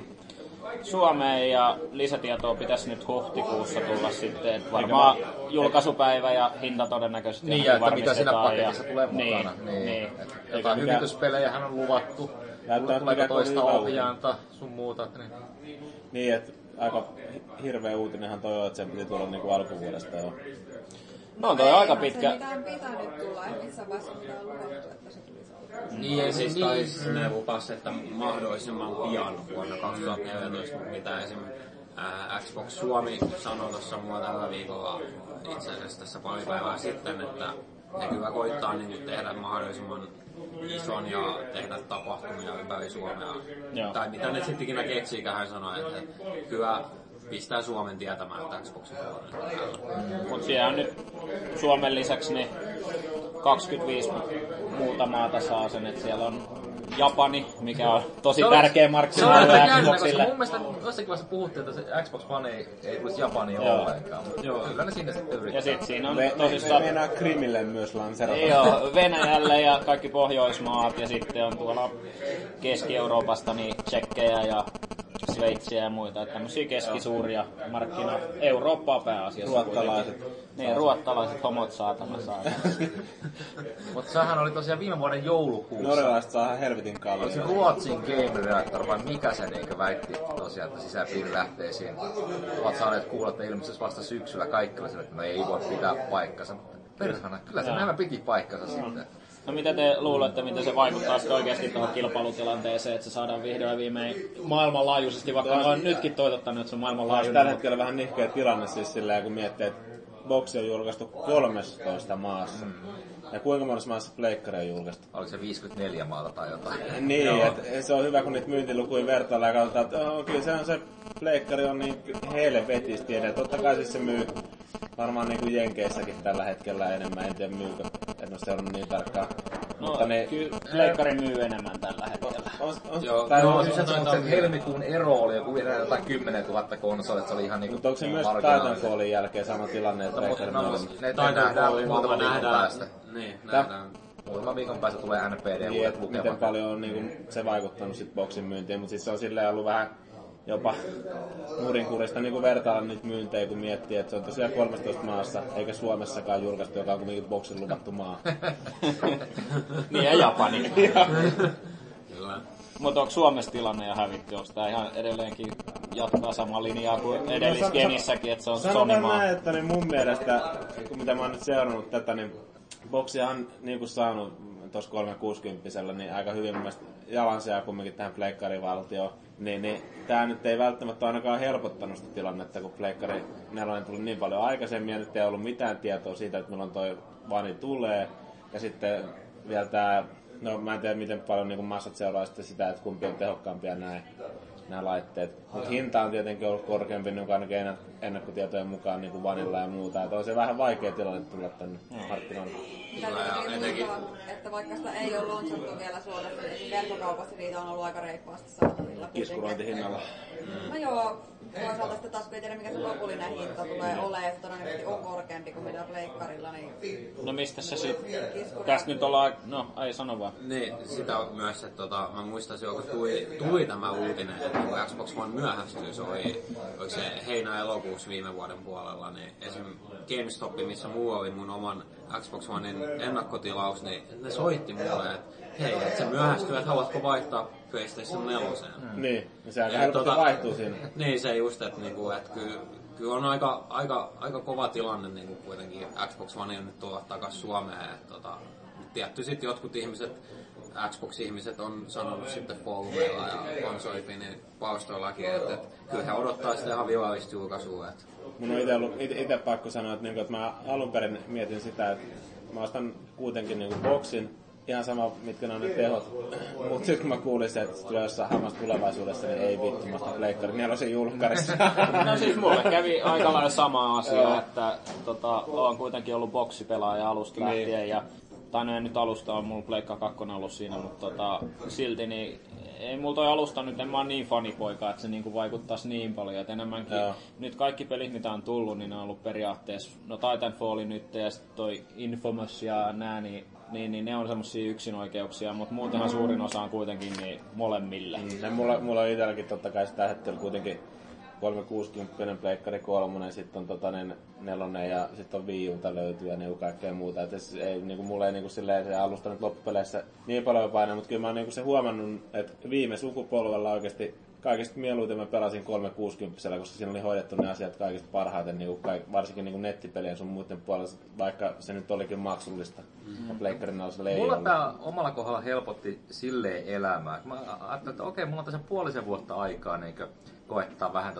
Suomeen ja lisätietoa pitäisi nyt huhtikuussa tulla sitten, että varmaan julkaisupäivä ja hinta todennäköisesti niin, ja että mitä siinä paketissa tulee mukana. Niin. Jotain hyvityspelejähän on luvattu. Tuleeko toista ohjaanta sun muuta. Niin, että aika hirveä uutinenhan toi on, että sen piti tulla niinku alkuvuodesta jo. No toi aika pitkä. Se mitään pitänyt tulla, ei missään vaiheessa mitään luvattu, että se tulisi alkuun. Niin, siis ne lupas, että mahdollisimman pian vuonna 2014, mitä esim. Xbox Suomi sanoi tuossa mua tällä viikolla itse asiassa tässä pari päivää sitten, että ne kyllä koittaa niin tehdä mahdollisimman ison ja tehdä tapahtumia ympäri Suomea. Joo. Tai mitä ne sitten ikinä keksiikään, hän sanoi, että kyllä pistää Suomen tietämään, että Xbox on. Mutta siellä on nyt Suomen lisäksi niin 25 muuta maata saa sen, että siellä on Japani, mikä on tosi tärkeä markkinoilla Xboxille. Mun mielestä jossakin vaiheessa puhuttiin, että se Xbox One ei tulisi Japaniin ollenkaan. Joo. Kyllä ne sinne sitten yrittää. Ja sit siinä on tosissaan... Meinaa Krimille myös lanserata. Joo, Venäjälle ja kaikki Pohjoismaat ja sitten on tuolla Keski-Euroopasta niin Tšekkejä ja Sveitsiä ja muita. Että tämmösiä keskisuuria markkinoita. Eurooppaa pääasiassa. Ruottalaiset. Niin, ruottalaiset homot saatana saa. Mutta sehän oli tosiaan viime vuoden joulukuussa. Norjalaiset saa helvetin kallia. Oliko se Ruotsin Game Reactor vai mikä se niinkö väitti tosiaan, että sisäpiirilähteisiin ovat saaneet kuulla, että ilmeisesti vasta syksyllä kaikilla sen, että no ei voi pitää paikkansa. Perhana, kyllä se nämä piti paikkansa sitten. No mitä te luulette, miten se vaikuttaa sitten oikeasti tuohon kilpailutilanteeseen, että se saadaan vihdoin viimein maailmanlaajuisesti, vaikka on nytkin toitottanut, että se on maailmanlaajuinen. Tällä hetkellä vähän nihkeä tilanne siis silleen, kun miettii, että Boxi on julkaistu 13 maassa. Ja kuinka monessa maassa pleikkari on julkaistu? Oliko se 54 maata tai jotain? Niin, että se on hyvä, kun niitä myyntilukuja vertailla ja katsotaan, että kyllä se on se pleikkari on niin helvetisti edelleen. Totta kai siis se myy varmaan niin kuin Jenkeissäkin tällä hetkellä enemmän, en tiedä myykö, en ole seurannut niin tarkkaan. No, mutta kyllä pleikkari myy enemmän tällä hetkellä. Se helmikuun ero oli joku jotain 10 000 konsolit, se oli ihan niinku... Mutta onko se myös Titanfallin jälkeen sama tilanne, että pleikkari myy? Ne nähdään muutaman viikon päästä. Niin, nähdään. Muutaman viikon päästä tulee NPD uudet lukemat. Miten paljon on niinku se vaikuttanut sit Boxin myyntiin, mutta siis se on silleen ollut vähän jopa nurinkurista niinku vertailla niitä myyntejä, kun miettii, että se on tosiaan 13 maassa, eikä Suomessakaan julkaistu, joka on kuitenkin Boxin luvattu maa. Niin ja Japani. Kyllä. Mutta onko Suomessa tilanne ja hävitty? Onko tämä ihan edelleenkin jatkaa samaa linjaa kuin edellisgenissäkin, että se on Sony-maa? Sanotaan näin, että niin mun mielestä, kun mitä mä oon nyt seurannut tätä, niin Boxihan on niin saanut tuossa 360-sellä niin aika hyvin mun mielestä jalansijaa kumminkin tähän pleikkarivaltioon. Niin tää nyt ei välttämättä ainakaan helpottanut sitä tilannetta, kun pleikkari 4 tuli niin paljon aikaisemmin ja nyt ei ollut mitään tietoa siitä, että milloin toi vani tulee. Ja sitten vielä tää, no mä en tiedä miten paljon niin massat seuraa sitten sitä, että kumpi on tehokkaampia nämä laitteet. Mutta hinta on tietenkin ollut korkeampi niin ainakin ennakkotietojen mukaan niin kuin vanilla ja muuta. Että on se vähän vaikea tilanne tulla tänne markkinoille. Täytyy että vaikka sitä ei ole launchattu vielä Suomessa, niin verkkokaupassa niitä on ollut aika reippaasti saatavilla. Kiskurointihinnalla. No joo, toisaalta sitten taas ei tiedä mikä se lopullinen hinta tulee olemaan, että todennäköisesti on korkeampi kuin mitä pleikkarilla. Niin... No mistä se sitten? Tästä nyt ollaan, no ei sano vaan. Niin, sitä on myös, että mä muistaisin, kun tuli tämä uutinen, että kun Xbox One myöhästyy, se oli se heinä-elokuussa viime vuoden puolella, niin esim. GameStop, missä mulla oli mun oman Xbox Onein ennakkotilaus, niin ne soitti mulle, että hei, että se myöhästyy, että haluatko vaihtaa PlayStation 4. Niin, se aika helposti vaihtuu siinä. Niin, se just, että kyllä on aika kova tilanne niin kuitenkin Xbox One nyt tulla takaisin Suomeen. Tietty sitten jotkut ihmiset, Xbox-ihmiset on sanonut sitten foorumeilla ja konsolipinin palstoillakin, että kyllä he odottaa sitä ihan virallista julkaisua. Mun on ite pakko sanoa, että mä alun perin mietin sitä, että mä ostan kuitenkin Boxin, ihan sama mitkä ne on ne tehot. Mut sit kun mä kuulin se, että se tulee jossain hamassa tulevaisuudessa, niin ei vittu, mä ostan pleikkarin 4 julkkarissa. No siis mulle kävi aika lailla sama asia, että oon kuitenkin ollut boksipelaaja alusta lähtien ja tai no nyt alusta on mulla Pleikka 2 ollut siinä, mutta silti niin ei mulla toi alusta nyt, en mä oon niin fanipoika, että se niinku vaikuttaisi niin paljon, että enemmänkin nyt kaikki pelit mitä on tullut, niin ne on ollut periaatteessa, no Titanfall nyt ja sitten toi Infamous ja nää, niin ne on semmosia yksinoikeuksia, mutta muutenhan suurin osa on kuitenkin niin molemmille. Mulla on itselläkin totta kai sitä hetkellä kuitenkin 360 Pleikkari 3, sitten on 4 ja sitten on Wii Uta löytyy ja niinku kaikkea muuta. Et ei, niinku, mulla ei niinku silleen se alusta nyt loppupeleissä niin paljon paina, mutta kyllä mä oon niinku se huomannut, että viime sukupolvella oikeasti kaikista mieluiten mä pelasin 360, koska siinä oli hoidettu ne asiat kaikista parhaiten, niinku, varsinkin niinku nettipelien sun muiden puolella, vaikka se nyt olikin maksullista. Pleikkarin alusella ei mulla ollut. tää omalla kohdalla helpotti silleen elämää. Mä ajattelin, että okei, mulla on tässä puolisen vuotta aikaa niin koettaa vähän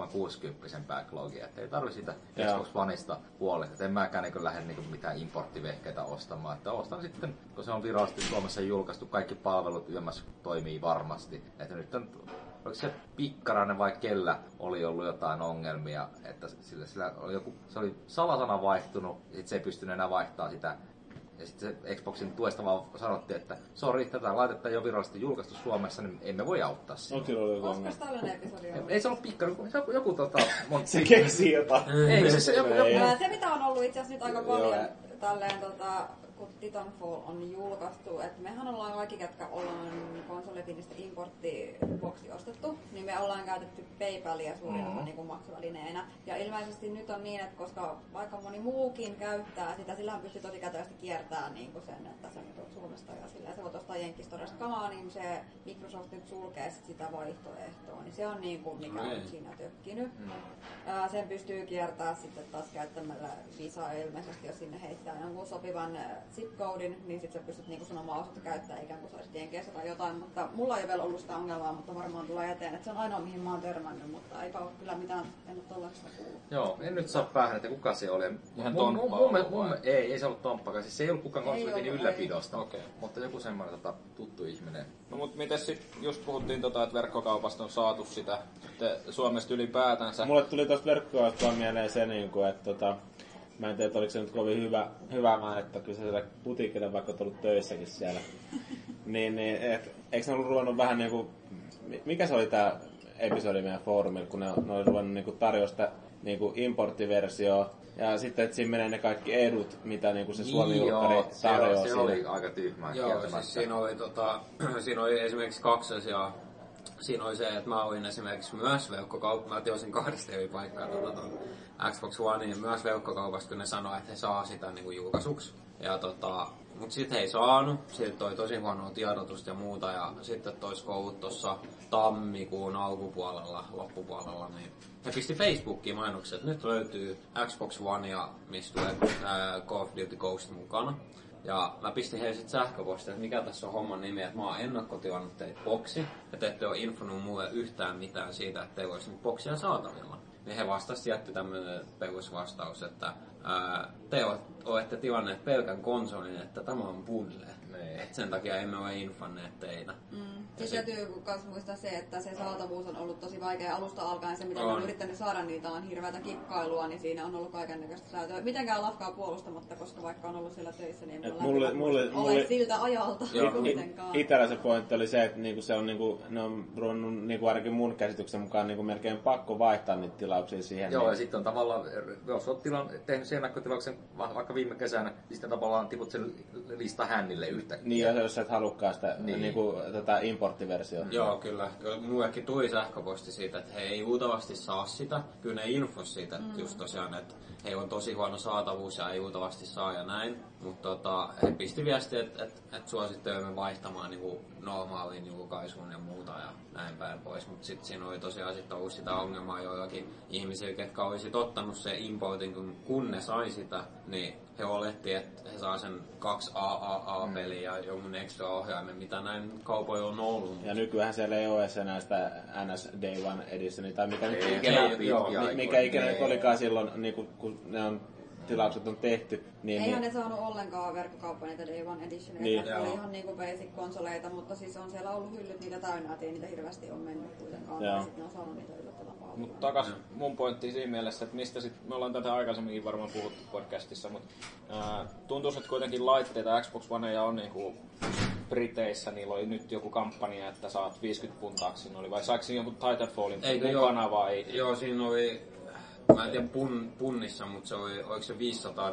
360 backlogia, ettei tarvi sitä Xbox Oneista puolesta. Et en mäkään niin lähde niin mitään importtivehkeitä ostamaan. Että ostan sitten, kun se on virallisesti Suomessa julkaistu, kaikki palvelut YMS toimii varmasti. Että nyt on, oliko se Pikkarainen vai kellä oli ollut jotain ongelmia, että sillä oli joku, se oli salasana vaihtunut, ja sit se ei pystynyt enää vaihtamaan sitä. Ja sitten se Xboxin tuesta vaan sanottiin, että sori, tätä laitetta ei ole virallisesti julkaistu Suomessa, niin emme voi auttaa sitä. Koska tällainen episodi on? Ei se ollut pikkari, joku se keksii jotain. Ei, se mitä on ollut itse asiassa nyt aika paljon tälleen kun Titanfall on julkaistu, että mehän ollaan kaikki, ketkä ollaan konsolifinistä importtiboksi ostettu, niin me ollaan käytetty PayPalia suurin osa niin maksuvälineenä. Ja ilmeisesti nyt on niin, että koska vaikka moni muukin käyttää sitä, sillähän pystyy tosi kätevästi kiertämään niin sen, että sä nyt oot Suomesta ja silleen, sä voit ostaa Jenkkistoresta kamaa, niin se Microsoft nyt sulkee sitä vaihtoehtoa, niin se on niin kuin mikä on siinä tökkinyt. Sen pystyy kiertämään sitten taas käyttämällä Visaa ilmeisesti, jos sinne heittää jonkun sopivan zip-codin, niin sit sä pystyt niinku sun omaa osoitetta käyttää ikään kuin saisit Jenkeissä tai jotain, mutta mulla ei vielä ollut sitä ongelmaa, mutta varmaan tulee eteen, että se on ainoa mihin mä oon törmännyt, mutta eipä ole kyllä mitään, en ole tollaista kuullut. Joo, en nyt saa päähän, että kuka se oli. Ihan Tomppa ei se ollut Tomppa, siis se ei ollut kukaan konsolifinin ylläpidosta, mutta joku semmoinen tuttu ihminen. No mut mites sit, just puhuttiin että verkkokaupasta on saatu sitä Suomesta ylipäätänsä. Mulle tuli tosta verkkokaupasta vaan mieleen se, että mä en tiedä, että oliko se nyt kovin hyvä mainetta, kyllä se siellä putiikille vaikka tullut töissäkin siellä. Eikö ne ollut ruvennut vähän niinku, mikä se oli tää episodi meidän foorumilla, kun ne oli ruvennut niinku tarjoa sitä niinku importtiversiota. Ja sitten, että siinä menee ne kaikki edut, mitä niinku se Suomi-julkkari tarjoaa. Se oli aika tyhmää. Joo, siis siinä oli esimerkiksi 2 asiaa. Siinä oli se, että mä olin esimerkiksi myös verkkokaupassa, mä tiosin 2 eri paikkaa Xbox One, niin myös verkkokaupasta, kun ne sanoi, että he saa sitä niin kuin julkaisuksi. Ja mut sit he ei saanut, siitä toi tosi huonoa tiedotusta ja muuta, ja sitten toisko ollut tossa tammikuun alkupuolella, loppupuolella, niin he pisti Facebookiin mainokset, että nyt löytyy Xbox One, ja missä tulee Call of Duty Ghost mukana. Ja mä pistin heille sit sähköpostia, että mikä tässä on homman nimi, että mä oon ennakkotilannut teitä boksi, ja te ette oo infonut mulle yhtään mitään siitä, että teillä olisi nyt boksia saatavilla. Niin he vastasi jätti tämmönen perusvastaus, että te olette tilanneet pelkän konsolin, että tämä on bundle. Et sen takia emme ole infanneet teitä. Siis täytyy myös muistaa se, että se saatavuus on ollut tosi vaikea alusta alkaen. Se, mitä on yrittänyt saada, niitä on hirveätä kikkailua, niin siinä on ollut kaikennäköistä säätöä. Mitenkään lafkaa puolustamatta, koska vaikka on ollut siellä töissä, niin ole siltä ajalta. Itellä se pointti oli se, että niinku se on ne on ruvennut niinku ainakin mun käsityksen mukaan niinku melkein pakko vaihtaa niitä tilauksia siihen. Joo, ja sitten on tavallaan, jos olet tehnyt sen ennakkotilauksen vaikka viime kesänä, niin sitten tavallaan tiput sen lista hännille yhtäkkiä. Niin, jos et halukkaan sitä niinku tätä importtiversiota. Joo, kyllä. Mullekin tuli sähköposti siitä, että he ei luultavasti saa sitä. Kyllä ne infos siitä, että just tosiaan, että heillä on tosi huono saatavuus ja ei luultavasti saa ja näin. Mutta he pisti viestiä, että suosittelemme vaihtamaan niinku normaaliin julkaisuun ja muuta ja näin päin pois. Mutta sitten siinä oli tosiaan sit ollut sitä ongelmaa joillakin ihmisillä, ketkä olisi ottanut se importin, kun ne sai sitä, niin he oletti, että he saa sen 2 AAA-peliä ja jonkun extra ohjaimen, mitä näin kaupoilla on ollut. Ja nykyään siellä ei ole enää sitä NS Day One Editionia, tai mikä nyt mikä ikinä olikaan silloin, niin kun ne on tilaukset on tehty. Eihän ne saanut ollenkaan verkkokauppaneita Day One Editioneita. Niin. Oli ihan niinku basic-konsoleita, mutta siis on siellä ollut hyllyt niitä täynnä, ettei niitä hirveästi ole mennyt kuitenkaan. Ja sitten ne on saanut niitä yllättävän paljon. Mutta takas mun pointti siinä mielessä, että mistä sit, me ollaan tätä aikaisemminkin varmaan puhuttu podcastissa, mutta tuntuisi, että kuitenkin laitteita Xbox Oneja on niinku Briteissä, niillä oli nyt joku kampanja, että saat 50 puntaaksi, vai saiko siinä joku Titanfallin mukana vai? Joo, siinä oli, mä en tiedä punnissa, mutta se oli, oliko se $500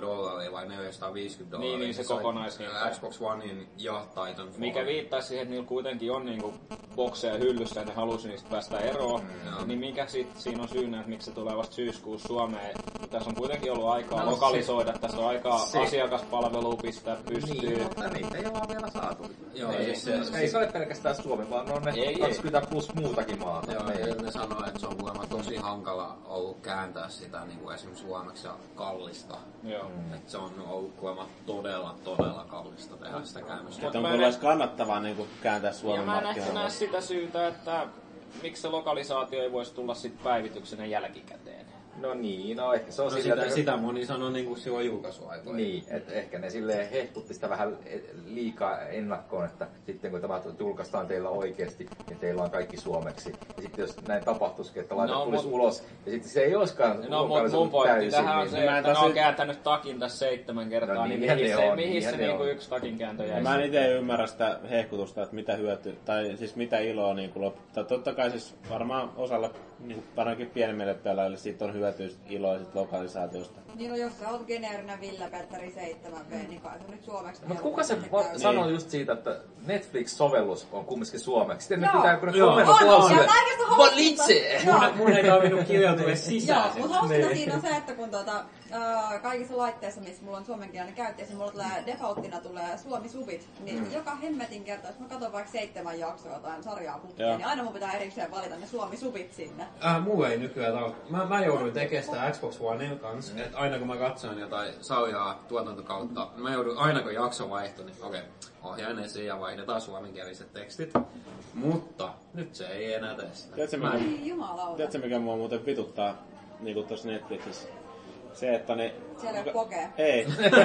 vai $450? Niin se kokonaishinta. Xbox Onein ja Titanfall. Mikä viittaa siihen, että niillä kuitenkin on niinku bokseja hyllyssä ja ne halusi niistä päästä eroon. Niin mikä siinä on syynä, että miksi se tulee vasta syyskuussa Suomeen? Tässä on kuitenkin ollut aikaa lokalisoida, tässä on aikaa asiakaspalvelua pistää pystyyn. Niin, mutta niitä ei olla vielä saatu. Joo, ei se ole pelkästään Suomi, vaan on ne 20 plus muutakin maata. Joo, ne sanoo, että se on kuulemma tosi hankala ollut kääntää sitä niin kuin esimerkiksi suomeksi ja kallista. Joo. Että se on ollut kuulemma todella kallista tehdä sitä käännöstä. Että onko olisi kannattavaa niin kuin kääntää Suomen markkinoille? Ja mä en ehkä näe sitä syytä, että miksi se lokalisaatio ei voisi tulla sit päivityksenä jälkikäteen. No niin, no ehkä se on sitä moni sanoo niin kuin silloin julkaisuaikoina. Niin, että ehkä ne silleen hehkutti sitä vähän liikaa ennakkoon, että sitten kun tämä julkaistaan teillä oikeasti, ja teillä on kaikki suomeksi. Ja sitten jos näin tapahtuisikin, että laite tulisi ulos, ja sitten se ei olisikaan mun pointti tähän on se, että ne on kääntänyt takin tässä 7 kertaa, no, niin mihin se niinku yksi takin kääntö jäisi? Mä en itse ymmärrä sitä hehkutusta, että mitä hyötyä, tai siis mitä iloa niinku lopettaa. Totta kai siis varmaan osalla, niinku parhaankin pienemmille pelaajille siitä on hyötyä iloa sit lokalisaatiosta. Niin no jos se on geneerinen Ville-Petteri 7V, niin kai se nyt suomeksi. Mutta kuka se sanoo just siitä, että Netflix-sovellus on kumminkin suomeksi? Sitten joo, pitää kun ne komennot lausille. Valitse! Mun ei tarvinnut kirjautua sisään. Joo, mutta hauskinta siinä on se, että kun kaikissa laitteissa, missä mulla on suomenkielinen käyttäjä, mulla tulee defaulttina tulee Suomi-subit, niin joka hemmetin kerta, jos mä katson vaikka 7 jaksoa jotain sarjaa putkeen, niin aina mun pitää erikseen valita ne Suomi-subit sinne. Mulla ei nykyään mä jouduin tekemään sitä Xbox Onein kanssa, että aina kun mä katsoin jotain sarjaa tuotantokautta, mä joudun aina kun jakso vaihtui, niin okei, ohjaan esiin ja vaihdetaan suomenkieliset tekstit. Mutta nyt se ei enää tee sitä. Tiedätkö mikä mua muuten vituttaa niinku tossa Netflixissä? Se, että ne... Siellä ei pokee. Ei.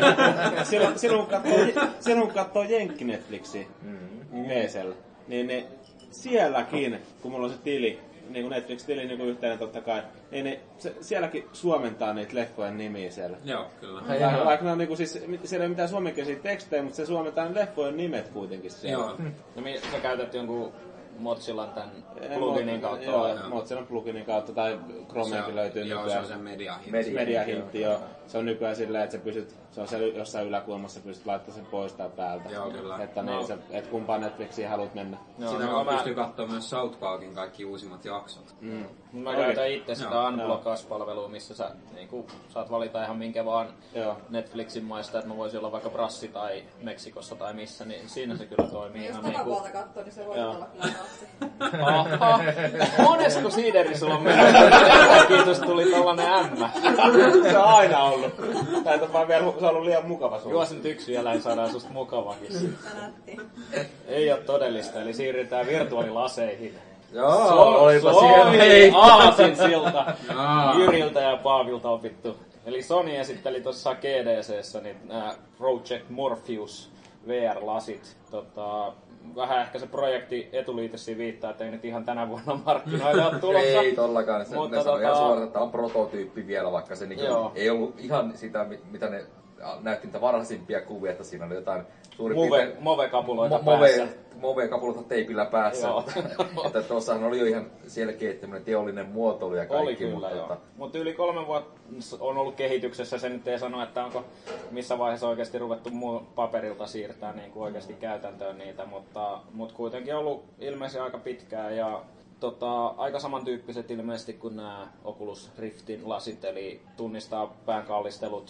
silloin kun katsoo Jenkki-Netflixiä PC:llä, niin ne sielläkin, kun mulla on se tili, niin kuin Netflix-tili niin kuin yhteinen totta kai, niin ne sielläkin suomentaa niitä leffojen nimiä siellä. Joo, kyllä. Vaikka ne on niinku siis, siellä ei mitään suomenkielisiä tekstejä, mutta se suomentaa ne leffojen nimet kuitenkin siellä. Joo. No sä käytät jonkun Mozilan tän pluginin kautta? Joo, Mozilan pluginin kautta tai Chromeakin löytyy nykyään. Joo, se on se Mediahintti, joo. Se on nykyään silleen, että se on siellä jossain yläkulmassa, pystyt laittamaan sen poistaa päältä. Joo, kyllä. Että et kumpaan Netflixiin haluat mennä. Joo, sitä vaan pystyy katsomaan myös South Parkin kaikki uusimmat jaksot. Mä käytän itse sitä Unblockers-palvelua, missä sä saat valita ihan minkä vaan Netflixin maista, että mä voisin olla vaikka Brassi tai Meksikossa tai missä, niin siinä se kyllä toimii. Jos takapuolta katsoo, niin se voi olla kyllä Brassi. Aha, monesko siideri sulla on mennyt? Kiitos, tuli tollanen ämmä. Se on aina ollut. Tää on vaan vielä, se on ollut liian mukava sulla. Juosin tyksyjäläin, saadaan susta mukavakin. Ei oo todellista, eli siirrytään virtuaalilaseihin. Joo, olipa siellä aasinsilta Jyriltä ja Paavilta opittu. Eli Sony esitteli tuossa GDC:ssä niin Project Morpheus VR-lasit. Vähän ehkä se projekti etuliite siinä viittaa, että ei nyt ihan tänä vuonna markkinoille ole tulossa. Ei tollakaan, se on ihan suoraan, että on prototyyppi vielä, vaikka se niinku ei ollut ihan sitä, mitä ne näytti niitä varhaisimpia kuvia, että siinä oli jotain Move-kapuloita päässä. Move-kapuloita teipillä päässä. Että tuossahan oli jo ihan selkeä teollinen muotoilu ja kaikki. Oli kyllä, joo. Mutta yli 3 vuotta on ollut kehityksessä. Se nyt ei sano, että onko missä vaiheessa oikeasti ruvettu paperilta siirtää niin kuin oikeasti käytäntöön niitä. Mutta kuitenkin on ollut ilmeisesti aika pitkään. Ja aika samantyyppiset ilmeisesti kuin nämä Oculus Riftin lasit, eli tunnistaa päänkallistelut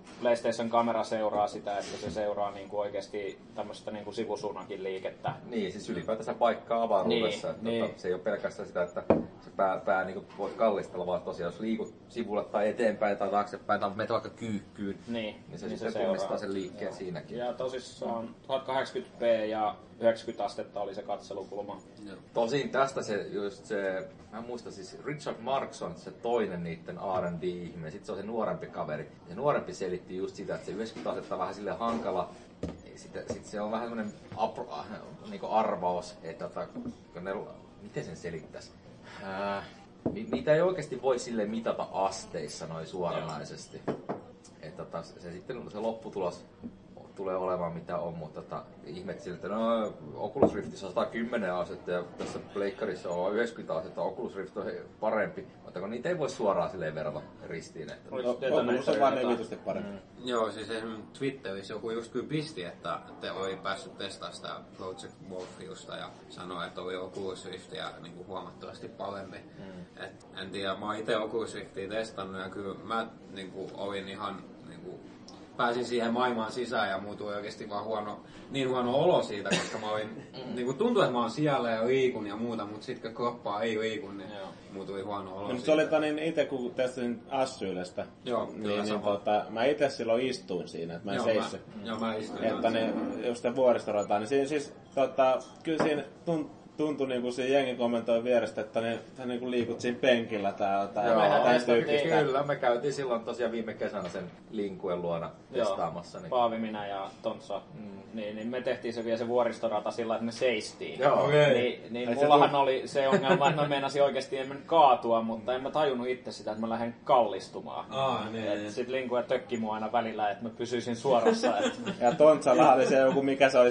PlayStation-kamera seuraa sitä, että se seuraa niinku oikeasti tämmöistä niinku sivusuunnakin liikettä. Niin, siis ylipäätänsä paikkaa avaruudessa. Niin. Se ei ole pelkästään sitä, että se pää niinku voit kallistella, vaan tosiaan jos liikut sivulle tai eteenpäin tai taaksepäin tai menet vaikka kyykkyyn, niin se sitten tunnistaa sen liikkeen siinäkin. Ja tosissaan 1080p ja 90 astetta oli se katselukulma. Tosin tästä mä en muista siis Richard Markson, se toinen niitten R&D-ihminen, sitten se on se nuorempi kaveri. Ja nuorempi selitti just sitä, että se 90 astetta on vähän silleen hankala. Sitten se on vähän semmoinen niinku arvaus, että miten sen selittäisi? Niitä ei oikeasti voi sille mitata asteissa noin suoranaisesti. Että se sitten se lopputulos tulee olemaan mitä on, mutta ihmettelin, että Oculus Riftissä on 110 asetta ja tässä pleikkarissa on 90 asetta, Oculus Rift on parempi. Mutta kun niitä ei voi suoraan silleen verrata ristiin. Että Oculus on vaan 4 parempi. Joo, siis esimerkiksi Twitterissä joku just kyllä pisti, että te oli päässyt testaamaan sitä Project Morpheusta ja sanoi, että oli Oculus Riftiä niin huomattavasti parempi. En tiedä, mä oon itse Oculus Riftiä testannut ja kyllä mä olin ihan pääsin siihen maailmaan sisään ja mulla tuli oikeesti vaan niin huono olo siitä, koska mä olin, tuntui, että mä oon siellä ja liikun ja muuta, mutta sitten kun kroppaa ei liikun, niin mulla tuli huono olo siitä. Se oli itse kun testasin Assylesta, mä itse silloin istuin siinä, että mä en seissy. Joo, mä istuin. Että jos sitä vuoristorataan, niin siis kyllä siinä tuntui niinku siinä jengi kommentoi vierestä, että ne niinku liikut siinä penkillä Kyllä, me käytiin silloin tosiaan viime kesänä sen Linkuen luona testaamassa. Niin. Paavi, minä ja Tontsa. Niin me tehtiin se vielä se vuoristorata sillä, että me seistiin. Niin mullahan oli se ongelma, että mä meinasin oikeasti en kaatua, mutta en mä tajunnut itse sitä, että mä lähden kallistumaan. Sitten Linkue tökki mua aina välillä, että mä pysyisin suorassa. Ja Tontsalla oli se joku,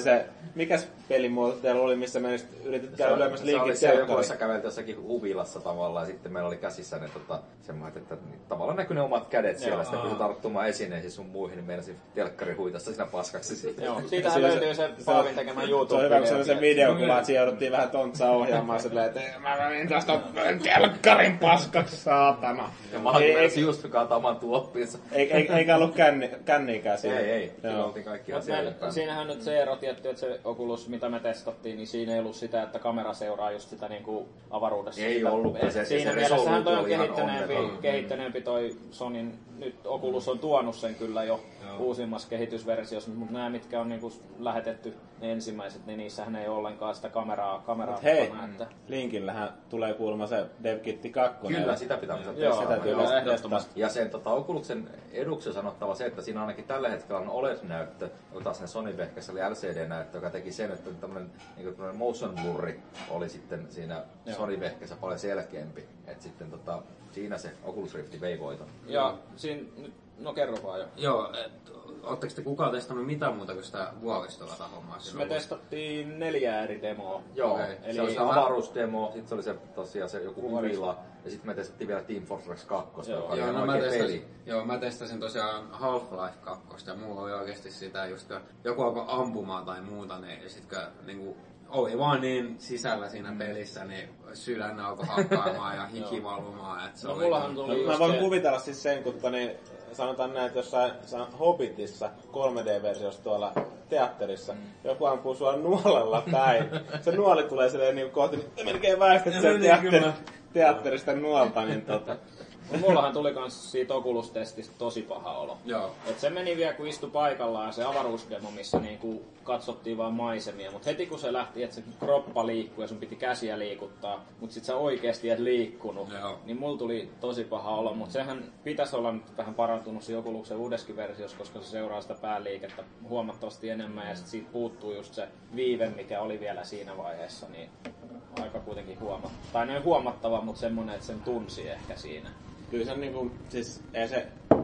mikäs pelimuoto teillä oli, missä me yritit käydä ylemmässä linkit se oli joku, jossa käveltiin jossakin huvilassa tavallaan, ja sitten meillä oli käsissä ne semmoiset, että tavallaan näkyi ne omat kädet siellä, sitten pysyi tarttumaan esineisiin sun muihin, niin meinasin telkkari huitassa siinä paskaksi siitä. Joo, siitähän löytyy se Paavin tekemä YouTube-video. Se on hyvä, kun se on se videokuva, että siinä jouduttiin vähän Tontsaa ohjaamaan silleen, että mä menin tästä telkkarin paskaksi, saatana. Ja mä meinasin just kaataa oman tuoppinsa. Eikä ollut känniikää siinä. Ei, siinä oltiin kaikki asiaa. Siinähän nyt se ero tietty, että se Oculus, mitä me testattiin, niin siinä ei ollut sitä, että kamera seuraa just sitä niinku avaruudessa. Ei ollut. Siinä mielessähän toi on kehittyneempi toi Sonyn. Nyt Oculus on tuonut sen kyllä jo uusimmassa kehitysversiossa, mutta nämä mitkä on niinku lähetetty ne ensimmäiset, niin niissähän ei ole ollenkaan sitä kameraa. Hei, Linkillähän tulee kuulemma se DevKit 2. Kyllä, sitä pitää ehdottomasti. Ja sen Oculusen eduksi sanottava se, että siinä ainakin tällä hetkellä on OLED-näyttö, kun taas ne Sony-vehkeissä oli LCD-näyttö, joka teki sen, että tämmöinen motion blurri oli sitten siinä Sony-vehkeissä paljon selkeämpi. Että sitten siinä se Oculus Rift vei voiton. Ja siinä, no kerro vaan jo. Joo, ootteko te kukaan testannut mitään muuta kuin sitä vuoristolla hommaa? Me testattiin 4 eri demoa. Joo, eli se oli se avaruusdemo, sitten se oli se tosiaan se joku huvila, ja sitten me testattiin vielä Team Fortress 2, joka oli oikein peli. Joo, mä testasin tosiaan Half-Life 2, ja mulla oli oikeasti sitä just, kun joku alkoi ampumaan tai muuta, niin ja sit kun niinku oli vaan niin sisällä siinä pelissä, niin sydän alkoi hakkaamaan ja hiki valumaan. Että se oli mullahan tuli mä voin kuvitella siis sen, kun sanotaan näin, että jossain Hobbitissa 3D-versiossa tuolla teatterissa joku ampuu sua nuolella päin. Se nuoli tulee silleen niin kohti, melkein väistät sen teatterista nuolta. Niin Mullahan tuli kans siitä Oculus-testistä tosi paha olo. Joo. Et se meni vielä kun istui paikallaan ja se avaruusdemo, missä niinku katsottiin vaan maisemia. Mut heti kun se lähti, että se kroppa liikkuu ja sun piti käsiä liikuttaa, mut sit sä oikeesti et liikkunut, niin mulla tuli tosi paha olo. Mut sehän pitäisi olla nyt vähän parantunut siinä Oculusen uudessakin versiossa, koska se seuraa sitä pääliikettä huomattavasti enemmän ja sit siitä puuttuu just se viive, mikä oli vielä siinä vaiheessa, niin aika kuitenkin tai ne on huomattava, mutta semmonen, että sen tunsi ehkä siinä. Kyllä se niinku, siis ei se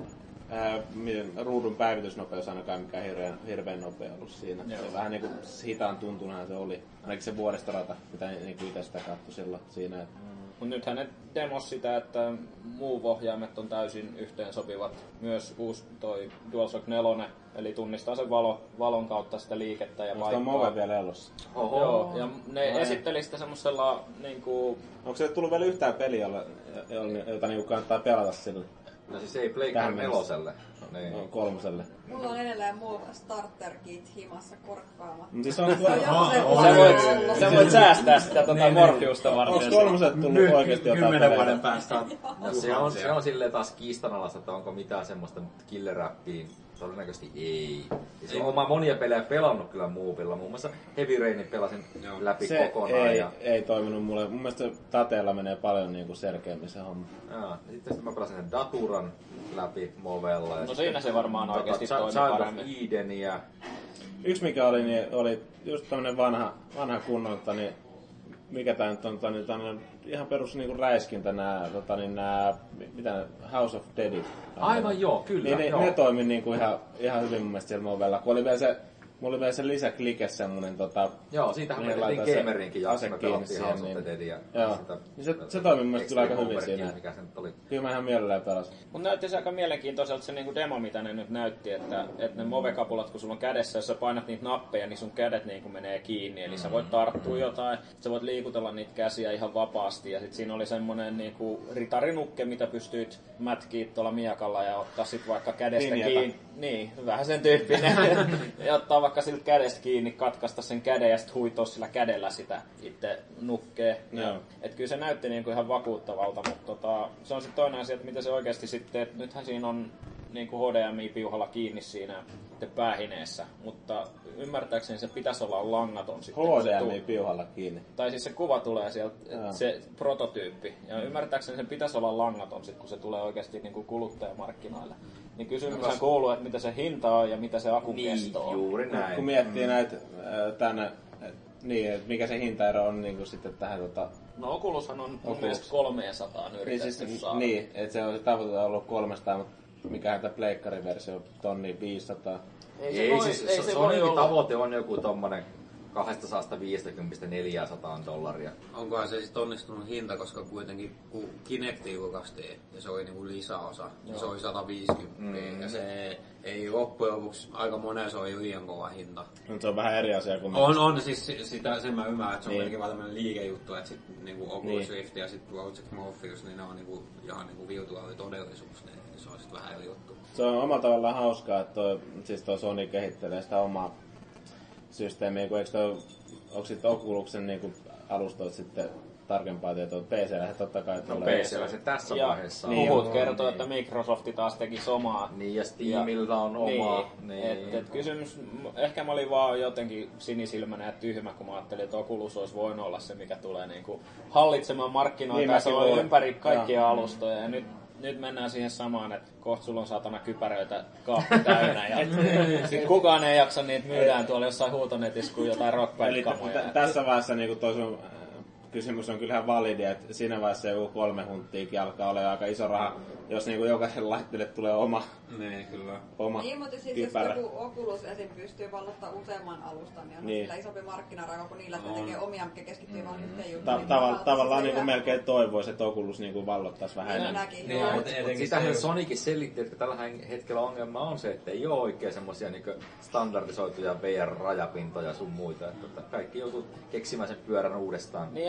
ruudun päivitysnopeus ainakaan mikään hirveän nopea ollut siinä. Se vähän niinku hitaan tuntunahan se oli. Ainakin se vuoristorata, mitä niinku itse sitä katsoi silloin siinä. Mut nythän ne demos sitä, että Move-ohjaimet on täysin yhteensopivat. Myös uusi toi DualShock 4, eli tunnistaa sen valon kautta sitä liikettä ja paikkaa. Onko Move vielä elossa? Joo, ja ne esitteli sitä semmosella niinku... Onko se tullut vielä yhtään peliä, jota niinku kannattaa pelata sillä? No siis ei Pleikkari 4:lle. Niin. No, 3:lle. Mulla on edelleen Move Starter Kit himassa korkkaamatta. Siis sä voit säästää sitä Morphiusta varten. Onko 3 tullut oikeesti jotain 10 vuoden päästä? Se on silleen taas kiistanalaista, että onko mitään semmoista killer-appia. Todennäköisesti ei. Ja mä oon monia pelejä pelannut kyllä Movella. Muun muassa Heavy Rainin pelasin läpi se kokonaan. Ei toiminut mulle. Mun mielestä Tateella menee paljon niinku selkeämmin se homma. Ja sitten mä pelasin sen Daturan läpi Movella. No siinä se varmaan oikeesti toimii paremmin. Child of Edenia. Yksi mikä oli, niin oli just tämmönen vanha kunnolta, niin mikä tää nyt on, ihan perus niinku räiskintä nää, mitä House of Deadit. Aivan joo, kyllä. Niin ne toimi niinku ihan hyvin mun mielestä siellä Movella, kun mulla oli vielä se lisäklike semmonen Joo, siitähän me tehtiin Gamerinkin jakso, me pelattiin House of the Deadia. Joo, niin se toimi mun mielestä kyllä aika hyvin siinä. Mikä se nyt oli. Kyllä mä ihan mielellään pelasin. Mut näytti se aika mielenkiintoiselta se niinku demo, mitä ne nyt näytti, että ne Move-kapulat, kun sulla on kädessä, jos sä painat niitä nappeja, niin sun kädet niinku menee kiinni. Eli sä voit tarttua jotain, sä voit liikutella niitä käsiä ihan vapaasti. Ja sit siinä oli semmonen niinku ritarinukke, mitä pystyit mätkiä tuolla miekalla ja ottaa sit vaikka kädestä kiinni. Niin, vähän sen tyyppinen. Ja ottaa vaikka siltä kädestä kiinni, katkaista sen käden ja sit huitoa sillä kädellä sitä itse nukkee. Et kyllä se näytti niinku ihan vakuuttavalta, mutta se on sitten toinen asia, että mitä se oikeasti sitten, että nythän siinä on niinku HDMI-piuhalla kiinni siinä päähineessä, mutta ymmärtääkseni se pitäisi olla langaton sitten. HDMI-piuhalla kiinni. Tai siis se kuva tulee sieltä, se prototyyppi, ja ymmärtääkseni se pitäisi olla langaton sitten, kun se tulee oikeasti niinku kuluttajamarkkinoille. Niin kysymyshän kuuluu, että mitä se hinta on ja mitä se akun kesto on. Juuri näin. Kun miettii näitä tänne, niin, että mikä se hintaero on niin sitten tähän No Oculushan on mun mielestä 300 yritetty saada. Niin, että se on tavoite ollut 300, mutta mikähän tämä pleikkariversio tonni 500. Ei se Sonicin tavoite on joku tommonen 250-400 $. Onkohan se sitten onnistunut hinta, koska kuitenkin kun Kinecti julkaistiin ja se oli niinku lisäosa, niin se oli 150. Ja se ei loppujen lopuksi aika monen se oli liian kova hinta. No, se on vähän eri asia kuin... On siis sitä sen mä ymmärrän, että se on kuitenkin vaan tämmönen liikejuttu, että sit niinku Oculus Rift ja sit Project Morpheus, niin ne on niinku ihan niinku virtuaalitodellisuus, niin se on sit vähän eri juttu. Se on omalla tavallaan hauskaa, että toi Sony kehittelee sitä omaa systeemiä, kun onko sitten Oculusen niinku alustoit sitten tarkempaa tietoa PC:llä, totta kai tulee. PC:llä se tässä vaiheessa on. Huhut kertoo, että Microsoft taas teki omaa. Niin, ja Steamilla on omaa. Niin. Et kysymys, ehkä mä olin vaan jotenkin sinisilmäinen ja tyhmä, kun mä ajattelin, että Oculus olisi voinut olla se, mikä tulee niinku hallitsemaan markkinoita, ja se on ympäri kaikkia alustoja, ja nyt mennään siihen samaan, että kohta sulla on saatana kypäröitä kaappi täynnä ja sit kukaan ei jaksa niitä myydään tuolla jossain huutonetissä kuin jotain rockband-kamoja. Tässä vaiheessa niin toi sun kysymys on kyllähän validi, että siinä vaiheessa joku 3 hunttiikin alkaa olla aika iso raha, jos niinku jokaisen laitteelle tulee oma kypärä. Niin, mutta siis jos joku Oculus esim. Pystyy vallottaa useamman alustan, niin on sillä isompi markkinaraiva kuin niillä, että tekee omia, mikä keskittyy vaan yhteen juttuun. Tavallaan niinku melkein toivoisi, että Oculus niinku vallottaisi vähän enemmän. Sitähän Sonicin selitti, että tällä hetkellä ongelma on se, että ei ole oikein semmosia niinku standardisoituja VR-rajapintoja sun muita. Että kaikki joutuu keksimään sen pyörän uudestaan. Niin ja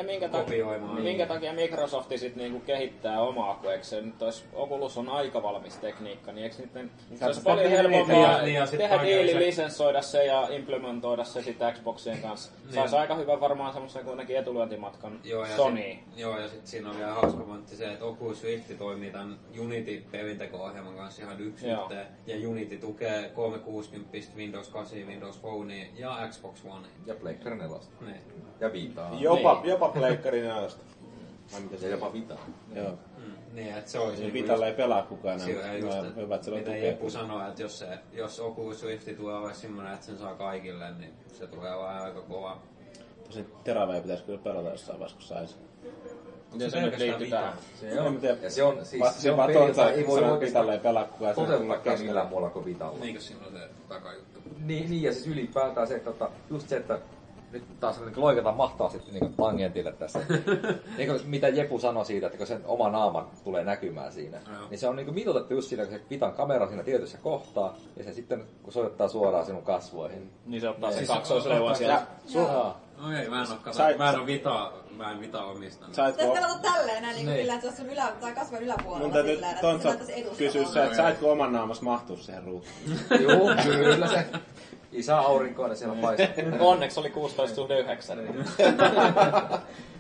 minkä takia Microsoft sit niinku kehittää omaa, kun eikö se nyt olisi, Oculus on aika valmis tekniikka, niin eikö niiden, se olisi paljon helpompaa tehdä diili, lisenssoida se ja implementoida se sitten Xboxien kanssa. Saisi aika hyvä varmaan semmoisen kuitenkin etulyöntimatkan Sonyin. Joo, ja sitten siinä on vielä hauska pointti se, että Oculus Rift toimii tämän Unity-pelinteko-ohjelman kanssa ihan yksi yhteen. Ja Unity tukee 360, Windows 8, Windows Phone ja Xbox One. Ja Pleikkari 4. Niin. Ja Vitaa. Jopa Pleikkari 4. Ja jopa Vitaa. Joo. Niin, että se olisi... Vitalla ei pelaa kukaan enää. Hyvä, että se mitä Jeppu sanoi, että jos Oculus Rift tulee olla semmoinen, että sen saa kaikille, niin se tulee olla aika kova. Tosin Teravea pitäisi kyllä pelata jossain vaiheessa, kun saisi. Miten se nyt liittyy tähän? Ja se on periaatteessa ei voi Vitalle ei pelaa kukaan. Toteuttaa millään muulla kuin Vitalla. Niinkö siinä on se takajuttu? Niin, ja siis ylipäätään se, että just se, että nyt taas loikataan mahtavasti niin tangentille tässä. Niin mitä Jepu sanoi siitä, että kun sen oma naama tulee näkymään siinä, niin se on niin mitoitettu just siinä, kun se Vitan kamera siinä tietyssä kohtaa, ja se sitten kun soittaa suoraan sinun kasvoihin. Niin se ottaa sen kaksoisleivon sieltä. Okei, mä en Vitaa omistanut. Sä pelata tälleen näin niin kuin että se on kasvojen yläpuolella. Mun täytyy Tontsa kysyä sä, että saitko oman naamas mahtua siihen ruutuun? Joo, kyllä se. Isä aurinkoinen siellä paistaa. Onneksi oli 16:9.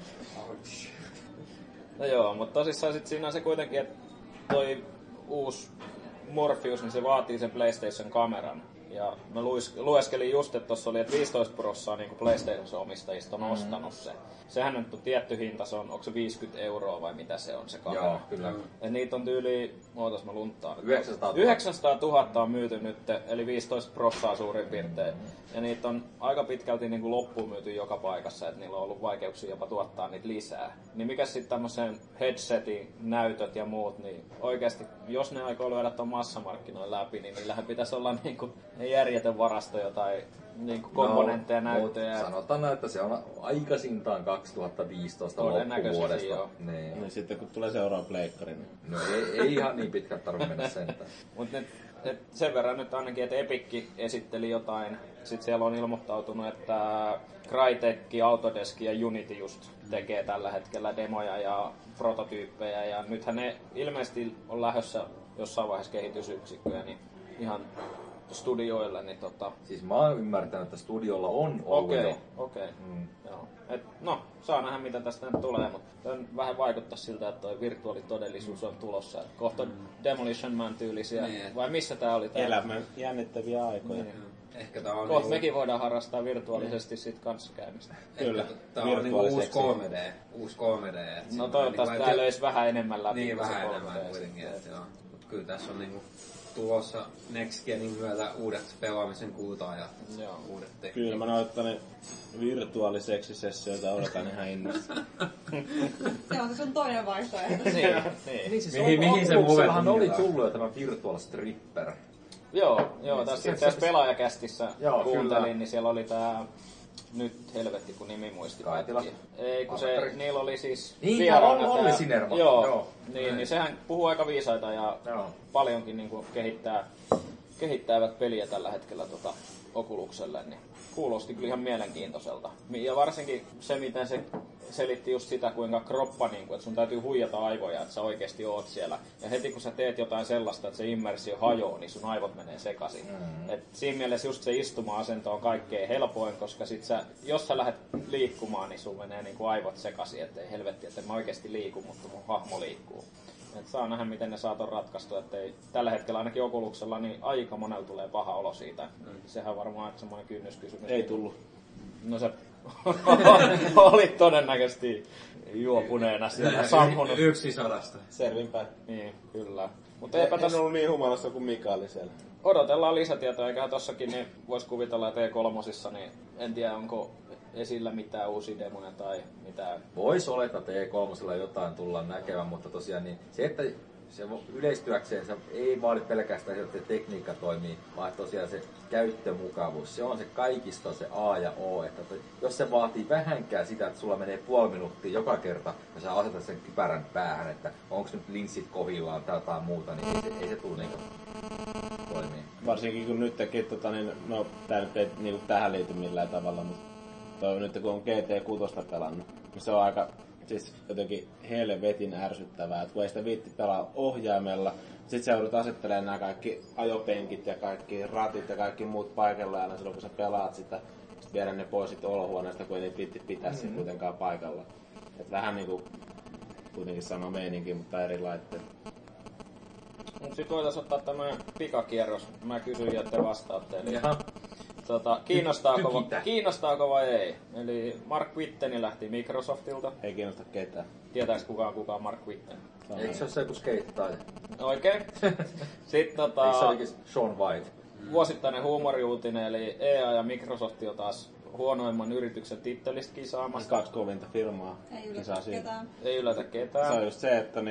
No joo, mutta tosissaan sit siinä on se kuitenkin, että toi uusi Morpheus, niin se vaatii sen PlayStation-kameran. Ja mä lueskelin just, että tossa oli, että 15% niin PlayStation-omistajista on ostanut se. Sehän nyt on tietty hinta, se on, onko se 50 € vai mitä se on se kamera? Joo, kyllä. Ja niitä on tyyli, ootas mä lunttaan. 900 000 on myyty nyt, eli 15% suurin piirtein. Ja niitä on aika pitkälti niin kuin loppuun myyty joka paikassa, että niillä on ollut vaikeuksia jopa tuottaa niitä lisää. Niin mikä sitten tämmöisen headsetin näytöt ja muut, niin oikeasti, jos ne aikoo lyödä ton massamarkkinoin läpi, niin niillähän pitäisi olla niinku järjetön varasto jotain niinku komponentteja, näyttöjä. Sanotaan, että se on aikaisintaan 2015 loppuvuodesta. Niin sitten kun tulee seuraava pleikkari. Niin... No ei ihan niin pitkät tarvitse mennä sentään. Mut sen verran nyt ainakin, että Epic esitteli jotain. Sitten siellä on ilmoittautunut, että Crytek, Autodesk ja Unity just tekee tällä hetkellä demoja ja prototyyppejä. Ja nythän ne ilmeisesti on lähdössä jossain vaiheessa kehitysyksikköjä niin ihan studioille. Niin Siis mä oon ymmärtänyt, että studiolla on ollut jo. Okei. Joo. No, saa nähdä mitä tästä nyt tulee, mutta vähän vaikuttaa siltä, että toi virtuaalitodellisuus on tulossa. Kohta Demolition Man tyylisiä, vai missä tää oli? Elämän jännittäviä aikoja. Ehkä tää on kohta mekin voidaan harrastaa virtuaalisesti sit kanssakäymistä. Kyllä. Tää on niinku uusi 3D. No toivottavasti tää löisi vähän enemmän läpi. Niin, vähän enemmän kuitenkin. Mut kyllä tässä on niinku tulossa Next Genin myötä uudet pelaamisen kulta-ajat. Uudet tekniikat. Kyllä mä noittani virtuaaliseksisessioita odotan ihan innosta. Se on se sun toinen vaihtoehto. Niin siis mihin se Oculussellahan oli tullut jo tämä Virtual Stripper. Joo, tässä pelaajakästissä kuuntelin, niin siellä oli tää nyt helvetti kun nimi muisti. Kaitila. Ei kun se, niillä oli siis vieraana Olli Sinerva. Joo. Niin sehän puhuu aika viisaita ja paljonkin niinku kehittävät peliä tällä hetkellä Oculukselle, niin kuulosti kyllä ihan mielenkiintoiselta. Ja varsinkin se, miten se selitti just sitä, kuinka kroppa, niin kuin, että sun täytyy huijata aivoja, että sä oikeesti oot siellä. Ja heti kun sä teet jotain sellaista, että se immersio hajoaa, niin sun aivot menee sekaisin. Et siinä mielessä just se istuma-asento on kaikkein helpoin, koska sit jos sä lähdet liikkumaan, niin sun menee niin kuin aivot sekaisin, ettei helvetti, että mä oikeesti liiku, mutta mun hahmo liikkuu. Et saa nähdä, miten ne saa ton ratkaistu, ettei tällä hetkellä ainakin Oculuksella niin aika monella tulee paha olo siitä. Sehän on varmaan aika semmoinen kynnyskysymys. Ei tullut. No se oli todennäköisesti juopuneena siellä sammunut. Yksi sodasta. Selvinpäin. Niin, kyllä. Mutta eipä tässä ollut niin humalassa kuin Mika oli siellä. Odotellaan lisätietoja, eiköhän tossakin niin vois kuvitella, että E3, niin en tiedä onko esillä mitään uusia demoja tai mitään. Vois olettaa, että E3 jotain tullaan näkemään, mutta tosiaan niin se, että se yleistyäkseen se ei vaadi pelkästään, että se tekniikka toimii, vaan tosiaan se käyttömukavuus. Se on se kaikista se A ja O. Että jos se vaatii vähänkään sitä, että sulla menee puoli minuuttia joka kerta, ja sä asetat sen kypärän päähän, että onko nyt linssit kohdillaan tai jotain muuta, niin ei se tule niinku toimii. Varsinkin kun nyt teki, no tää nyt ei niinku tähän liity millään tavalla, mutta nyt kun on GT6 pelannut, niin se on aika siis jotenkin helvetin ärsyttävää, että kun ei sitä viitti pelaa ohjaimella, sit sä joudut asettelemaan nämä kaikki ajopenkit ja kaikki ratit ja kaikki muut paikalla aina silloin kun sä pelaat sitä, sit viedä ne pois sit olohuoneesta, kun ei niitä viitti pitää siinä kuitenkaan paikalla. Et vähän niinku kuitenkin sama meininki, mutta eri laitteet. Sit voitais ottaa tämmönen pikakierros. Mä kysyin ja te vastaatte. Eli kiinnostaako vai ei? Eli Mark Whitten lähti Microsoftilta. Ei kiinnosta ketään. Tietääks kukaan Mark Whitten? Eikö se ole se joku skeittaaja? Oikein. Sitten Eikö se olikin Sean White? Vuosittainen huumoriuutinen, eli EA ja Microsoft on taas huonoimman yrityksen tittelistä kisaamassa. 2 kovinta firmaa ei yllätä ketään. Ei yllätä ketään. Se on just se, että niin,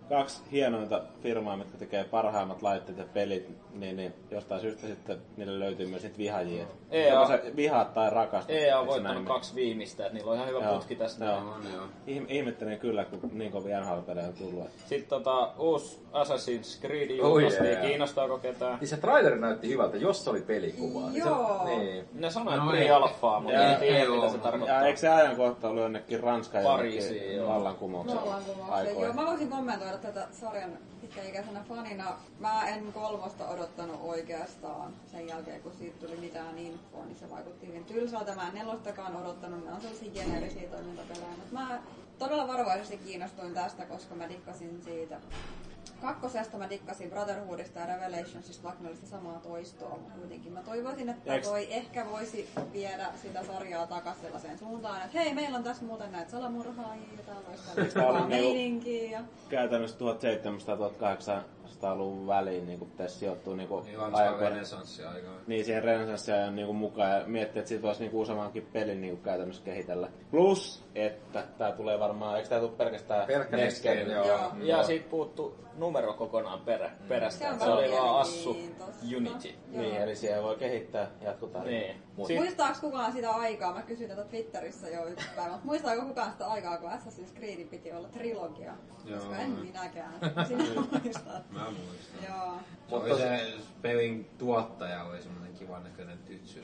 kaksi hienointa firmaa, mitkä tekee parhaimmat laitteet ja pelit, niin jostain syystä sitten niille löytyy myös niitä vihajia. Joko se vihaat tai rakastut. EA on voittanut 2 viimeistä, että niillä on ihan hyvä putki tästä. Joo. Ihmettelen kyllä, kun niin kovia NHL-pelejä on tullut. Sitten uusi Assassin's Creed julkaistiin. Kiinnostaako ketään? Niin se traileri näytti hyvältä, jos se oli pelikuva. Joo. Niin. Ne sanoi, että pre-alfaa, mutta en tiedä, mitä se tarkoittaa. Ja eikö se ajankohta ollut jonnekin Ranskan Pariisiin, vallankumouksen aikoihin? Joo, mä voisin kommentoida tätä sarjan pitkäikäisenä fanina. Mä en 3 odottanut oikeastaan sen jälkeen, kun siitä tuli mitään infoa, niin se vaikutti hyvin tylsältä. Mä en 4:stäkään odottanut, ne on sellaisia geneerisiä toimintapelejä. Mutta mä todella varovaisesti kiinnostuin tästä, koska mä dikkasin siitä. 2. mä dikkasin Brotherhoodista ja Revelationsista, vaikka ne oli samaa toistoa, mutta kuitenkin mä toivoisin, että ehkä voisi viedä sitä sarjaa takaisin sellaiseen suuntaan, että hei, meillä on tässä muuten näitä salamurhaajia ja täällä olisi tällaista meininkiä. Käytännössä 1700-1800-luvun väliin niin tässä sijoittuu niin renesanssi-aikaan. Niin, siihen renesanssiajan niin mukaan ja miettii, että siitä voisi niin useammankin pelin niin käytännössä kehitellä. Plus, että tää tulee varmaan, eikö tää tule pelkästään Nesken? Ja siitä puuttuu numero kokonaan perästä. Se oli vaan Assu Unity. Niin, eli siellä voi kehittää jatkotarinaa. Niin. Muistaako kukaan sitä aikaa? Mä kysyin tätä Twitterissä jo yksi päivä. Muistaako kukaan sitä aikaa, kun Assassin's Creedin piti olla trilogia? Koska en minäkään. Sinä muistat. Mä muistan. Joo. Mutta se pelin tuottaja oli semmoinen kivan näköinen tytsy.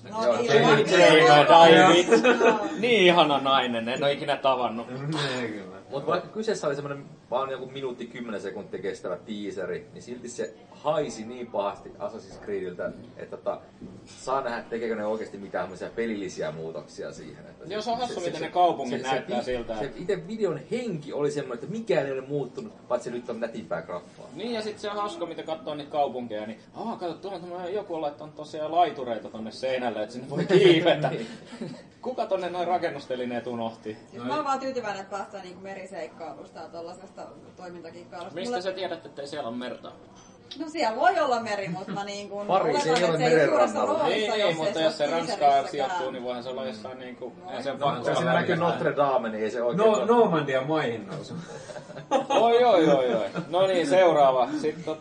Niin ihana nainen, en ole ikinä tavannut. Mutta vaikka kyseessä oli semmoinen vaan joku minuutti 10 sekuntia kestävä teaseri, niin silti se haisi niin pahasti Assassin's Creediltä, että saa nähdä, tekeekö ne oikeasti mitään pelillisiä muutoksia siihen. Että Jos on hassu, miten ne kaupungit näyttää siltä. Se itse videon henki oli semmoinen, että mikään ei ole muuttunut, paitsi nyt on nätimpää graffaa. Niin, ja sitten se on hauska, miten katsoo niitä kaupunkeja, niin kato, tuolla joku on laittanut tosiaan laitureita tonne seinälle, että sinne voi kiivetä. Kuka tonne noin rakennustelineet unohti? Siis mä oon vaan tyytyväinen, että päästään niinku meriseikkailusta ja tollasesta toimintakikkailusta. Mistä sä tiedät, ettei siellä ole merta? No siellä voi olla meri, mutta mä niin kuin Pariisi ei ole merenrannalla. Ei, mutta jos se Ranskaan sijoittuu, niin voihan se olla jossain niinku... Se siinä näkyy Notre Dame, niin ei se oikein... Normandian maihin nousu. Oi. No niin, seuraava. Sitten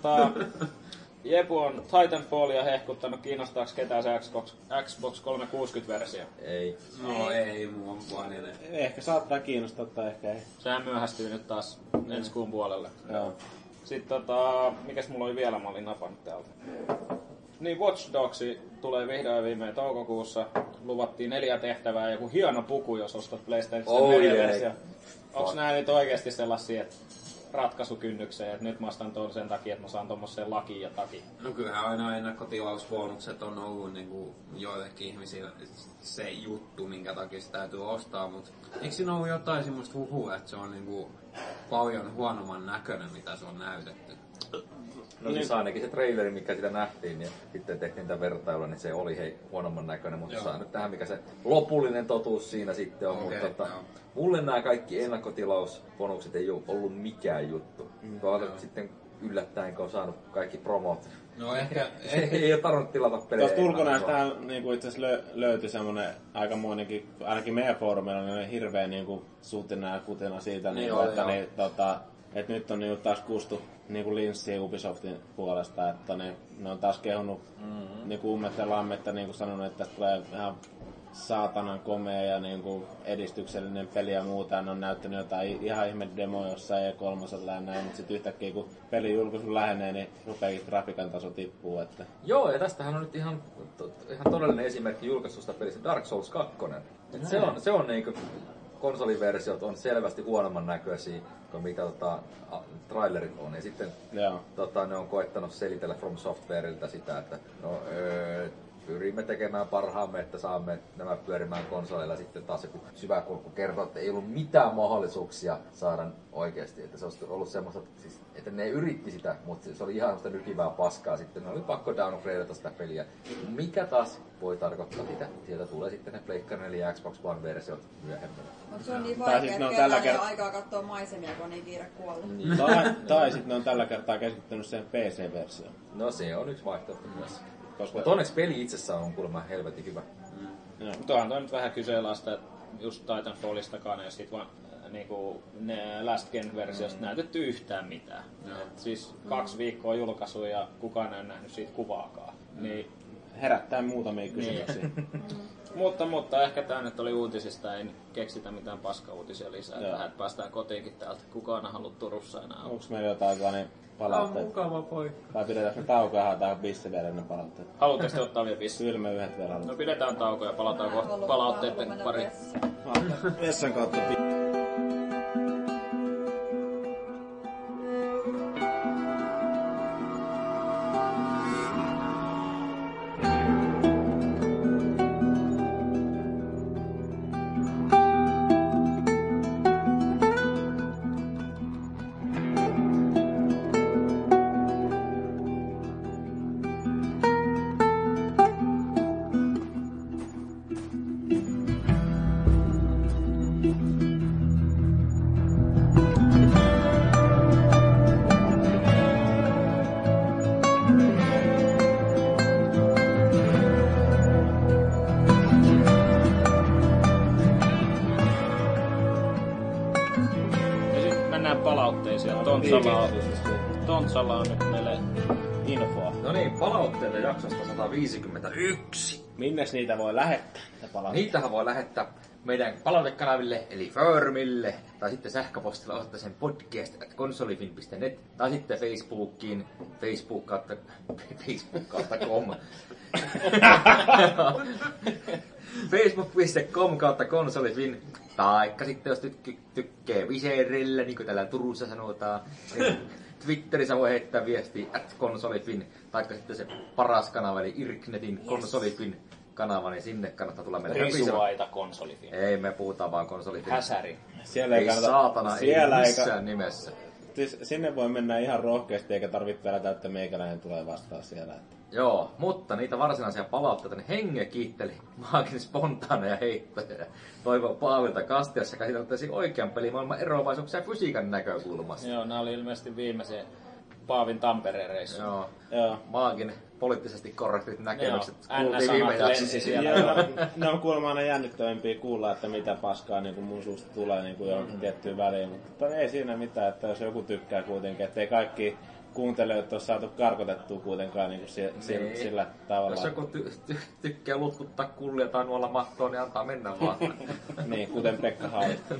Jepu on Titanfallia hehkuttanut. Kiinnostaako ketään se Xbox 360-versio? Ei. No ei, mua vaan Ehkä saattaa kiinnostaa tai ehkä ei. Sehän myöhästyy nyt taas ensi kuun puolelle. Joo. Sitten mikäs mulla oli vielä, mä olin napannut täältä. Niin Watch Dogs tulee vihdoin viimein toukokuussa. Luvattiin 4 tehtävää ja joku hieno puku, jos ostat PlayStation 4-versio. Onks nää nyt oikeesti sellaisia, että ratkaisukynnykseen, että nyt mä ostan tuon sen takia, että mä saan tommoseen lakiin ja takin? No kyllähän aina ennakkotilausbonukset on ollut niinku joillekin ihmisille se juttu, minkä takia se täytyy ostaa, mutta eikö siinä ollut jotain semmoista huhua, että se on niinku paljon huonomman näköinen, mitä se on näytetty? No siis ainakin se traileri, mikä sitä nähtiin, niin sitten tehtiin tätä vertailua, niin se oli huonomman näköinen, mutta saa nyt tähän, mikä se lopullinen totuus siinä sitten on. Okay, mutta mulle nämä kaikki ennakkotilausbonukset ei ole ollut mikään juttu. Sitten yllättäen, kun on saanut kaikki promot. No ehkä ei ole tarvinnut tilata pelejä. Tuosta ulkonäöstähän niin itse asiassa löytyi semmoinen aikamoinenkin, ainakin meidän foorumilla, niin hirveä niin suutina ja kutina siitä, niin, että nyt on niin taas kustu niin linssiä Ubisoftin puolesta, että ne on taas kehunut niin ummet ja lammet, niin sanonut, että tästä tulee ihan saatanan komea ja niin kuin edistyksellinen peli ja muuta. Ja ne on näyttänyt jotain ihan ihme demoja jossain E3 ja näin, mutta sitten yhtäkkiä kun pelin julkaisu lähenee, niin rupeakin grafiikan taso tippuu. Että... Joo, ja tästähän on nyt ihan todellinen esimerkki julkaisusta pelistä Dark Souls 2. Se on niinku konsoliversiot on selvästi huonomman näköisiä kuin mitä trailerit on. Ja sitten ne on koettanut selitellä From Softwareilta sitä, että pyrimme tekemään parhaamme, että saamme nämä pyörimään konsoleilla. Sitten taas joku syväkurkku kertoo, että ei ollut mitään mahdollisuuksia saada oikeasti. Että se olisi ollut semmoista, että ne yritti sitä, mutta se oli ihan semmoista nykivää paskaa. Sitten ne oli pakko downgradata sitä peliä. Mikä taas voi tarkoittaa sitä, sieltä tulee sitten ne Pleikkari 4 ja Xbox One-versiot myöhemmin. Mutta se on niin vaikea, että kellään ei ole aikaa katsoa maisemia, kun on niin kiire kuolla. Tai sitten ne on tällä kertaa keskittynyt siihen PC-versioon. No se on yksi vaihtoehto myös. Mutta onneksi peli itsessään on kuulemma helvetin hyvä. Tuohan toi nyt vähän kyseenalaista, että just Titanfallistakaan ei sit vaan niinku Last Gen-versiosta näytetty yhtään mitään. Siis 2 viikkoa julkaisu ja kukaan ei nähnyt siitä kuvaakaan. Niin, herättää muutamia kysymyksiä. mutta ehkä tää nyt oli uutisista, ei keksitä mitään paska-uutisia lisää tähän, että päästään kotiinkin täältä. Kukaan ei halua Turussa enää. Onks meillä jotain palautteita? Mukava poika. Vai pidetäänkö me tauko ja haetaan bisse vielä ennen palautteita? Haluatteko te ottaa vielä bisse? Kyllä me yhdet vielä halutaan. No pidetään tauko ja palataan kohta palautteiden pariin. Vessan kautta. Tontsalla on nyt meille infoa. No niin, palautteita jaksosta 151. Minnes niitä voi lähettää? Niitähän voi lähettää meidän palautekanaville, eli Foorumille, tai sitten sähköpostilla osoitteeseen podcast@konsolifin.net, tai sitten Facebookiin, facebook.com. facebook.com/konsolifin, taikka sitten jos tykkää viserille, niin kuin täällä Turussa sanotaan, Twitterissä voi heittää viestiä @konsolifin, taikka sitten se paras kanava, eli Irknetin konsolifin kanava, niin sinne kannattaa tulla meille. Risuaita konsolifin. Ei, me puhutaan vaan konsolifin. Häsäri. Siellä ei kannata, saatana, siellä ei missään nimessä. Siis sinne voi mennä ihan rohkeasti, eikä tarvitse pelätä, että meikäläinen tulee vastaan siellä. Joo, mutta niitä varsinaisia palautteita, niin Henge kiitteli Maagin spontaaneja heittoja ja toivoo Paavilta Kastiassa käsiteltäisiin oikean pelimaailman eroavaisuuksia fysiikan näkökulmasta. Joo, nämä oli ilmeisesti viimeisen Paavin Tampereen reissu. Joo. Maagin poliittisesti korrektit näkemykset kuultiin viime jaksossa siellä. Ne on kuulemma aina jännittävämpiä kuulla, että mitä paskaa niin mun suusta tulee niin johonkin tiettyyn väliin. Mutta ei siinä mitään, että jos joku tykkää kuitenkin, ettei kaikki kuuntelijat ole saatu karkotettua kuitenkaan niin sillä tavalla. Jos joku tykkää lutkuttaa kullia tai nuolla mattoa, niin antaa mennä vaan. Niin, kuten Pekka Haavisto.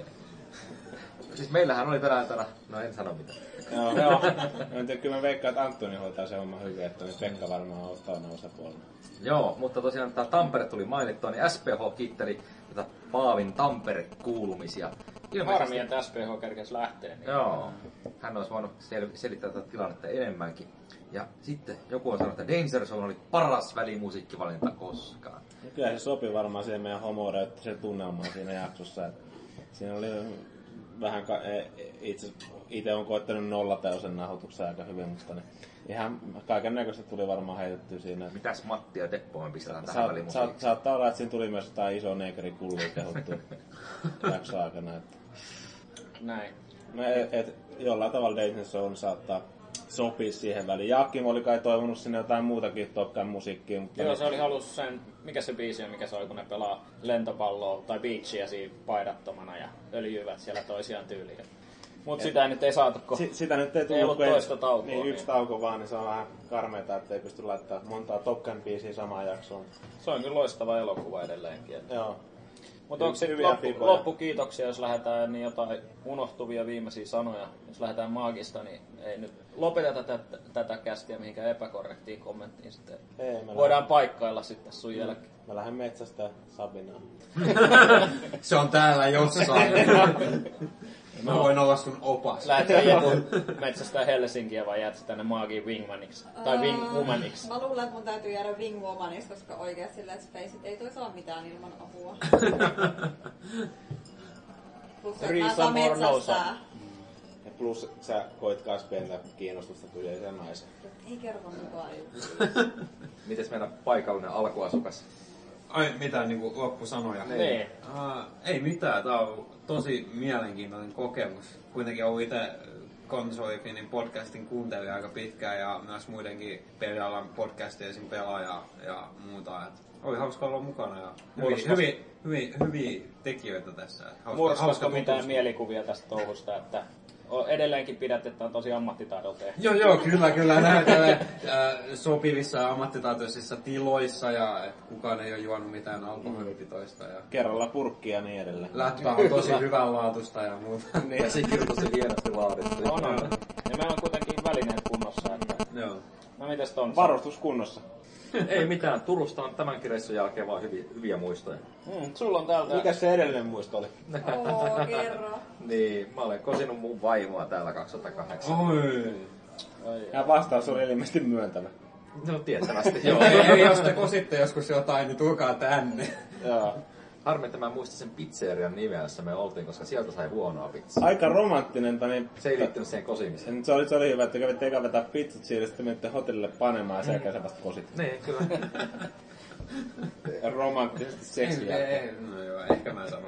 Siis meillähän oli tänään, no en sano mitään. Joo. Kyllä mä veikkaan, että Antoni hoitaa se homma hyvin, että niin Pekka varmaan on toinen osapuolella. Joo, mutta tosiaan tämä Tampere tuli mainittua, niin SPH kiitteli tätä Paavin Tampere-kuulumisia. Harmi, että SPH kerkesi lähteä. Niin. Joo, hän olisi voinut selittää tätä tilannetta enemmänkin. Ja sitten joku on sanonut, että Danger Zone oli paras välimusiikkivalinta koskaan. Kyllä se sopi varmaan siihen meidän homoreuttiseen tunnelmaan siinä jaksossa. Siinä oli vähän, itse on koettanut nollateosen nauhoituksen aika hyvin, mutta niin ihan kaiken näköistä tuli varmaan heitettyä siinä. Mitäs Matti ja Teppo on pistetään tähän välimusiikkiin? Saattaa olla, että siinä tuli myös jotain iso negerikullia kehuttu jakson aikana. Että näin. Jollain tavalla Danger Zone saattaa sopii siihen väliin. Jaakkim oli kai toivonut sinne jotain muutakin Top Gun musiikkia. Mutta joo, se oli halunnut sen, mikä se biisi on, mikä se oli, kun ne pelaa lentopalloa tai beachia siinä paidattomana ja öljyivät siellä toisiaan tyyliin. Mutta sitä nyt ei saatu, kun sitä nyt ei ollut toista taukoa. Niin, yksi tauko vaan, niin se on vähän karmeita, ettei pysty laittamaan montaa Top Gun biisiä samaan jaksoon. Se on kyllä loistava elokuva edelleenkin. Joo. Mutta onko sitten loppukiitoksia, jos lähdetään niin jotain unohtuvia viimeisiä sanoja? Jos lähdetään Maagista, niin ei nyt lopeteta tätä kästiä mihinkään epäkorrektiin kommenttiin sitten. Voidaan paikkailla sitten sun jälkeen. Mä lähden metsästä Sabinaan. Se on täällä jossain. Mä voin olla sun opas. Lähdetään joku metsästä Helsinkiä vai jäät tänne Maagiin Wingmaniksi? Tai Wingwomaniksi? Mä luulen, että mun täytyy jäädä Wingwomaniksi, koska oikeasti Let's Faceit ei toi saa mitään ilman apua. Plus, että mä saan metsästää. Ja plus sä koit kans pientä kiinnostusta kyseiseen naiseen. Ei kerro mukaan. Mites meidän paikallinen alkuasukas? Ai, mitään niinku loppusanoja? Nee. Ei mitään, tää on tosi mielenkiintoinen kokemus. Kuitenkin on itse konsolifinin podcastin kuuntelin aika pitkään ja myös muidenkin pelialan podcastia, esim. Pelaaja ja muuta. Et oli hauska olla mukana ja hyviä tekijöitä tässä. Muodostaisiko mitään mielikuvia tästä touhusta, että edelleenkin pidät, että on tosi ammattitaidolla tehty? Joo, kyllä. Näytellä sopivissa ammattitaitoisissa tiloissa ja kukaan ei ole juonut mitään alkoholipitoista. Ja kerralla purkkia ja niin edelleen. Läppä on tosi hyvänlaatuista ja muuta. Ja sekin on tosi hienosti laadittu. On. Ja meillä on kuitenkin välineet kunnossa. Että... Joo. No mites Tontsa? Varustus kunnossa. Ei mitään, Turusta on tämänkin reissun jälkeen vaan hyviä muistoja. Sulla on täältä... Mikä se edellinen muisto oli? Kerro. Niin, mä olen kosinut mun vaimoa täällä 2008. Oi. Ja vastaus oli ilmeisesti myöntävä. No tiettävästi, joo. Eli jos te kositte joskus jotain, niin tulkaa tänne. Joo. Harmi, että mä en muista sen pizzerian nimeä, jossa me oltiin, koska sieltä sai huonoa pizzaa. Aika romanttinen, niin... Se ei liittynyt siihen kosimiseen. Se oli hyvä, että kävitte eka vetää pizzat siitä, sitten menitte hotellille panemaan ja sen jälkeen sä vasta kosit. Niin, kyllä. Romanttisesti seksiä. No joo, ehkä mä sanon.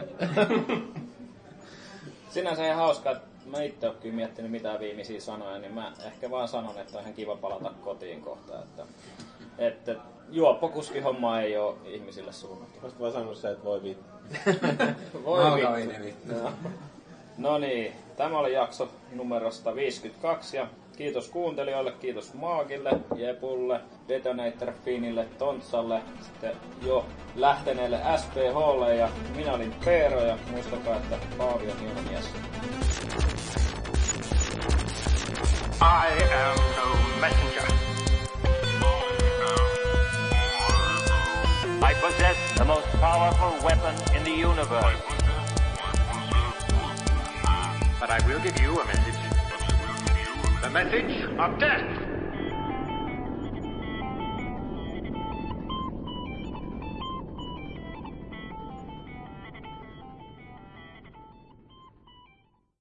Sinänsä ihan hauskaa, että mä itse oon kyllä miettinyt mitään viimeisiä sanoja, niin mä ehkä vaan sanon, että on ihan kiva palata kotiin kohta. Että juoppokuskin homma ei oo ihmisille suunnattu. Oisit vaan sanonut se, että voi vittu. Voi vittu. No niin, tämä oli jakso numerosta 52 ja kiitos kuuntelijoille, kiitos Maagille, Jepulle, Detonator Finille, Tontsalle, sitten jo lähteneelle SPHlle ja minä olin Peero ja muistakaa, että Paavi on hieno mies. I am no messenger. I possess the most powerful weapon in the universe. But I will give you a message. The message of death.